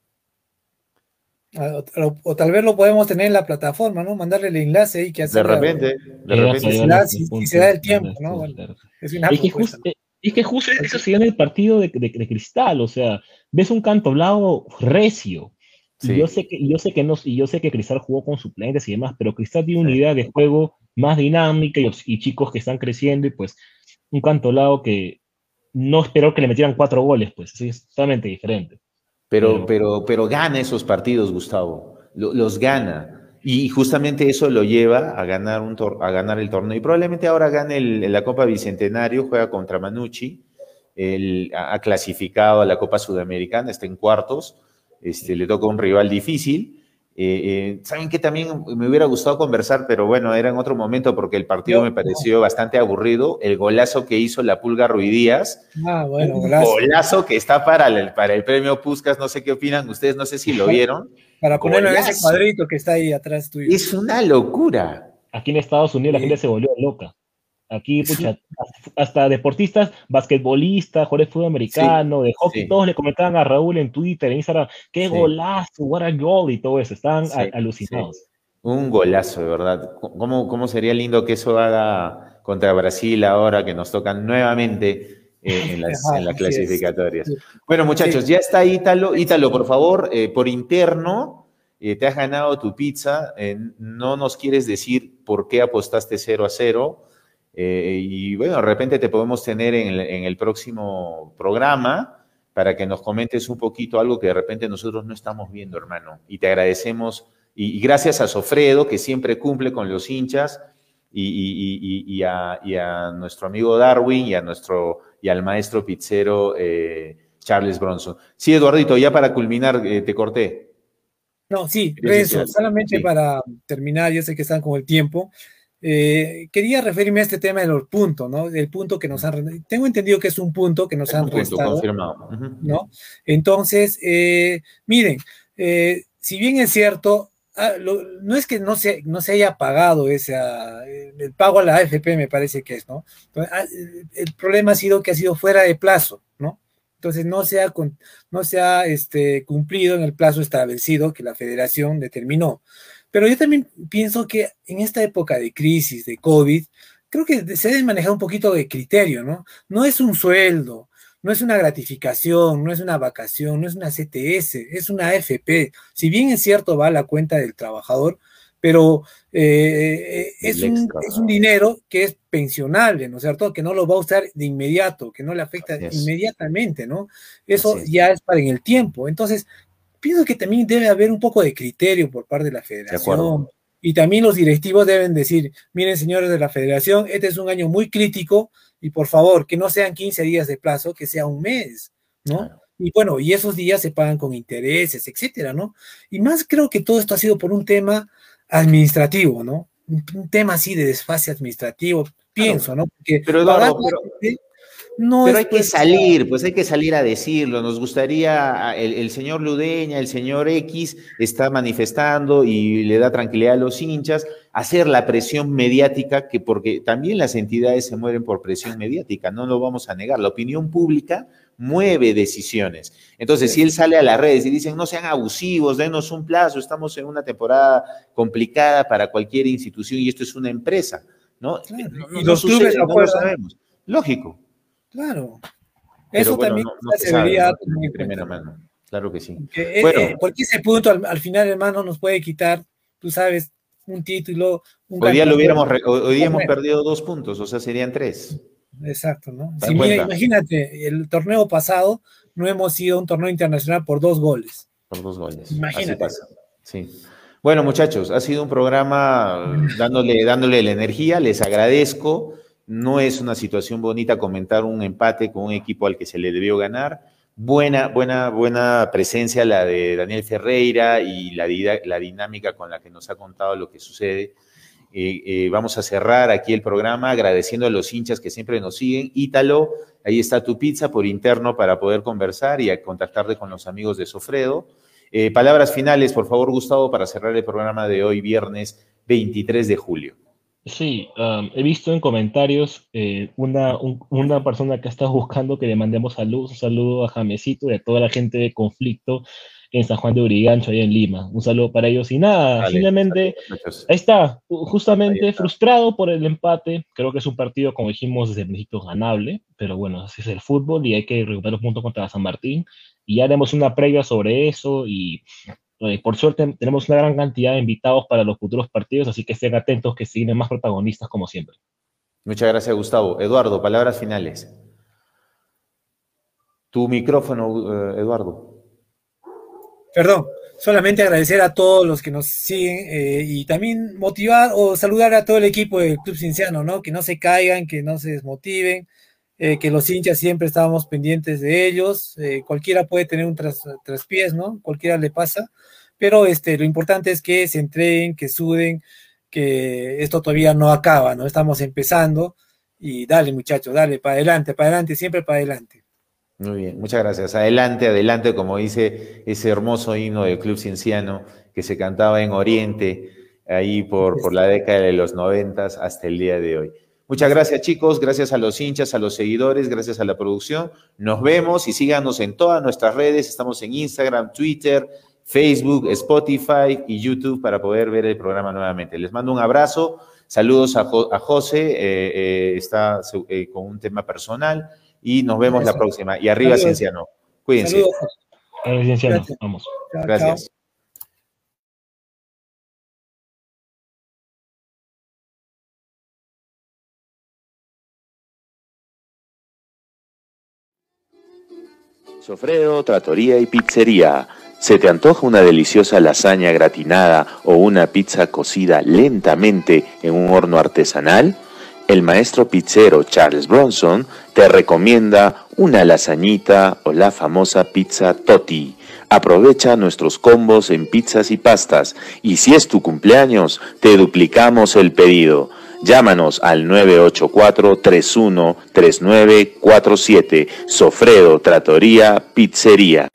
O, o tal vez lo podemos tener en la plataforma, ¿no? Mandarle el enlace ahí que hace. De repente, de repente. Si se, da, si, si se da el tiempo, ¿no? Bueno, es una es, que just, es que justo eso se llama el partido de, de, de Cristal, o sea, ves un Cantolao recio. Sí. Y yo sé que, yo sé que no, y yo sé que Cristal jugó con suplentes y demás, pero Cristal tiene una sí. idea de juego más dinámica y, y chicos que están creciendo, y pues un Cantolao que no esperó que le metieran cuatro goles, pues sí, es totalmente diferente. Pero, pero, pero gana esos partidos, Gustavo, los gana. Y justamente eso lo lleva a ganar, un a ganar el torneo. Y probablemente ahora gane el, la Copa Bicentenario, juega contra Manucci, el, ha clasificado a la Copa Sudamericana, está en cuartos, este, le toca un rival difícil. Eh, eh, ¿Saben qué? También me hubiera gustado conversar, pero bueno, era en otro momento porque el partido me pareció bastante aburrido. El golazo que hizo la Pulga Ruidíaz, ah, bueno, un golazo. golazo que está para el, para el premio Puskás, no sé qué opinan ustedes, no sé si lo vieron. Para ponerlo en ese cuadrito que está ahí atrás tuyo. Es una locura. Aquí en Estados Unidos sí. la gente se volvió loca. Aquí, pucha, hasta deportistas, basquetbolistas, jugadores de fútbol americano, sí, de hockey, sí. todos le comentaban a Raúl en Twitter, en Instagram, qué sí. golazo, what a goal y todo eso, estaban sí, alucinados. Sí. Un golazo, de verdad. ¿Cómo, ¿Cómo sería lindo que eso haga contra Brasil ahora que nos tocan nuevamente eh, en las, Ajá, en las clasificatorias? Sí. Bueno, muchachos, sí. ya está Ítalo. Ítalo, por favor, eh, por interno, eh, te has ganado tu pizza. Eh, no nos quieres decir por qué apostaste cero a cero. Eh, y bueno, de repente te podemos tener en el, en el próximo programa para que nos comentes un poquito algo que de repente nosotros no estamos viendo, hermano. Y te agradecemos. Y, y gracias a Sofredo, que siempre cumple con los hinchas, y, y, y, y, a, y a nuestro amigo Darwin y, a nuestro, y al maestro pizzero eh, Charles Bronson. Sí, Eduardito, ya para culminar, eh, te corté. No, sí, Renzo, solamente sí. para terminar, yo sé que están con el tiempo. Eh, quería referirme a este tema de los puntos, ¿no? El punto que nos han... Tengo entendido que es un punto que nos es han un punto, restado. Confirmado. Uh-huh. ¿No? Entonces, eh, miren, eh, si bien es cierto, ah, lo, no es que no se, no se haya pagado ese, el pago a la A F P, me parece que es, ¿no? Entonces, ah, el problema ha sido que ha sido fuera de plazo, ¿no? Entonces no se ha, no se ha este, cumplido en el plazo establecido que la federación determinó. Pero yo también pienso que en esta época de crisis, de COVID, creo que se debe manejar un poquito de criterio, ¿no? No es un sueldo, no es una gratificación, no es una vacación, no es una C T S, es una A F P. Si bien es cierto, va a la cuenta del trabajador, pero eh, es, un, es un dinero que es pensionable, ¿no es cierto? Que no lo va a usar de inmediato, que no le afecta yes. inmediatamente, ¿no? Eso yes. ya es para en el tiempo. Entonces, pienso que también debe haber un poco de criterio por parte de la federación. Y también los directivos deben decir, miren, señores de la federación, este es un año muy crítico y por favor, que no sean quince días de plazo, que sea un mes, ¿no? Claro. Y bueno, y esos días se pagan con intereses, etcétera, ¿no? Y más creo que todo esto ha sido por un tema administrativo, ¿no? Un, un tema así de desfase administrativo, pienso, claro. ¿no? Porque pero, Eduardo, pero... No Pero hay que salir, pues hay que salir a decirlo. Nos gustaría, el, el señor Ludeña, el señor X está manifestando y le da tranquilidad a los hinchas, hacer la presión mediática, que porque también las entidades se mueven por presión mediática, no lo vamos a negar. La opinión pública mueve decisiones. Entonces, si él sale a las redes y dicen, no sean abusivos, denos un plazo, estamos en una temporada complicada para cualquier institución y esto es una empresa, ¿no? Claro. no, y los sucede, clubes no lo sabemos. Lógico. Claro, pero eso bueno, también no, no se, se debería sabe, ¿no? De primera mano, claro que sí. Que, bueno. eh, porque ese punto al, al final, hermano, nos puede quitar, tú sabes, un título. Un hoy día lo hubiéramos, hoy día hemos perdido dos puntos, o sea, serían tres. Exacto, ¿no? Si mira, imagínate, el torneo pasado no hemos ido a un torneo internacional por dos goles. Por dos goles. Imagínate. Así pasa. Sí. Bueno, muchachos, ha sido un programa dándole, dándole la energía, les agradezco. No es una situación bonita comentar un empate con un equipo al que se le debió ganar. Buena, buena, buena presencia la de Daniel Ferreira y la, la dinámica con la que nos ha contado lo que sucede. eh, eh, vamos a cerrar aquí el programa agradeciendo a los hinchas que siempre nos siguen. Ítalo, ahí está tu pizza por interno para poder conversar y a contactarte con los amigos de Sofredo. Eh, palabras finales, por favor, Gustavo, para cerrar el programa de hoy, viernes veintitrés de julio. Sí, um, he visto en comentarios eh, una, un, una persona que está buscando que le mandemos saludos, un saludo a Jamesito y a toda la gente de Conflicto en San Juan de Urigancho, allá en Lima. Un saludo para ellos. Y nada, vale, simplemente, saludos, ahí está, justamente ahí está. Frustrado por el empate. Creo que es un partido, como dijimos desde el principio, ganable, pero bueno, así es el fútbol y hay que recuperar los puntos contra San Martín. Y ya haremos una previa sobre eso y... Por suerte tenemos una gran cantidad de invitados para los futuros partidos, así que estén atentos que siguen más protagonistas como siempre. Muchas gracias, Gustavo. Eduardo, palabras finales. Tu micrófono, Eduardo. Perdón, solamente agradecer a todos los que nos siguen eh, y también motivar o saludar a todo el equipo del Club Cienciano, ¿no? Que no se caigan, que no se desmotiven, eh, que los hinchas siempre estábamos pendientes de ellos. Eh, cualquiera puede tener un tras, traspiés, ¿no? Cualquiera le pasa. Pero este, lo importante es que se entreguen, que suden, que esto todavía no acaba, ¿no? Estamos empezando y dale, muchachos, dale, para adelante, para adelante, siempre para adelante. Muy bien, muchas gracias. Adelante, adelante, como dice ese hermoso himno del Club Cienciano que se cantaba en Oriente, ahí por, por la década de los noventas hasta el día de hoy. Muchas gracias, chicos, gracias a los hinchas, a los seguidores, gracias a la producción. Nos vemos y síganos en todas nuestras redes, estamos en Instagram, Twitter, Facebook, Spotify y YouTube para poder ver el programa nuevamente. Les mando un abrazo, saludos a, jo a José, eh, eh, está eh, con un tema personal y nos vemos Gracias. La próxima. Y arriba, saludos. Cienciano. Cuídense. Saludos. Cienciano. Gracias. Vamos. Gracias. Sofredo, Trattoria y Pizzería. ¿Se te antoja una deliciosa lasaña gratinada o una pizza cocida lentamente en un horno artesanal? El maestro pizzero Charles Bronson te recomienda una lasañita o la famosa pizza Totti. Aprovecha nuestros combos en pizzas y pastas y si es tu cumpleaños, te duplicamos el pedido. Llámanos al nueve ocho cuatro, tres uno tres nueve cuatro siete. Sofredo, Trattoria, Pizzería.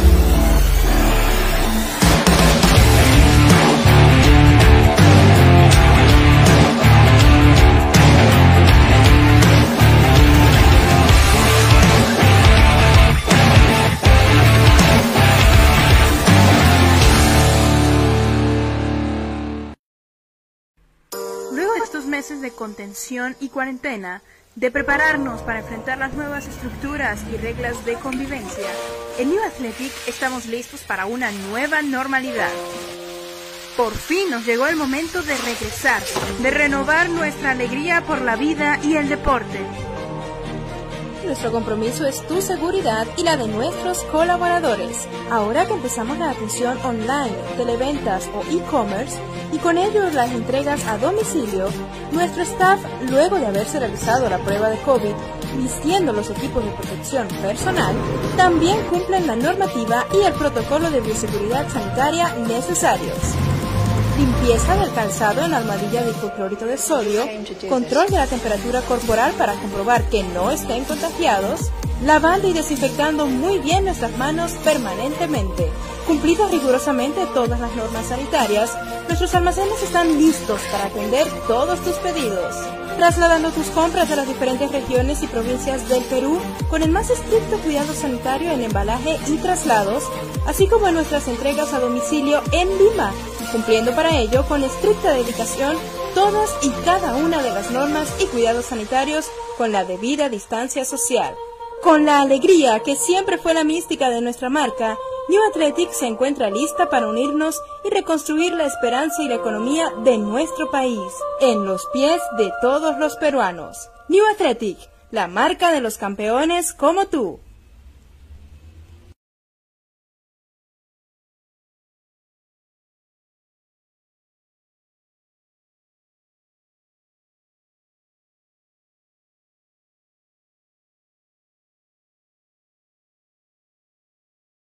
Meses de contención y cuarentena, de prepararnos para enfrentar las nuevas estructuras y reglas de convivencia, en New Athletic estamos listos para una nueva normalidad. Por fin nos llegó el momento de regresar, de renovar nuestra alegría por la vida y el deporte. Nuestro compromiso es tu seguridad y la de nuestros colaboradores. Ahora que empezamos la atención online, televentas o e-commerce y con ello las entregas a domicilio, nuestro staff, luego de haberse realizado la prueba de COVID, vistiendo los equipos de protección personal, también cumplen la normativa y el protocolo de bioseguridad sanitaria necesarios. Limpieza del calzado en almohadilla de hipoclorito de sodio, control de la temperatura corporal para comprobar que no estén contagiados, lavando y desinfectando muy bien nuestras manos permanentemente. Cumplidas rigurosamente todas las normas sanitarias, nuestros almacenes están listos para atender todos tus pedidos. Trasladando tus compras a las diferentes regiones y provincias del Perú con el más estricto cuidado sanitario en embalaje y traslados, así como en nuestras entregas a domicilio en Lima, cumpliendo para ello con estricta dedicación todas y cada una de las normas y cuidados sanitarios con la debida distancia social. Con la alegría que siempre fue la mística de nuestra marca, New Athletic se encuentra lista para unirnos y reconstruir la esperanza y la economía de nuestro país, en los pies de todos los peruanos. New Athletic, la marca de los campeones como tú.